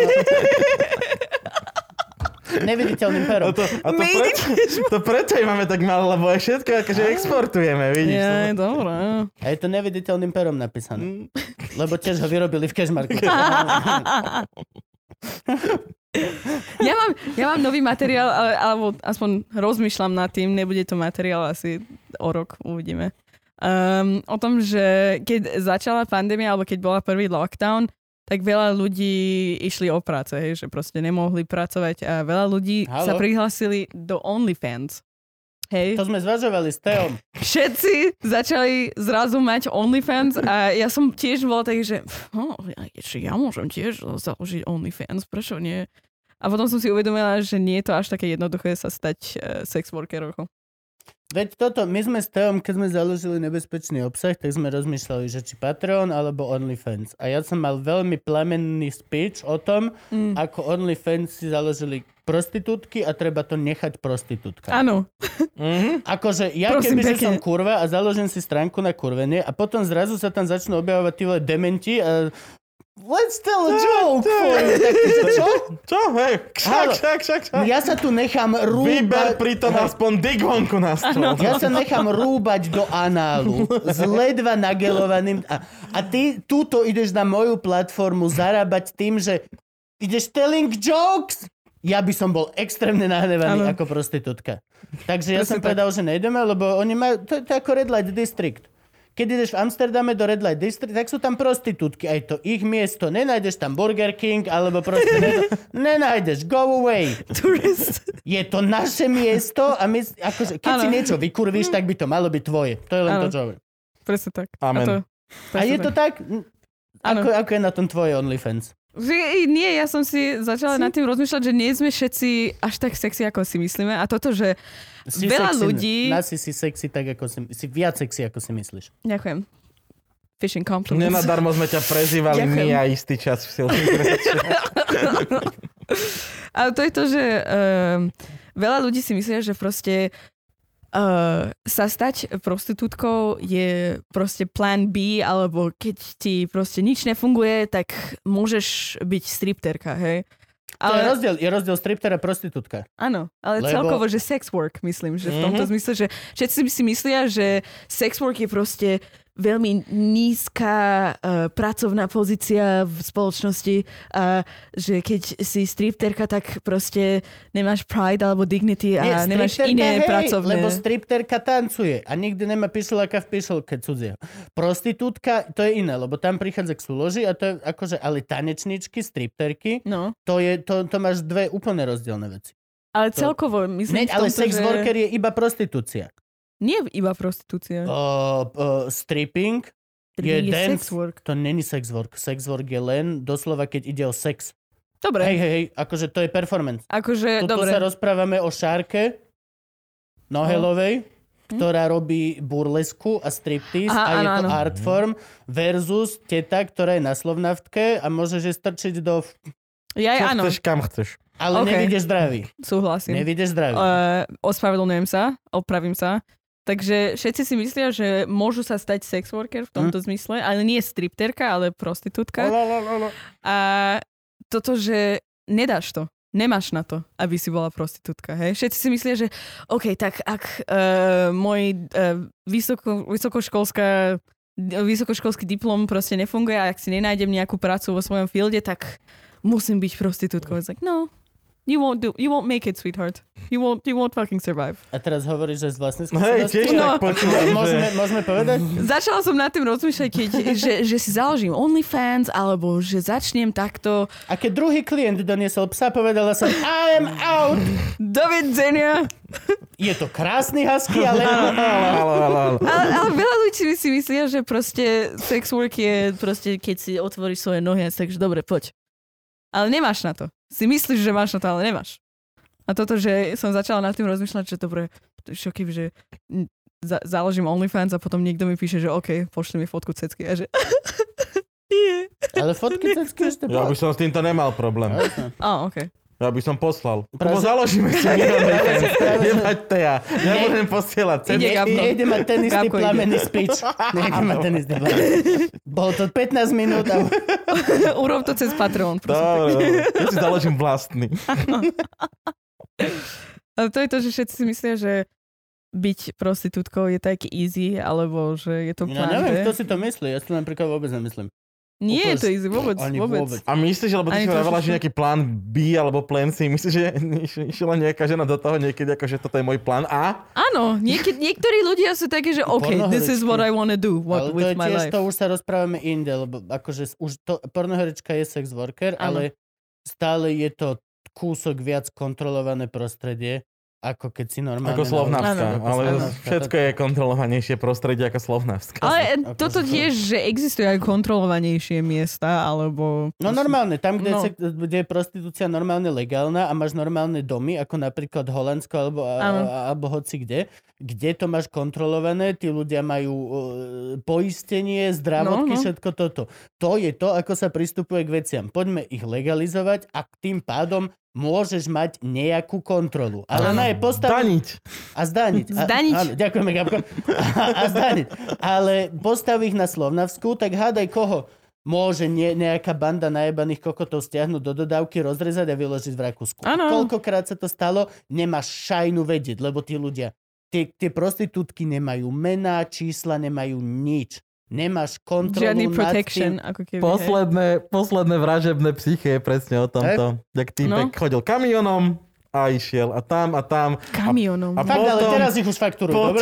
Neviditeľným perom. To preto máme tak málo, lebo aj všetko akože exportujeme, vidíš? Je, dobré. A je to neviditeľným perom napísané. Lebo tiež ho vyrobili v Kešmarku. Ja mám nový materiál, alebo aspoň rozmýšľam nad tým, nebude to materiál asi o rok, uvidíme. O tom, že keď začala pandémia, alebo keď bola prvý lockdown, tak veľa ľudí išli o práce, hej, že proste nemohli pracovať a veľa ľudí sa prihlásili do OnlyFans. Hej. To sme zvažovali s Teom. Všetci začali zrazu mať OnlyFans a ja som tiež bola tak, že ja môžem tiež založiť OnlyFans, prečo nie? A potom som si uvedomila, že nie je to až také jednoduché sa stať sex workerom. Veď toto, my sme s Teom, keď sme založili nebezpečný obsah, tak sme rozmýšľali, že či Patreon alebo OnlyFans. A ja som mal veľmi plamenný speech o tom, ako OnlyFans si založili prostitútky a treba to nechať prostitútka. Áno. Akože ja kebyže som kurva a založím si stránku na kurvenie a potom zrazu sa tam začnú objavovať tí dementi a let's tell a joke for you. Čo? Čo? Hej, kšak. Ja sa tu nechám rúbať. Vyber pritom aspoň digvonku na stôl. Ja sa nechám rúbať do análu s ledva nagelovaným. A ty túto ideš na moju platformu zarábať tým, že ideš telling jokes. Ja by som bol extrémne nahnevaný ako prostitútka. Takže ja som povedal, že nejdeme, lebo oni majú, to je ako Red Light District. Keď ideš v Amsterdame do Red Light District, tak sú tam prostitútky. Aj to ich miesto. Nenájdeš tam Burger King, alebo proste nenájdeš. Go away. Je to naše miesto a my, akože, keď si niečo vykurvíš, tak by to malo byť tvoje. To je len to, čo hovorím. Presne tak. Amen. A je to tak? Ako je na tom tvoje OnlyFans? Nie, ja som si začala nad tým rozmýšľať, že nie sme všetci až tak sexy, ako si myslíme. A toto, že si veľa sexy, ľudí... Si sexy tak, ako si viac sexy, ako si myslíš. Ďakujem. Fishing compliments. Nenadarmo sme ťa prezývali my a istý čas v silných rečiach. Ale to je to, že veľa ľudí si myslia, že proste sa stať prostitútkou je proste plán B, alebo keď ti proste nič nefunguje, tak môžeš byť stripterka, hej? Ale je rozdiel stripter a prostitútka. Áno, ale celkovo, že sex work, myslím, že v tomto zmysle, že všetci si myslia, že sex work je proste veľmi nízka pracovná pozícia v spoločnosti a že keď si stripterka, tak proste nemáš pride alebo dignity a nemáš iné pracovné. Lebo stripterka tancuje a nikdy nemá pišoláka v pišolke cudzie. Prostitútka, to je iné, lebo tam prichádza k súloži a to je akože, ale tanečničky, stripterky, to máš dve úplne rozdielne veci. Ale celkovo, myslím v tomto, ale sex worker je iba prostitúcia. Nie iba prostitúcia. Stripping je sex dance. work. To není sex work. Sex work je len doslova, keď ide o sex. Dobre. Hej, akože to je performance. Akože, Tuto dobre. sa rozprávame o Šárke Nohelovej, ktorá robí burlesku a striptease a je to art form versus teta, ktorá je na Slovnaftke a môžeš strčiť do... Áno. Chceš, kam chceš. Ale nevidíš zdravý. Súhlasím. Nevidíš zdravý. Ospravedlňujem sa, opravím sa. Takže všetci si myslia, že môžu sa stať sex worker v tomto zmysle, ale nie stripterka, ale prostitútka. A toto, že nedáš to. Nemáš na to, aby si bola prostitútka. Hej? Všetci si myslia, že OK, tak ak môj vysokoškolský diplom proste nefunguje a ak si nenájdem nejakú prácu vo svojom fielde, tak musím byť prostitútkou. It's like, no. You won't make it, sweetheart. You won't fucking survive. A teraz hovoríš, že z vlastnej skúsenosti? Hej, tiež tak počúvam. Môžeme povedať? Začala som nad tým rozmýšľať, že si založím OnlyFans, alebo že začnem takto. A keď druhý klient doniesol psa, povedala som, I am out. Dovidenia. Je to krásny husky, ale... Ale veľa ľudí si myslia, že proste sex work je proste, keď si otvoríš svoje nohy, takže dobre, poď. Ale nemáš na to. Si myslíš, že máš na to, ale nemáš. A toto, že som začala nad tým rozmýšľať, že dobre, šokým, že založím OnlyFans a potom niekto mi píše, že OK, pošli mi fotku cecky a že nie. Ale fotky cecky ešte Ja by som s týmto nemal problém. OK. Ja by som poslal. Lebo založíme si OnlyFans. Nebaďte ja. Nebudem posielať cecky. Nejde mať ten istý plamenný speech. Bolo to 15 minút a... Urob to cez Patreon. Dobre. Ja si založím vlastný. Ale to je to, že všetci si myslia, že byť prostitútkou je tak easy, alebo že je to plán. Ja neviem, kto si to myslí. Ja si to napríklad vôbec nemyslím. Nie je to easy, vôbec. A myslíš, lebo ty si vravala, že nejaký plán B alebo plán C, myslíš, že išla nejaká žena do toho niekedy, akože toto je môj plán A? Áno, niektorí ľudia sú takí, že OK, this is what I want to do with my life. To už sa rozprávame inde, lebo akože už pornoherečka je sex worker, ale stále je to kúsok viac kontrolované prostredie, ako keď si normálne... Ako Slovnavská, ale všetko je kontrolovanejšie prostredie ako Slovnavská. Ale toto tiež, že existujú aj kontrolovanejšie miesta, alebo... No normálne, tam, kde je prostitúcia normálne legálna a máš normálne domy, ako napríklad Holandsko alebo hoci kde to máš kontrolované, tí ľudia majú poistenie, zdravotky, všetko toto. To je to, ako sa pristupuje k veciam. Poďme ich legalizovať a tým pádom môžeš mať nejakú kontrolu. Ale ona je postaviť. Zdaniť. Áno, ďakujeme, Gabko. A zdaniť. Ale postav ich na Slovnavsku, tak hádaj koho môže nejaká banda najebaných kokotov stiahnuť do dodávky, rozrezať a vyložiť v Rakúsku. Koľkokrát sa to stalo, nemáš šajnu vedieť, lebo tí ľudia, tie prostitútky nemajú mená, čísla, nemajú nič. Nemáš kontrolu žiadny nad protection, tým. ako keby. Posledné vražebné psyché je presne o tomto. Jak týpek chodil kamionom a išiel a tam. Kamionom. A potom, ale teraz ich už faktúrujú. Dobre?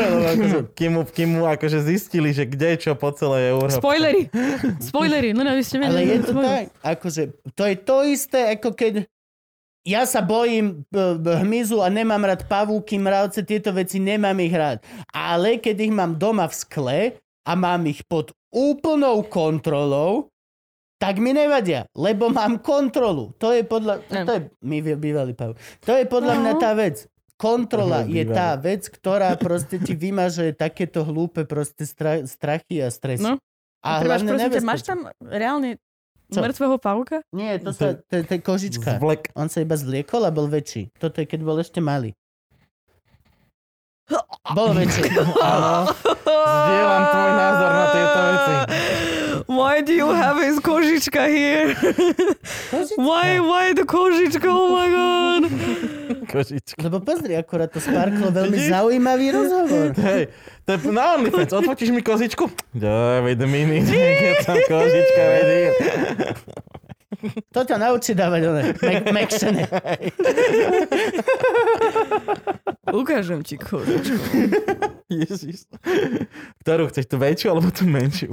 Kým mu akože zistili, že kde čo po celej Európe. Spoilery. No, vy ste ale je to tak. Akože, to je to isté, ako keď ja sa bojím hmyzu a nemám rád pavúky, mravce, tieto veci nemám ich rád. Ale keď ich mám doma v skle a mám ich pod úplnou kontrolou, tak mi nevadia, lebo mám kontrolu. To je podľa... To je, my bývali Pavel. To je podľa mňa tá vec. Kontrola je tá vec, ktorá proste ti vymaže takéto hlúpe proste strachy a stresy. No. A hlavne nebezpečné. Máš tam reálne mŕtvého pavúka? Nie, to je kožička. On sa iba zvliekol a bol väčší. Toto je, keď bol ešte malý. Bol väčší. Áno. Zdieľam tvoj názor na tieto veci. Why do you have his kožička here? Kožička? Why the kožička? Oh my god. Kožička. Lebo pozri, akurát to sparklo veľmi zaujímavý rozhovor. Hej, to je na OnlyFans. Odfotíš mi kozičku? David Mini, keď som kožička ready. To ťa naučí dávať mekšené. Ukážem ti kožičku. Ježiš. Ktorú chceš, tú väčšiu alebo tú menšiu?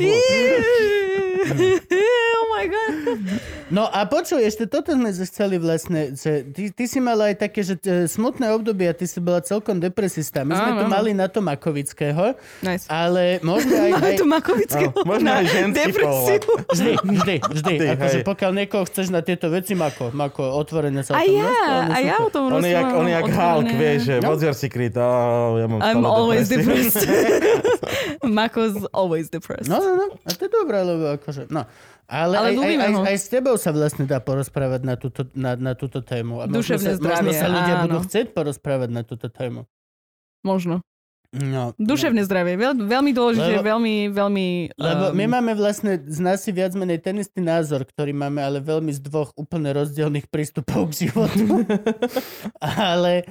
Oh my god. No a počuj, ešte toto sme chceli vlastne, že ty si mala aj také, že smutné obdobie a ty si bola celkom depresista. My sme tu mali na to Makovického, nice. Ale možno aj... Na to Makovického? Možno aj ženský pohľad. Vždy. Akože pokiaľ niekoho chceš na tieto veci, Mako, otvorené sa a ja o tom rozprávam. On je jak Hulk, vieš, že what's your secret? Ja mám I'm always depressed. Mako's always depressed. No. A to je dobré, lebo akože... No. Ale aj s tebou sa vlastne dá porozprávať na túto tému. A duševné zdravie. Možno sa ľudia budú chcieť porozprávať na túto tému. Možno. No, duševné zdravie. Veľmi dôležité, veľmi... Lebo my máme vlastne z nás si viac menej ten istý názor, ktorý máme, ale veľmi z dvoch úplne rozdielnych prístupov k životu. ale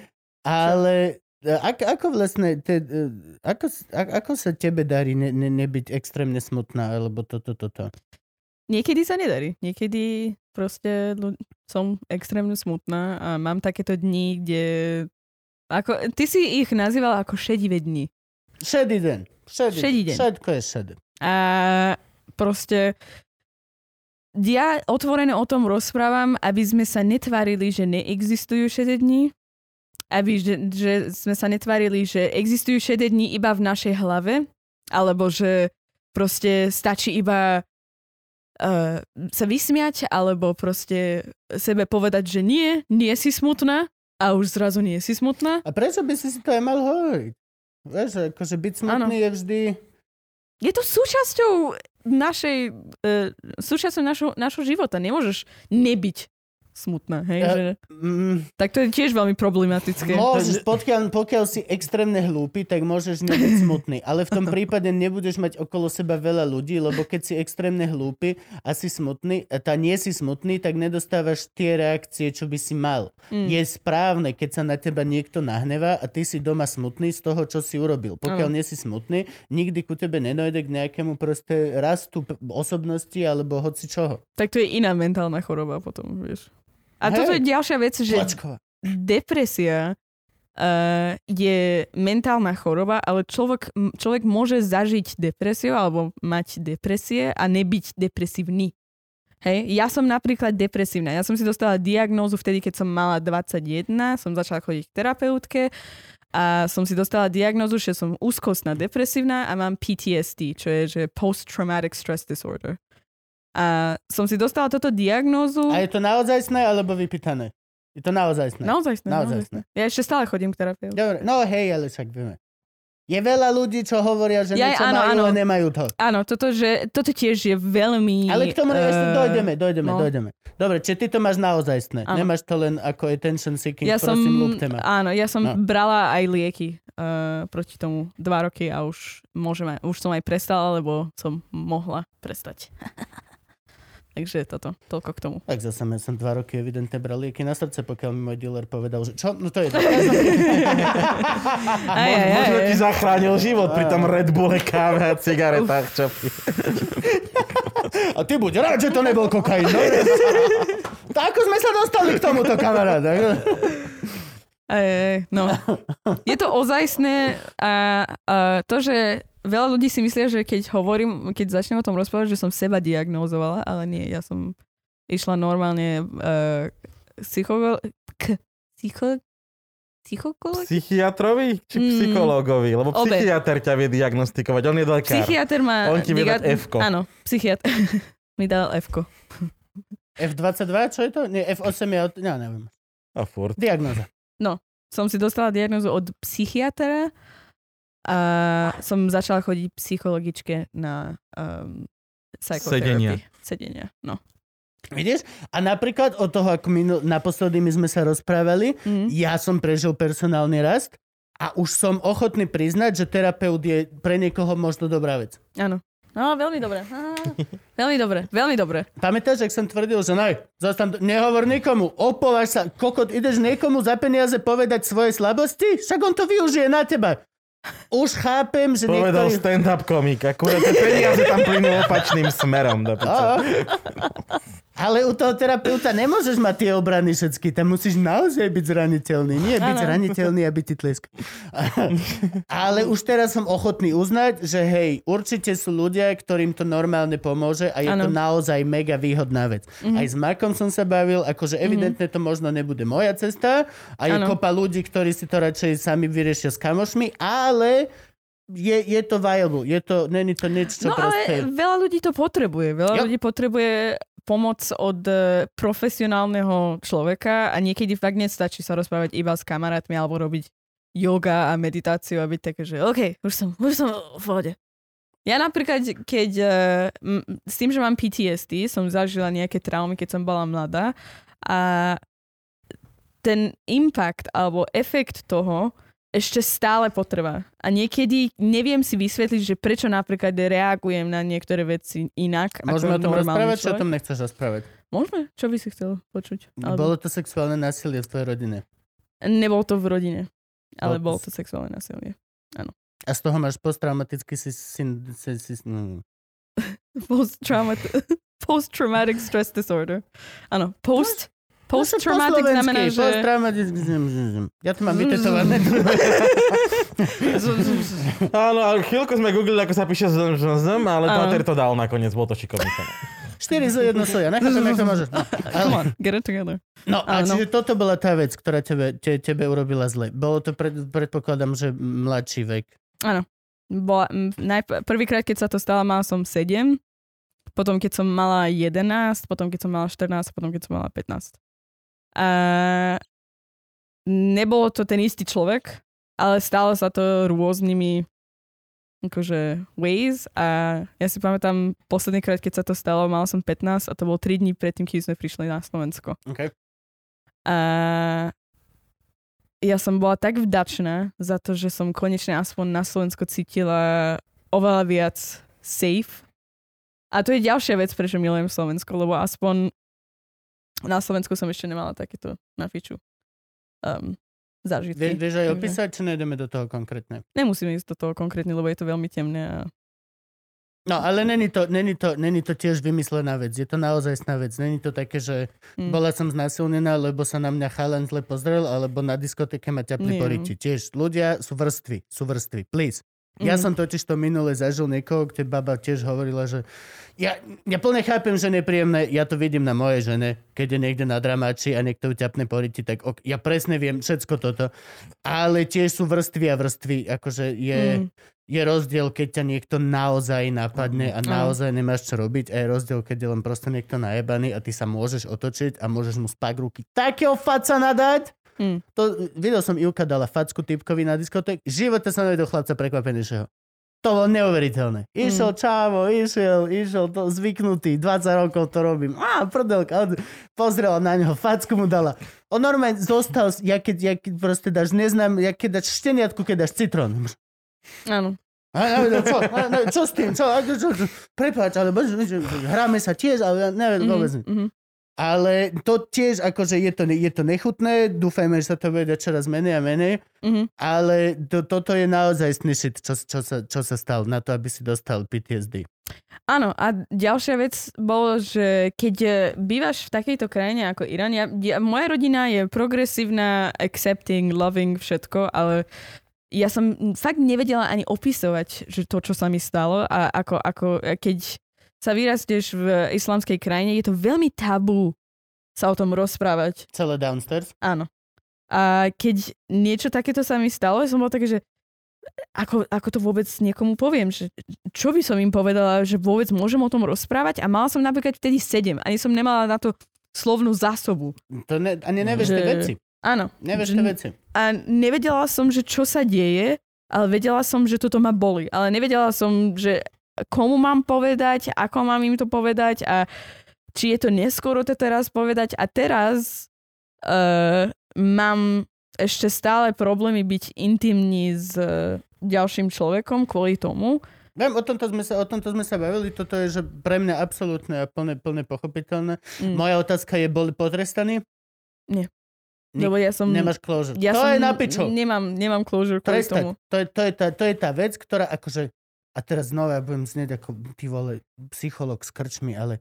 ako vlastne... Ako sa tebe darí nebyť extrémne smutná, alebo toto? Niekedy sa nedarí. Niekedy proste som extrémne smutná a mám takéto dni, kde... ty si ich nazývala ako šedivé dni. Šedý deň. Všetko je šedé. A proste ja otvorene o tom rozprávam, aby sme sa netvárili, že neexistujú šedé dni. Aby že sme sa netvárili, že existujú šedé dni iba v našej hlave. Alebo že proste stačí iba sa vysmiať, alebo proste sebe povedať, že nie si smutná a už zrazu nie si smutná. A prečo by si to aj mal hovoriť? Vieš, akože byť smutný je vždy... Je to súčasťou našho života. Nemôžeš nebyť smutná, hej? Že... Tak to je tiež veľmi problematické. Môžeš, pokiaľ si extrémne hlúpy, tak môžeš nebyť smutný. Ale v tom prípade nebudeš mať okolo seba veľa ľudí, lebo keď si extrémne hlúpy a si smutný, nie si smutný, tak nedostávaš tie reakcie, čo by si mal. Je správne, keď sa na teba niekto nahnevá a ty si doma smutný z toho, čo si urobil. Pokiaľ nie si smutný, nikdy ku tebe nedojde k nejakému proste rastu osobnosti alebo hoci čoho. Tak to je iná mentálna choroba potom, vieš. A toto je ďalšia vec, že depresia je mentálna choroba, ale človek môže zažiť depresiu alebo mať depresie a nebyť depresívny. Hej, ja som napríklad depresívna. Ja som si dostala diagnózu vtedy, keď som mala 21, som začala chodiť k terapeutke a som si dostala diagnózu, že som úzkostná depresívna a mám PTSD, čo je že Post-Traumatic Stress Disorder. A som si dostala toto diagnózu. A je to naozajstné alebo vypýtané? Je to naozajstné? Naozajstné. Ja ešte stále chodím k terapeutu. Dobre, no hej, ale však vieme. Je veľa ľudí, čo hovoria, že niečo majú, ale nemajú to. Áno, toto tiež je veľmi... Ale k tomu ešte dojdeme. Dobre, či ty to máš naozajstné. Nemáš to len ako attention seeking, prosím, ľúbte ma. Áno, ja som brala aj lieky proti tomu 2 roky a už som aj prestala, lebo som mohla prestať. Takže toľko k tomu. Tak zase ja som 2 roky evidentne bral lieky na srdce, pokiaľ mi môj dealer povedal, že čo? No to je to. Možno ti zachránil život pri tom Red Bulle, káve a cigaretách, čo? A ty buď rád, že to nebol kokain. Tak ako sme sa dostali k tomuto, kamarát. No. Je to ozajstné a to, že veľa ľudí si myslia, že keď začnem o tom rozprávať, že som seba diagnózovala, ale nie, ja som išla normálne psychiatrovi či psychológovi? Lebo psychiatr ťa vie diagnostikovať, on je lekár. Psychiatr má... On ti vie dať F-ko. Áno, psychiatr mi dal F-ko. F22, čo je to? Nie, F8 je od... Ja neviem. A furt. Diagnóza. No, som si dostala diagnózu od psychiatra a som začala chodiť psychologičke na psychotherapy. Sedenia, no. Vidíš? A napríklad od toho, ako naposledy my sme sa rozprávali, ja som prežil personálny rast a už som ochotný priznať, že terapeut je pre niekoho možno dobrá vec. Áno. No, veľmi dobre. Veľmi dobre. Pamätáš, ak som tvrdil, že nehovor nikomu, opováž sa, kokot, ideš niekomu za peniaze povedať svoje slabosti? Však on to využije na teba. Už chápem, že povedal stand-up komik. Akurát tie peniaze tam plynú opačným smerom. Ale u toho terapeuta nemôžeš mať tie obrany všetky. Tam musíš naozaj byť zraniteľný. Nie byť zraniteľný a byť tlesk. Ale už teraz som ochotný uznať, že hej, určite sú ľudia, ktorým to normálne pomôže a je to naozaj mega výhodná vec. Aj s Markom som sa bavil, akože evidentne to možno nebude moja cesta a je kopa ľudí, ktorí si to radšej sami vyriešia s kamošmi, ale je to viable. Není to niečo, čo proste... ale veľa ľudí to potrebuje. Ľudí potrebuje pomoc od profesionálneho človeka a niekedy fakt nestačí sa rozprávať iba s kamarátmi alebo robiť yoga a meditáciu a byť také, že OK, už som v pohode. Ja napríklad, keď s tým, že mám PTSD, som zažila nejaké traumy, keď som bola mladá a ten impact alebo efekt toho ešte stále potrvá. A niekedy neviem si vysvetliť, že prečo napríklad reagujem na niektoré veci inak. Môžeme o tom rozprávať, či o tom nechceš rozprávať? Môžeme. Čo by si chcel počuť? Bolo to sexuálne násilie v tvojej rodine? Nebolo to v rodine, ale bolo to sexuálne násilie. Áno. A z toho máš posttraumatický post-traumatic stress disorder. Áno, Post-traumatic znamená, že... Ja to mám vytetované. Áno, ale chvíľku sme googlili, ako sa píše ale Pater to dal nakoniec, bol to šikovný. 4 zo 1 soja, nechápem, ako to môžeš. Come on, get it together. No, a čiže toto bola tá vec, ktorá tebe urobila zle. Bolo to, predpokladám, že mladší vek. Áno. Prvýkrát, keď sa to stalo, mala som 7, potom keď som mala 11, potom keď som mala 14, potom keď som mala 15. A nebolo to ten istý človek, ale stalo sa to rôznymi akože ways a ja si pamätám posledný krát, keď sa to stalo, mal som 15 a to bolo 3 dní predtým, keď sme prišli na Slovensko. Okay. A ja som bola tak vďačná za to, že som konečne aspoň na Slovensku cítila oveľa viac safe. A to je ďalšia vec, prečo milujem Slovensko, lebo aspoň na Slovensku som ešte nemala takéto na fiču zážitky. Vieš aj opísať, či nejdeme do toho konkrétne? Nemusíme ísť do toho konkrétne, lebo je to veľmi temné. No, ale není to tiež vymyslená vec. Je to naozajstná vec. Není to také, že bola som znásilnená, lebo sa na mňa chalan zle pozrel, alebo na diskotéke ma ťapli po riti. Tiež ľudia sú vrstvy. Please. Ja som totiž to minule zažil niekoho, kde baba tiež hovorila, že ja plne chápem, že nepríjemné, ja to vidím na mojej žene, keď je niekde na dramáči a niekto ju ťapne po riti, tak ja presne viem všetko toto. Ale tiež sú vrstvy a vrstvy, akože je rozdiel, keď ťa niekto naozaj napadne a naozaj nemáš čo robiť, a je rozdiel, keď je len proste niekto najebaný a ty sa môžeš otočiť a môžeš mu spák ruky takého faca nadať. Videl som, Ivka dala facku typkovi na diskoték. V živote som nevedel chlapca prekvapenejšieho. To bolo neuveriteľné. Išiel čávo, išiel to zvyknutý, 20 rokov to robím. Prdelka. Pozrela na neho, facku mu dala. On normálne zostal, keď proste dáš, keď dáš šteniatku, keď dáš citrón. Áno. Čo s tým? Čo? Prepáč, ale hráme sa tiež, ale neviem vôbec. Ale to tiež, akože je to nechutné, dúfajme, že sa to bude čoraz menej a menej, ale toto je naozaj shit, čo sa stalo na to, aby si dostal PTSD. Áno, a ďalšia vec bolo, že keď bývaš v takejto krajine ako Irán, moja rodina je progresívna, accepting, loving, všetko, ale ja som fakt nevedela ani opisovať, že to, čo sa mi stalo a ako keď sa vyrastieš v islamskej krajine, je to veľmi tabu sa o tom rozprávať. Celé downstairs? Áno. A keď niečo takéto sa mi stalo, som bola také, že ako to vôbec niekomu poviem, že čo by som im povedala, že vôbec môžem o tom rozprávať, a mala som napríklad vtedy 7, ani som nemala na to slovnú zásobu. Ani nevieš tie veci. Áno. Nevieš tie veci. A nevedela som, že čo sa deje, ale vedela som, že toto ma boli. Ale nevedela som, že komu mám povedať, ako mám im to povedať a či je to neskoro to teraz povedať. A teraz mám ešte stále problémy byť intimní s ďalším človekom kvôli tomu. Viem, o tomto sme sa bavili, toto je, že pre mňa absolútne a plne pochopiteľné. Moja otázka je, boli potrestaní? Nie. Lebo ja som... Nemáš closure. To je na pičo. Nemám closure kvôli tomu. To je tá vec, ktorá akože... A teraz znova ja budem znieť ako ty vole psycholog s krčmi, ale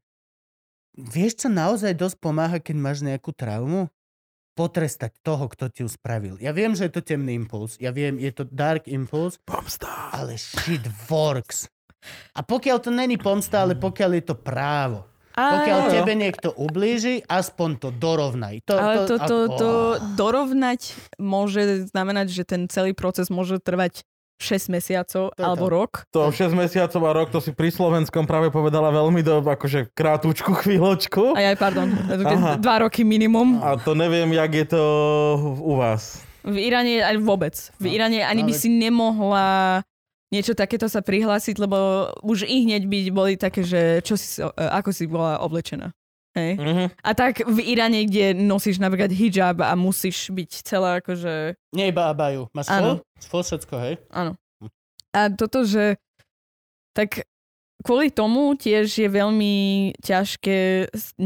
vieš, čo naozaj dosť pomáha, keď máš nejakú traumu? Potrestať toho, kto ti ju spravil. Ja viem, že je to temný impuls. Ja viem, je to dark impuls. Pomsta. Ale shit works. A pokiaľ to není pomsta, ale pokiaľ je to právo. Pokiaľ tebe niekto ublíži, aspoň to dorovnaj. Ale to dorovnať môže znamenať, že ten celý proces môže trvať 6 mesiacov alebo rok. To 6 mesiacov a rok, to si pri Slovenskom práve povedala veľmi akože krátúčku chvíľočku. Pardon. 2 roky minimum. A to neviem, jak je to u vás. V Iráne aj vôbec. V Iráne ani by si nemohla niečo takéto sa prihlásiť, lebo už i hneď by boli také, že ako si bola oblečená. Hej. A tak v Iráne, kde nosíš napríklad hijab a musíš byť celá akože... Nie iba abaju. Máš full všetko, hej? Áno. A toto, že tak kvôli tomu tiež je veľmi ťažké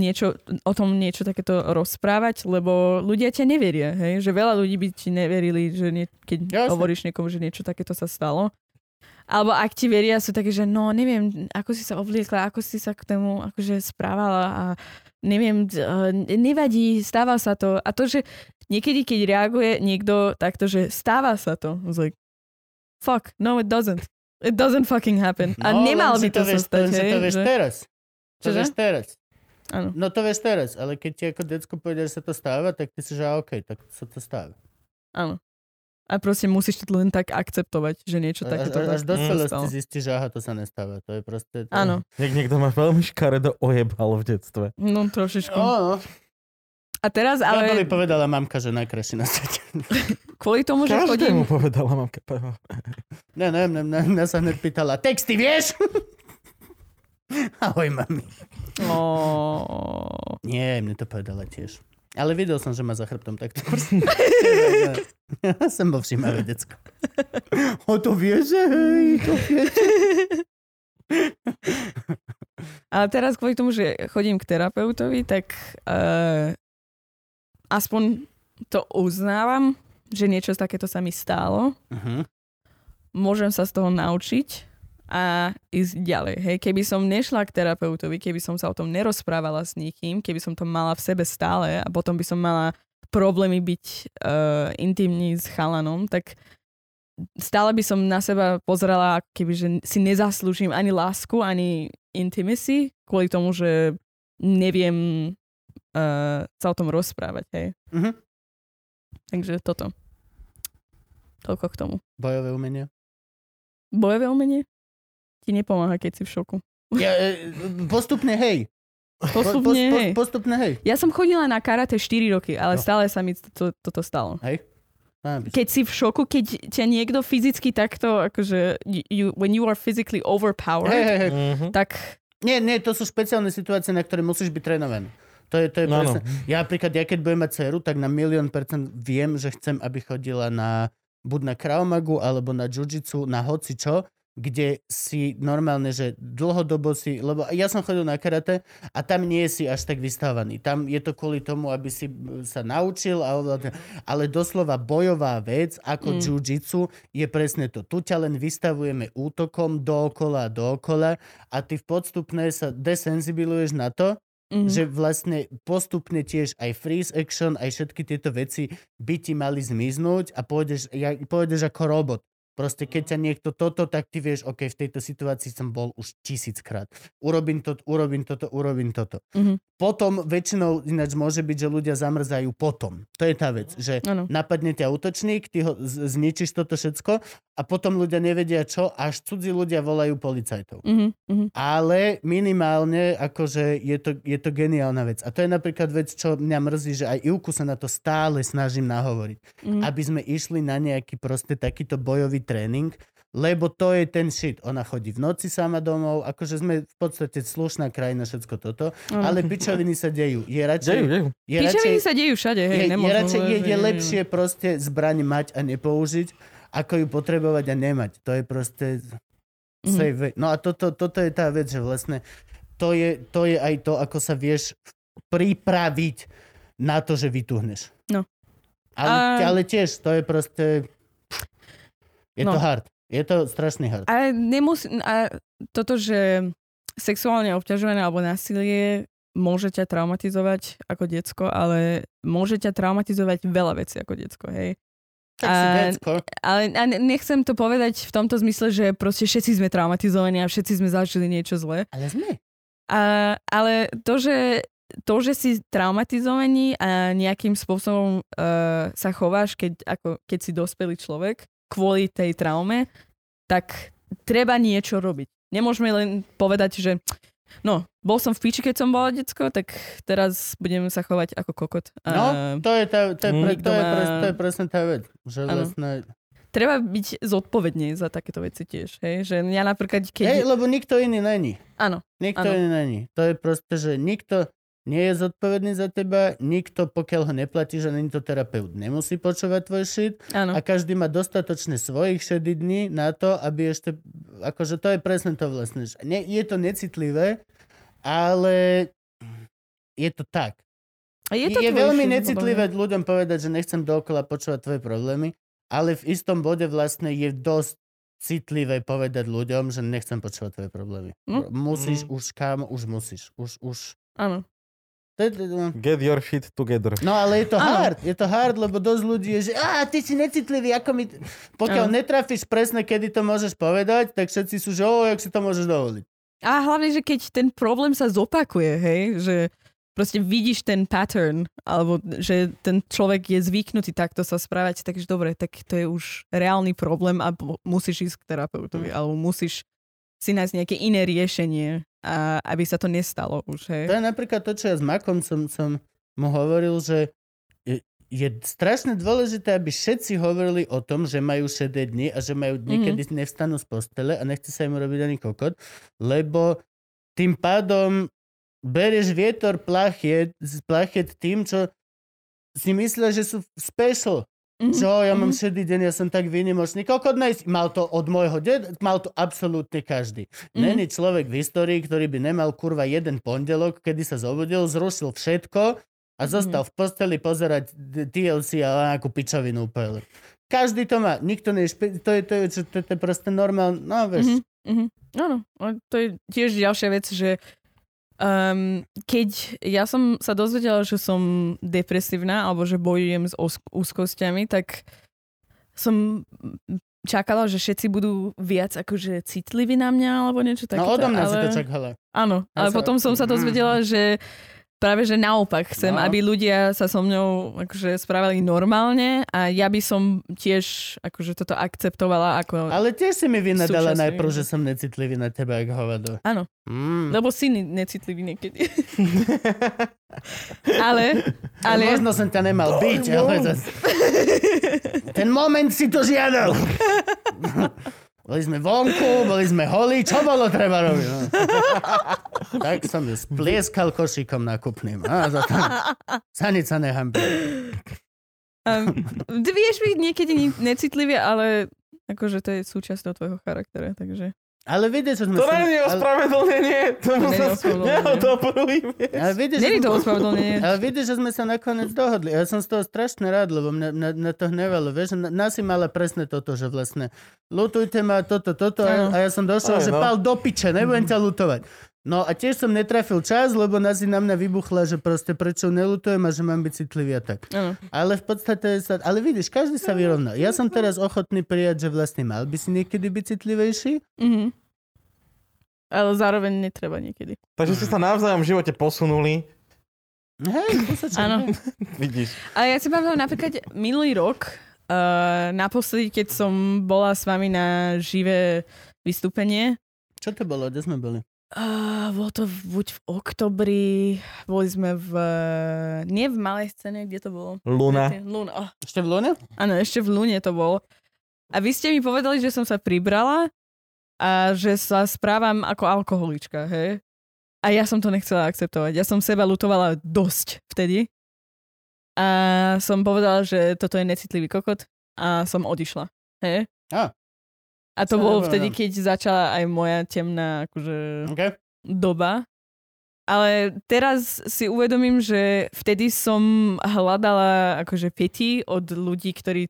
o tom niečo takéto rozprávať, lebo ľudia ťa neveria, hej? Že veľa ľudí by ti neverili, že keď hovoríš niekomu, že niečo takéto sa stalo. Alebo ak ti veria, sú také, že no neviem, ako si sa obliekla, ako si sa k tomu akože správala a neviem, nevadí, stáva sa to. A to, že niekedy, keď reaguje niekto takto, že stáva sa to, like, fuck, no it doesn't. It doesn't fucking happen. A nemal by to sa stať. To vieš teraz. To vieš teraz. Áno. No to vieš teraz, ale keď ti ako decko povedia, že sa to stáva, tak ty si, že okej, tak sa to stáva. Áno. A proste musíš to len tak akceptovať, že niečo takéto až dospelosti zistíš, že aha, to sa nestáva. To je proste... Áno. Niekto ma veľmi škaredo ojebal v detstve. No, trošičku. A teraz ale... Ja povedala mamka, že najkrajší na svete. Kvôli tomu, že chodím... Každému povedala mamka. Mňa sa hneď pýtala, texty vieš? Ahoj, mami. Nie, mne to povedala tiež. Ale videl som, že má za chrbtom takto. Ja som bol všímavé decko. O to vieš, hej, to vieš. Ale teraz kvôli tomu, že chodím k terapeutovi, tak aspoň to uznávam, že niečo takéto sa mi stalo. Uh-huh. Môžem sa z toho naučiť a ísť ďalej. Hej, keby som nešla k terapeutovi, keby som sa o tom nerozprávala s nikým, keby som to mala v sebe stále a potom by som mala problémy byť intimní s chalanom, tak stále by som na seba pozerala, ako keby, že si nezaslúžim ani lásku, ani intimacy, kvôli tomu, že neviem sa o tom rozprávať. Hej. Uh-huh. Takže toto. Toľko k tomu. Bojové umenie? Bojové umenie? Ti nepomáha, keď si v šoku. Ja, postupne hej. Postupne hej. Ja som chodila na karate 4 roky, ale stále sa mi toto stalo. Hej. Keď si v šoku, keď ťa niekto fyzicky takto, akože when you are physically overpowered, tak... Nie, to sú špeciálne situácie, na ktoré musíš byť trénovaný. To je presne. Ja napríklad, keď budem mať dceru, tak na 1,000,000% viem, že chcem, aby chodila buď na Krav Magu, alebo na Jiu-Jitsu, na hocičo, kde si normálne, že dlhodobo si, lebo ja som chodil na karate a tam nie si až tak vystávaný. Tam je to kvôli tomu, aby si sa naučil, ale doslova bojová vec ako jiu-jitsu je presne to. Tu ťa len vystavujeme útokom dookola a ty postupne sa desenzibiluješ na to, že vlastne postupne tiež aj freeze action, aj všetky tieto veci by ti mali zmiznúť a pôjdeš ako robot. Proste keď ťa niekto tak ty vieš, OK, v tejto situácii som bol už 1000-krát. Urobím toto. Mm-hmm. Potom väčšinou ináč môže byť, že ľudia zamrzajú potom. To je tá vec, že napadne ťa útočník, ty ho zničíš toto všetko a potom ľudia nevedia čo, až cudzí ľudia volajú policajtov. Mm-hmm. Ale minimálne, akože je to geniálna vec. A to je napríklad vec, čo mňa mrzí, že aj Ivku sa na to stále snažím nahovoriť. Mm-hmm. Aby sme išli na nejaký proste takýto bojový tréning, lebo to je ten shit. Ona chodí v noci sama domov, akože sme v podstate slušná krajina, všetko toto, ale pičoviny sa dejú. Pičoviny sa dejú všade, hej, je lepšie proste zbraň mať a nepoužiť, ako ju potrebovať a nemať. To je proste safe way. No a toto je tá vec, že vlastne to je aj to, ako sa vieš pripraviť na to, že vytuhneš. No. Ale tiež, to je proste... Je to hard. Je to strašný hard. A toto, že sexuálne obťažovanie alebo násilie môže ťa traumatizovať ako decko, ale môže ťa traumatizovať veľa vecí ako decko, hej. Tak si decko. Ale nechcem to povedať v tomto zmysle, že proste všetci sme traumatizovaní a všetci sme zažili niečo zlé. Ale sme. Ale to, že si traumatizovaný a nejakým spôsobom sa chováš, keď si dospelý človek, kvôli tej traume, tak treba niečo robiť. Nemôžeme len povedať, že bol som v píči, keď som bola decko, tak teraz budem sa chovať ako kokot. To je presne tá vec. Že vlastne... Treba byť zodpovedný za takéto veci tiež. Hej? Že ja napríklad, keď... lebo nikto iný není. Áno. Nikto iný není. To je proste, že nikto nie je zodpovedný za teba, nikto, pokiaľ ho neplatí, že není to terapeut, nemusí počúvať tvoj shit a každý má dostatočne svojich šedy dní na to, aby ešte, akože to je presne to vlastne. Je to necitlivé, ale je to tak. Je veľmi necitlivé ľuďom povedať, že nechcem dookola počúvať tvoje problémy, ale v istom bode vlastne je dosť citlivé povedať ľuďom, že nechcem počúvať tvoje problémy. Musíš už, kámo, už musíš. Už. Áno. Get your shit together. No ale je to hard. Je to hard, lebo dosť ľudí je, že ty si necitlivý, ako mi... Pokiaľ netrafíš presne, kedy to môžeš povedať, tak všetci sú, že jak si to môžeš dovoliť. A hlavne, že keď ten problém sa zopakuje, hej, že proste vidíš ten pattern, alebo že ten človek je zvyknutý takto sa správať, takže dobre, tak to je už reálny problém a musíš ísť k terapeutovi, alebo musíš si nájsť nejaké iné riešenie, aby sa to nestalo už. Hej. To je napríklad to, čo ja s Makom som mu hovoril, že je strašne dôležité, aby všetci hovorili o tom, že majú šedé dni a že majú dni, kedy nevstanú z postele a nechce sa im robiť ani kokot, lebo tým pádom berieš vietor plachiet tým, čo si myslia, že sú special. Čo, ja mám šedý deň, ja som tak výnimočný. Mal to od môjho mal to absolútne každý. Není človek v histórii, ktorý by nemal kurva jeden pondelok, kedy sa zobudil, zrušil všetko a zostal v posteli pozerať TLC a nejakú pičovinu úplne. Každý to má. Nikto nie je to je proste normálne. No, vieš. Áno, to je tiež ďalšia vec, že keď ja som sa dozvedela, že som depresívna alebo že bojujem s úzkosťami, tak som čakala, že všetci budú viac akože citliví na mňa alebo niečo takéto. No odo mňa si to čakala. Áno, ale potom som sa dozvedela, že práve, že naopak chcem, aby ľudia sa so mňou akože správali normálne a ja by som tiež akože toto akceptovala ako... Ale tiež si mi vynadala najprv, že som necitlivý na teba, ako hovado. Áno, lebo si necitlivý niekedy. ale... Možno som ťa nemal byť, ale zase... Ten moment si to žiadal. Boli sme vonku, boli sme holí, čo bolo treba robiť? No. Tak som ju splieskal košíkom nákupným. Sa nič sa nehambí. Ty vieš byť niekedy necitlivý, ale akože to je súčasťou tvojho charaktera, takže... Ale vidieš, že sme... To nie je ospravedlnenie, tomu sa neodobrujem. Nie je to ospravedlnenie. Ale vidieš, že sme sa nakoniec dohodli. Ja som z toho strašne rád, lebo mňa to hnevalo. Vieš, nás si mala presne toto, že vlastne lutujte ma toto a ja som došiel, že pál do piče, nebudem ťa lutovať. No a tiež som netrafil čas, lebo nás na mňa vybuchla, že proste prečo nelutujem a že mám byť citlivý a tak. Ale v podstate ale vidíš, každý sa vyrovná. Ja som teraz ochotný prijať, že vlastne mal by si niekedy byť citlivejší. Ale zároveň netreba niekedy. Takže ste sa navzájom v živote posunuli. Hej, áno. Vidíš. Ale ja si pamätám napríklad minulý rok, naposledy, keď som bola s vami na živé vystúpenie. Čo to bolo? Kde sme boli? Bolo to buď v oktobri, boli sme nie v malej scéne, kde to bolo? Luna. Ešte v Lune? Áno, ešte v Lune to bolo. A vy ste mi povedali, že som sa pribrala a že sa správam ako alkoholička, hej? A ja som to nechcela akceptovať. Ja som seba lutovala dosť vtedy. A som povedala, že toto je necitlivý kokot a som odišla, hej? A to bolo vtedy, keď začala aj moja temná akože doba. Ale teraz si uvedomím, že vtedy som hľadala akože peti od ľudí, ktorí...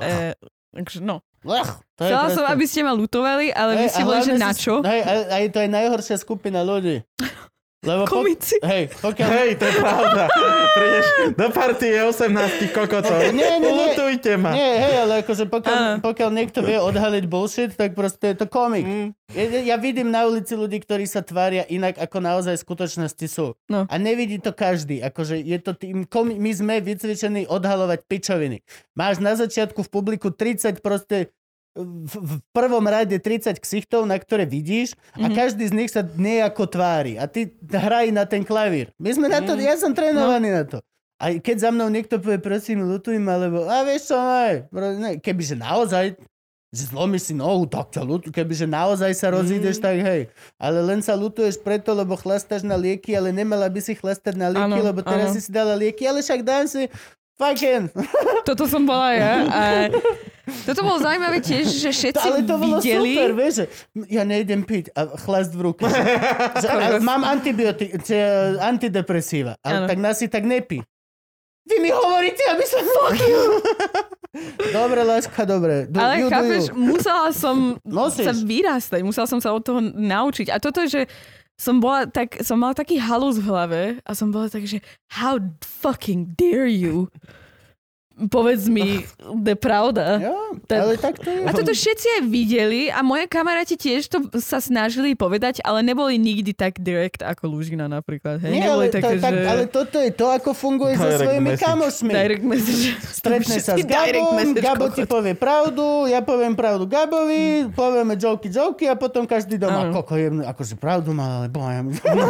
Chcela som, aby ste ma lutovali, ale vy ste boli, že na čo? Aj to je najhoršia skupina ľudí. Lebo komici. Hej, to je pravda. Prídeš do partie 18 kokotov. Lutujte ma. Nie, hej, ale akože pokiaľ niekto vie odhaliť bullshit, tak proste je to komik. Ja vidím na ulici ľudí, ktorí sa tvária inak, ako naozaj v skutočnosti sú. No. A nevidí to každý. Akože je to my sme vycvičení odhalovať pičoviny. Máš na začiatku v publiku 30 proste v prvom rade 30 ksichtov, na ktoré vidíš a každý z nich sa nejako tvári a ty hrají na ten klavír. My sme na to, ja som trénovaný na to. A keď za mnou niekto povie, prosím, lutuj ma, lebo vieš čo, kebyže naozaj že zlomíš si nohu, tak ťa lutuj, kebyže naozaj sa rozídeš, tak hej. Ale len sa lutuješ preto, lebo chlastáš na lieky, ale nemala by si chlastať na lieky, lebo teraz si dala lieky, ale však dám si fucking. Toto som bola ja. A toto bolo zaujímavé tiež, že všetci ale to bolo videli. Super, vieš, že ja nejdem piť a chlast v ruke. Mám antidepresíva, ale tak nás si tak nepí. Vy mi hovoríte, aby som... Fuck you! Dobre, láska, dobre. Ale chápeš, musela som sa vyrastať, musela som sa od toho naučiť. A toto je, že som mala taký halus v hlave a som bola tak, že how fucking dare you? Povedz mi, to je pravda. Ja, ale tak to je. A toto všetci aj videli a moje kamaráti tiež to sa snažili povedať, ale neboli nikdy tak direct ako Lužina napríklad. Hej? Nie, ale toto je to, ako funguje so svojimi kamošmi. Direct message. Stretne sa s Gabom, Gabo ti povie pravdu, ja poviem pravdu Gabovi, povieme joky a potom každý doma, akože pravdu mal, ale bojem.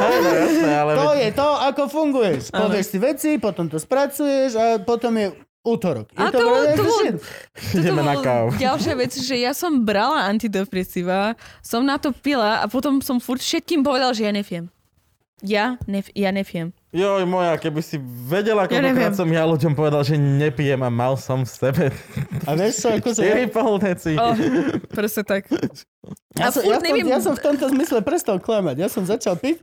To je to, ako funguješ. Povieš si veci, potom to spracuješ a potom je útorok. A to bol ďalšia vec, že ja som brala antidepresíva, som na to pila a potom som furt všetkým povedal, že ja neviem. Ja nepijem. Joj moja, keby si vedela, koľkokrát som ja ľuďom povedal, že nepijem a mal som v sebe A vieš čo, akože... 4,5 deci. Presne tak. Ja som v tomto zmysle prestal klamať. Ja som začal piť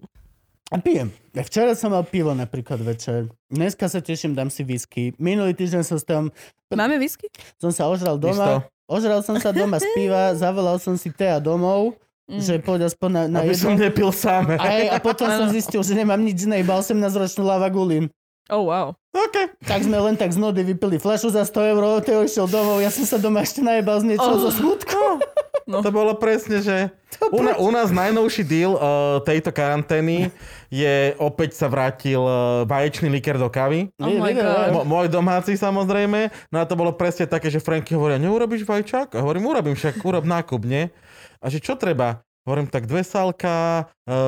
a pijem. Ja včera som mal pivo napríklad večer. Dneska sa teším, dám si whisky. Minulý týždeň som s tom... Máme whisky? Som sa ožral doma. Ožral som sa doma z piva, zavolal som si Tea domov. Že poď aspoň na aby jednu. som nepil sám. A potom som zistil, že nemám nič iné, iba 18-ročnú lavagulín. Oh, wow. Okay. Tak sme len tak z nudy vypili fľašu za 100 €, Teo išiel domov, ja som sa doma ešte najebal z niečoho zo smutku. No. To bolo presne, že u nás najnovší deal tejto karantény je opäť sa vrátil vaječný likér do kávy. Oh my God. Môj domáci samozrejme. No a to bolo presne také, že Franky hovoria, neurobíš vajčák? A hovorím, urobím, však urob nákup, nie? A že čo treba? Hovorím, tak 2 sálka,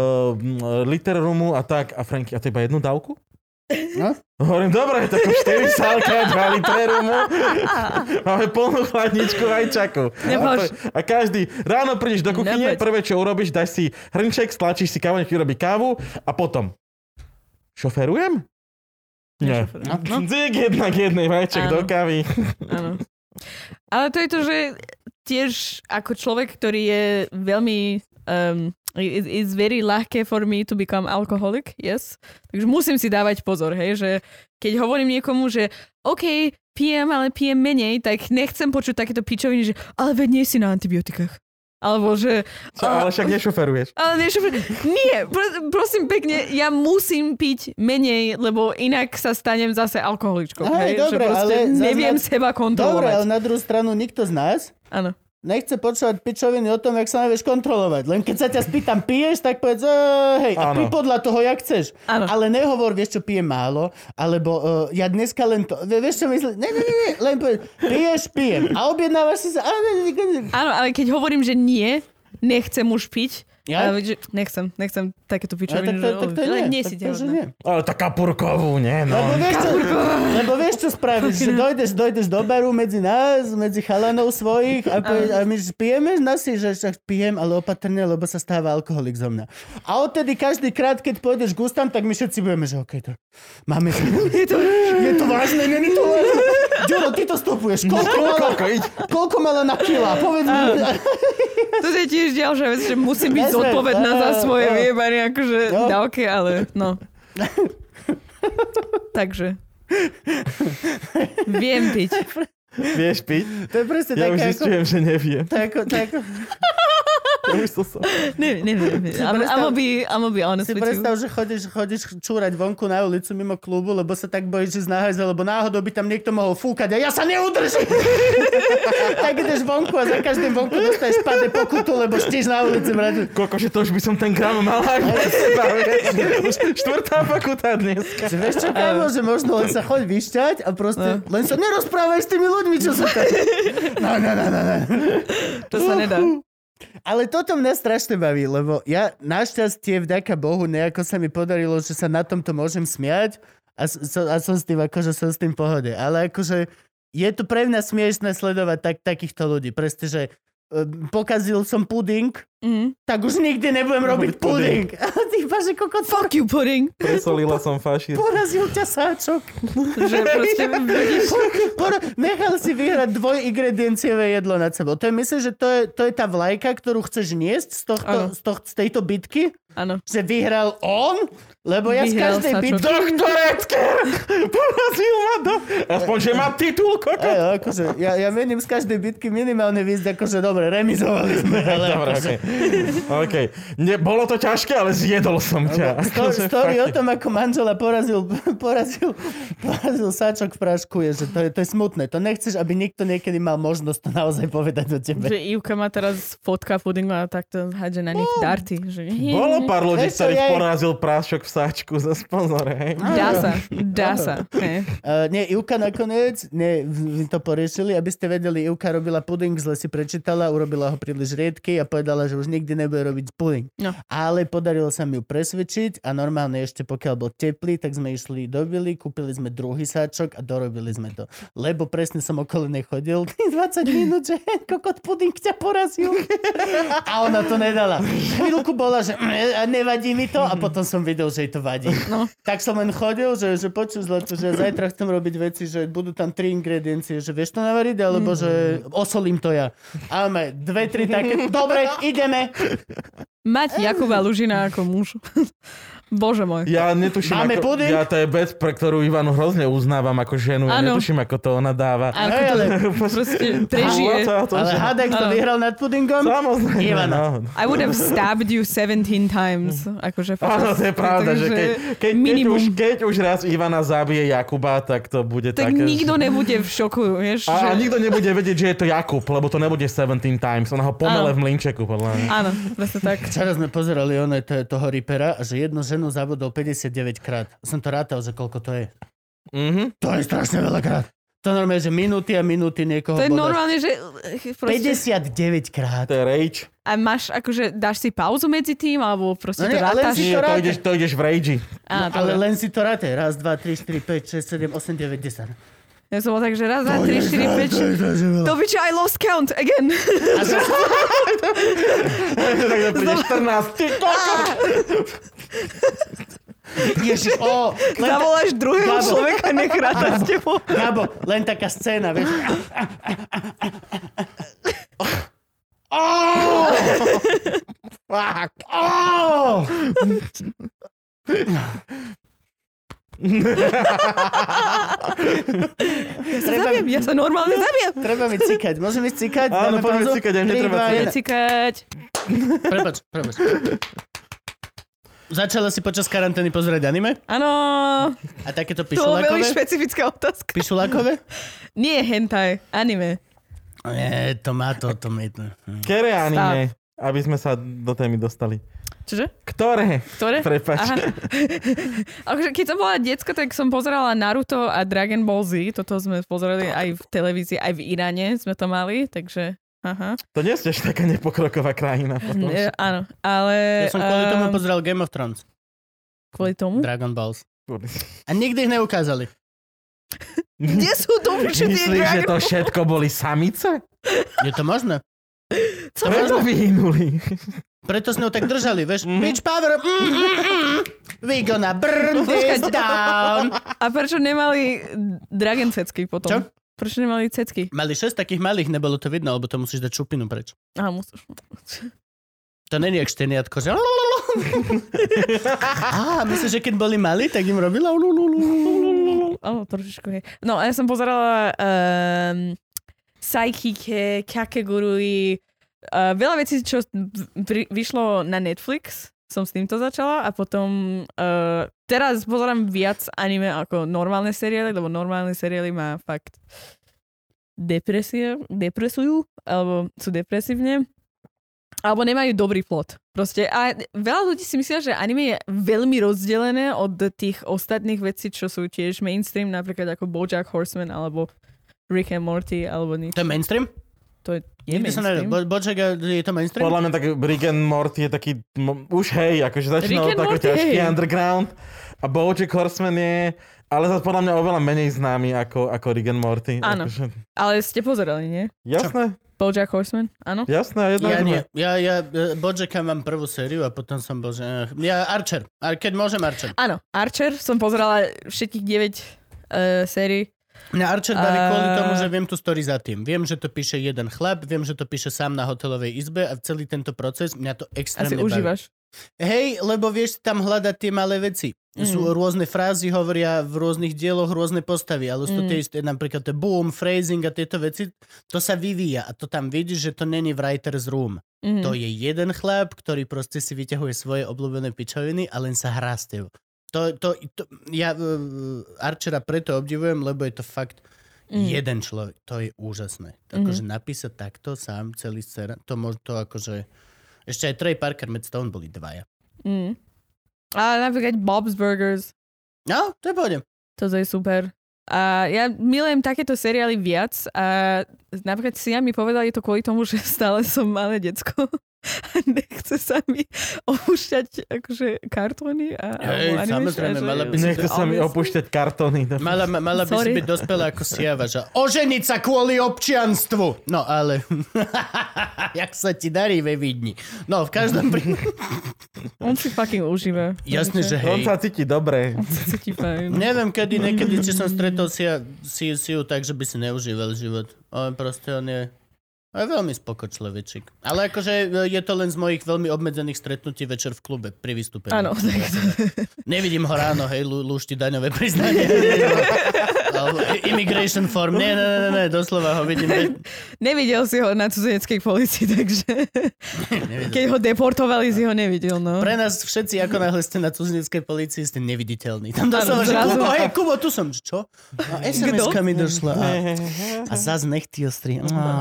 liter rumu a tak. A Franky, a to iba jednu dávku? No? Hovorím, dobre, tak 4 sálka, 2 litre rumu. Máme plnú chladničku vajčaku. A každý, ráno prídeš do kuchyne, prvé čo urobíš, dáš si hrnček, stlačíš si kávu, nech ti robí kávu a potom. Šoferujem? Nie. No. Jedna k jednej vajčak do kávy. Áno. Ale to je to, že tiež ako človek, ktorý je veľmi it's very ľahké for me to become alcoholic, yes. Takže musím si dávať pozor, hej, že keď hovorím niekomu, že OK, pijem, ale pijem menej, tak nechcem počuť takéto pičoviny, že ale veď nie si na antibiotikách. Alebo že... Ale však nešoferuješ. Nie, prosím pekne, ja musím piť menej, lebo inak sa stanem zase alkoholičkou. Hej, dobre, že proste neviem seba kontrolovať. Dobre, ale na druhú stranu nikto z nás nechce počúvať pičoviny o tom, jak sa nevieš kontrolovať. Len keď sa ťa spýtam, piješ, tak povedz, hej, a pí podľa toho, jak chceš. Ano. Ale nehovor, vieš čo, pijem málo, alebo ja dneska len to, vieš čo myslím, nie, len povedz, piješ, pijem. A objednávaš si sa, áno, ale keď hovorím, že nie, nechcem už piť, ja? Nechcem takéto pičoviny. Tak to je nie. Ale taká purkovú, nie, no. Lebo vieš, čo spravíš, že dojdeš do baru medzi nás, medzi chalanov svojich a my pijeme, že pijem, ale opatrne, lebo sa stáva alkoholik zo mňa. A odtedy každý krát, keď pôjdeš k ústam, tak my všetci budeme, že okej, to máme sa. Je to vážne, není to vážne. Ďuro, ty to stopuješ. Koľko mala na kila? Povedz mi. To je tiež ďalšia vec, že musím byť zodpovedná za svoje vyjebanie, akože dávky, ale no. Takže. Viem piť. Vieš piť? To je presne ja už zistujem, že neviem. Neviem. I'm be honest with you. Si predstav, že chodíš čúrať vonku na ulicu mimo klubu, lebo sa tak bojíš, že znáhajze, lebo náhodou by tam niekto mohol fúkať a ja sa neudržím. Tak ideš vonku a za každým vonku dostaneš pade pokutu, lebo štíš na ulici. Koľko, že to už by som ten gram mal aj na seba, vieš. 4. pokuta dneska. Vieš čo, kámo, že možno len sa choď vyšťať a proste len sa nerozprávaj s tými ľuďmi, čo sú tam. No. To sa nedá. Ale toto mňa strašne baví, lebo ja našťastie vďaka Bohu nejako sa mi podarilo, že sa na tomto môžem smiať a som s tým akože som s tým pohode. Ale akože je to pre mňa smiešné sledovať takýchto ľudí. Proste, že pokazil som puding, tak už nikdy nebudem robiť puding. Iba, že kokot... Fuck you, pudding. Presolila som fašír. Porazil ťa sáčok. Že proste nechal si vyhrať 2-ingredienciové jedlo nad sebou. To je, myslím, že to je tá vlajka, ktorú chceš niesť z tejto bitky. Áno. Že vyhral on, lebo ja z každej bitky... Doktor Edgar! Porazil ma do... Aspoň, že má titul, kokot. Akože, ja mením z každej bitky minimálne výsť, akože dobre, remizovali sme. Dobre, okej. Bolo to ťažké, ale zjedol som ťa. Story o tom, ako manžela porazil sáčok v prášku, je, že to je smutné. To nechceš, aby nikto niekedy mal možnosť to naozaj povedať o tebe. Že Ivka má teraz fotka pudingu a takto hádže na nich darty. Že... Bolo pár ľudí, ktorých porazil prášok v sáčku za sponzor, hej? Dá sa. Nie, Ivka nakoniec, vy to poriešili, aby ste vedeli, Ivka robila puding, zle si prečítala, urobila ho príliš riedky a povedala, že že už nikdy nebude robiť puding. No. Ale podarilo sa mi ju presvedčiť a normálne ešte pokiaľ bol teplý, tak sme išli do Billy, kúpili sme druhý sáčok a dorobili sme to. Lebo presne som okolo nechodil 20 minút, že kokot puding ťa porazil. A ona to nedala. Chvíľku bola, že nevadí mi to a potom som videl, že jej to vadí. No. Tak som len chodil, že počuť zlato, že zajtra chcem robiť veci, že budú tam 3 ingrediencie, že vieš to navariť, alebo že osolím to ja. A máme 2-3 také, dobre, ideme. Mať Jakuba Lužina ako muž. Bože môj. Ja netuším, Máme puding? Ja to je vec, pre ktorú Ivanu hrozne uznávam ako ženu. Ja netuším, ako to ona dáva. Ako to proste prežije. Ale hádaj, kto vyhral nad pudingom? Samozrejme. Ivana. I would have stabbed you 17 times. Akože áno, to je pravda, že keď už raz Ivana zabije Jakuba, tak to bude tak také... Tak nikto nebude v šoku, vieš. A nikto nebude vedieť, že je to Jakub, lebo to nebude 17 times. Ona ho pomele v mlynčeku, podľa mňa. Áno, presne tak. Včera sme pozerali toho Reapera, že jednu ženu zabudol 59 krát. Som to rátal, že koľko to je. Mm-hmm. To je strašne veľa krát. To normálne, že minúty a minúty niekoho To je bodáš. normálne, že... Proste... 59 krát. To je rage. A máš akože, dáš si pauzu medzi tým, alebo proste to rátaš? Nie, to ideš v rage. Ale len si to ráte. Raz, 2, 3, 4, 5, 6, 7, 8, 9, 10. Ja som bol tak, že raz, 2, 3, 4, 5... To by čo, I lost count again. Tak to príde 14. Ty kokos! Ježiš, zavoláš druhého človeka, nech ráta s tebou. Gabo, len taká scéna, vieš. Fuck. Ja sa normálne zabijem. Treba mi cikať. Môžem ísť cikať? Áno, poďme cikať, aj netreba cikať. Prepač. Začala si počas karantény pozerať anime? Áno. A takéto To je veľmi pišulákové? špecifická otázka. Pišulákové? Nie hentai, anime. Nie, to má to mi... Ktoré anime? Aby sme sa do témy dostali. Čože? Ktoré? Prepáč. Akože keď som bola decko, tak som pozerala Naruto a Dragon Ball Z. Toto sme pozerali aj v televízii, aj v Iráne sme to mali, takže... Aha. To nie ste ešte taká nepokroková krajina. Potom. Áno, ale... Ja som kvôli tomu pozeral Game of Thrones. Kvôli tomu? Dragon Balls. A nikdy ich neukázali. Kde sú to všetky Myslíš, že to všetko boli samice? Je to možné? Preto vyhynuli. Preto s ňou tak držali, vieš? Bitch power! We gonna burn this down! A prečo nemali Dragon cecky potom? Čo? Prečo nemali cecky? Mali 6 takých malých, nebolo to vidno, lebo to musíš dať šupinu preč. Aha, musíš. To není jak šteniatko, že... Myslíš, že keď boli malí, tak im robila... Áno, trošičku, hej. No, a ja som pozerala Psyche, Kakegurui, veľa vecí, čo vyšlo na Netflix, som s týmto začala a potom teraz pozerám viac anime ako normálne seriály, lebo normálne seriály má fakt depresujú, alebo sú depresívne, alebo nemajú dobrý plot. Proste, a veľa ľudí si myslia, že anime je veľmi rozdelené od tých ostatných vecí, čo sú tiež mainstream, napríklad ako BoJack Horseman, alebo Rick and Morty, alebo nič. To je mainstream? To je mainstream. BoJack je to mainstream? Podľa mňa tak Rick and Morty je taký, už hej, akože začínalo tako ťažký underground a BoJack Horseman je, ale podľa mňa oveľa menej známy ako Rick and Morty. Áno, akože... ale ste pozerali, nie? Jasné. BoJack Horseman, áno? Jasné, jedno. Ja nie. Ja BoJacka mám prvú sériu a potom som bol, že... Ja Archer. Keď môžem Archer. Áno, Archer. Som pozerala všetkých 9 sérií. Mňa Archer baví kvôli tomu, že viem tú story za tým. Viem, že to píše jeden chlap, viem, že to píše sám na hotelovej izbe a celý tento proces mňa to extrémne baví. Asi užívaš. Hej, lebo vieš tam hľadať tie malé veci. Sú rôzne frázy, hovoria v rôznych dieloch rôzne postavy, ale sú to tie isté, napríklad to boom, phrasing a tieto veci, to sa vyvíja a to tam vidíš, že to není v writer's room. To je jeden chlap, ktorý proste si vyťahuje svoje obľúbené pičoviny a len sa hrá s tebou. Ja Archera preto obdivujem, lebo je to fakt jeden človek. To je úžasné. Akože napísať takto sám celý scéna, to akože... Ešte aj Trey Parker, Matt Stone boli dvaja. A napríklad Bob's Burgers. No, to je pôjdem. Toto je super. A ja milujem takéto seriály viac a napríklad si mi povedali to kvôli tomu, že stále som malé decko. nechce sa mi opúšťať akože kartóny a samozrejme, mala by si... Nechce sa mi opúšťať kartóny. Mala by si byť dospelá ako Siava, že oženiť sa kvôli občianstvu. No ale, jak sa ti darí ve Vidni. No, v každom prípade... On si fucking užíva. Jasne, že hej. On sa cíti dobre. On sa cíti fajn. Neviem, niekedy, či som stretol Siu tak, že by si neužíval život. On je veľmi spoko človečik. Ale akože je to len z mojich veľmi obmedzených stretnutí večer v klube pri vystúpení. Áno. Nevidím ho ráno, hej, lúšti daňové priznanie. Immigration form. Nie, doslova ho vidím. Nevidel si ho na cudzineckej policii, takže keď ho deportovali, si ho nevidel, no. Pre nás všetci, ako náhle ste na cudzineckej policii, ste neviditeľní. Tam doslova, že Kubo, tu som. Čo? A SMS-ka mi došla. A zas nechty ostri.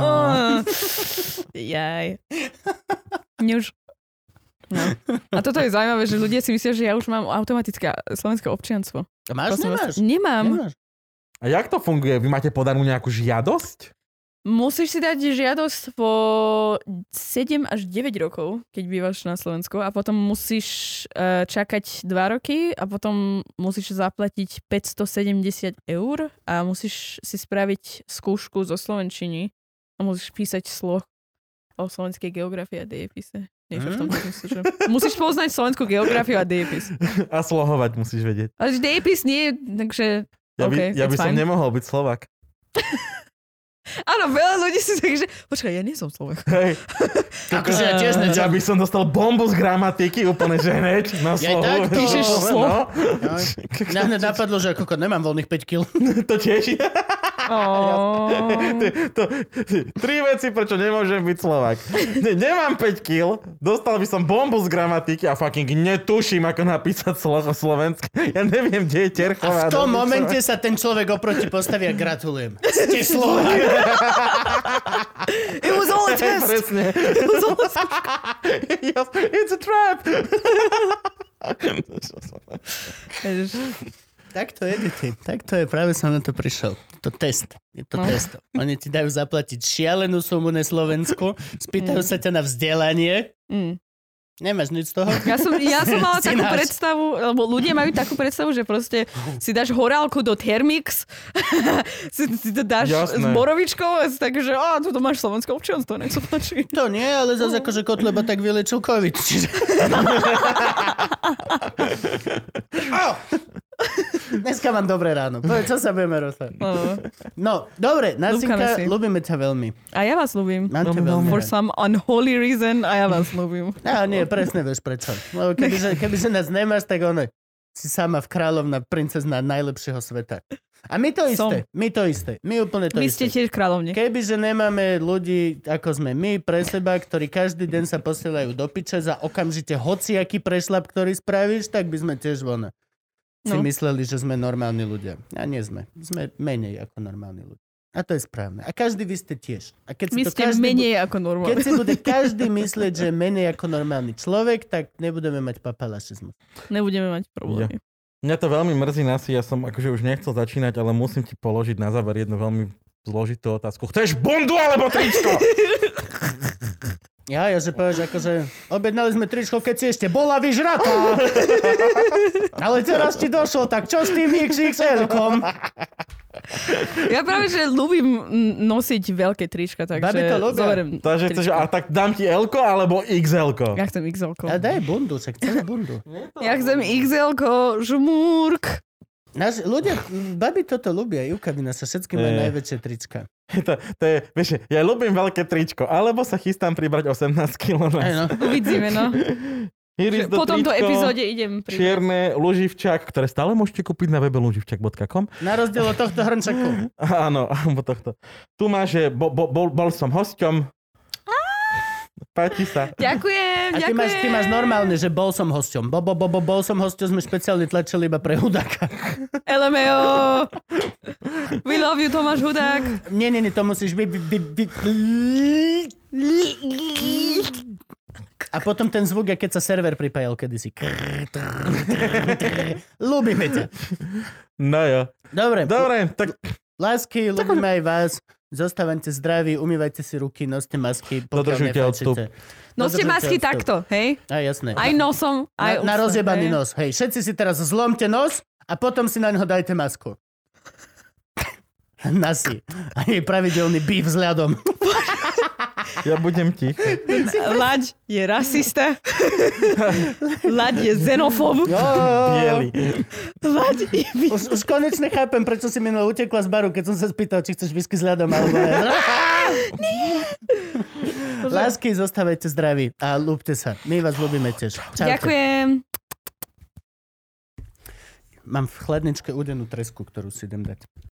Jaj. Už. No. A toto je zaujímavé, že ľudia si myslia, že ja už mám automatické slovenské občianstvo. A máš, nemáš? Nemám. A jak to funguje? Vy máte podanú nejakú žiadosť? Musíš si dať žiadosť po 7 až 9 rokov, keď bývaš na Slovensku a potom musíš čakať 2 roky a potom musíš zaplatiť 570 eur a musíš si spraviť skúšku zo slovenčiny a musíš písať sloh o slovenskej geografii a dejepise. V tom že... Musíš poznať slovenskú geografiu a dejepis. A slohovať musíš vedieť. Ale dejepis nie, takže... Ja by som nemohol byť Slovák. Áno, veľa ľudí si takže... Počkaj, ja nie som Slovák. Hej. Akože ja tiež Ja by som dostal bombu z gramatiky úplne, že hneď na slovo. Ja tak píšeš slovo. Mňa napadlo, že ako nemám voľných 5 kg. To tiež. Tri veci, prečo nemôžem byť Slovák. Nemám 5 kg, dostal by som bombu z gramatiky a fucking netuším, ako napísať slovo slovenské. Ja neviem, kde je Terchová. A v tom momente sa ten človek oproti postaví a gratulujem. Ste Slovák. It was all a test. Presne. It was all a test. Yes, it's a trap. Tak to je, deti. Tak to je, práve som na to prišiel. To test. Je to test. Oni ti dajú zaplatiť šialenú sumu na Slovensku, spýtajú sa ťa na vzdelanie. Nemáš nič z toho? Ja som mala takú predstavu, lebo ľudia majú takú predstavu, že proste si dáš horálku do Thermix, si to dáš s borovičkou a takže tu máš slovenské občianstvo, nech sa páči. To nie, ale zase akože Kotleba tak vylečil COVID. Čiže... Dneska mám dobré ráno. Povedz, čo sa budeme rozprávať. No, dobre, Nacinka, ľúbime ťa veľmi. A ja vás ľúbim. Mám ťa veľmi. For some unholy reason, a ja vás ľúbim. Nie, presne vieš prečo. Lebo kebyže nás nemáš, tak si sama v kráľovna, princezna najlepšieho sveta. A my to isté. My úplne to isté. Vy ste tiež kráľovne. Kebyže nemáme ľudí, ako sme my, pre seba, ktorí každý deň sa posielajú do piče za okamžite hociaký prešlap, ktorý spravíš, tak by sme tiež si mysleli, že sme normálni ľudia. A nie sme. Sme menej ako normálni ľudia. A to je správne. A každý vy ste tiež. A keď my ste menej ako normálni. Keď si bude každý myslieť, že menej ako normálny človek, tak nebudeme mať papalašizmus. Nebudeme mať problémy. Mňa to veľmi mrzí, Nasi, ja som akože už nechcel začínať, ale musím ti položiť na záver jednu veľmi zložitú otázku. Chceš bundu alebo tričko? Ja, že povieš, akože objednali sme tričko, keď si ešte bola vyžratá. Ale teraz ti došlo, tak čo s tým XXL-kom? Ja práve, že ľúbim nosiť veľké trička, takže... Babi to ľúbia. Takže chceš, a tak dám ti L-ko alebo XL-ko? Ja chcem XL-ko. A daj bundu, však chcem bundu. Ja chcem XL-ko, žmúrk. Ľudia, babi toto ľúbia, Jukavina sa všetky majú najväčšie trička. To je, vieš, ja ľúbim veľké tričko, alebo sa chystám pribrať 18 kg. Uvidíme, no. Po tomto epizóde idem pribrať. Čierne luživčak, ktoré stále môžete kúpiť na webe luživčak.com. Na rozdiel od tohto hrnčaku. Áno, alebo tohto. Tu máš, že bol som hosťom. Páči sa. Ďakujem. Ty máš normálne, že bol som hosťom. Bol som hosťom, sme špeciálne tlačili iba pre Hudáka. LMAO. We love you, Tomáš Hudák. Nie, to musíš A potom ten zvuk, keď sa server pripájal kedysi. Ľúbime ťa. No jo. Dobre, tak... Lásky, ľúbime aj vás. zostávajte zdraví, umývajte si ruky, noste masky, pokiaľ Dodržujte odstup. Noste masky odstup. takto, hej? Á, jasné. Aj nosom, aj Na ústom, rozjebaný hej? nos. Hej, všetci si teraz zlomte nos a potom si na neho dajte masku. Nasi. A jej pravidelný býv s ľadom. Ja budem ticho. Laď je rasista. Laď je xenofób. Bielý. Laď je... Už konečne chápem, prečo si minule utekla z baru, keď som sa spýtal, či chceš whisky s ľadom, alebo ne. Lásky, zostávajte zdraví a ľúbte sa. My vás ľúbime tiež. Čaute. Ďakujem. Mám v chladničke udenú tresku, ktorú si idem dať.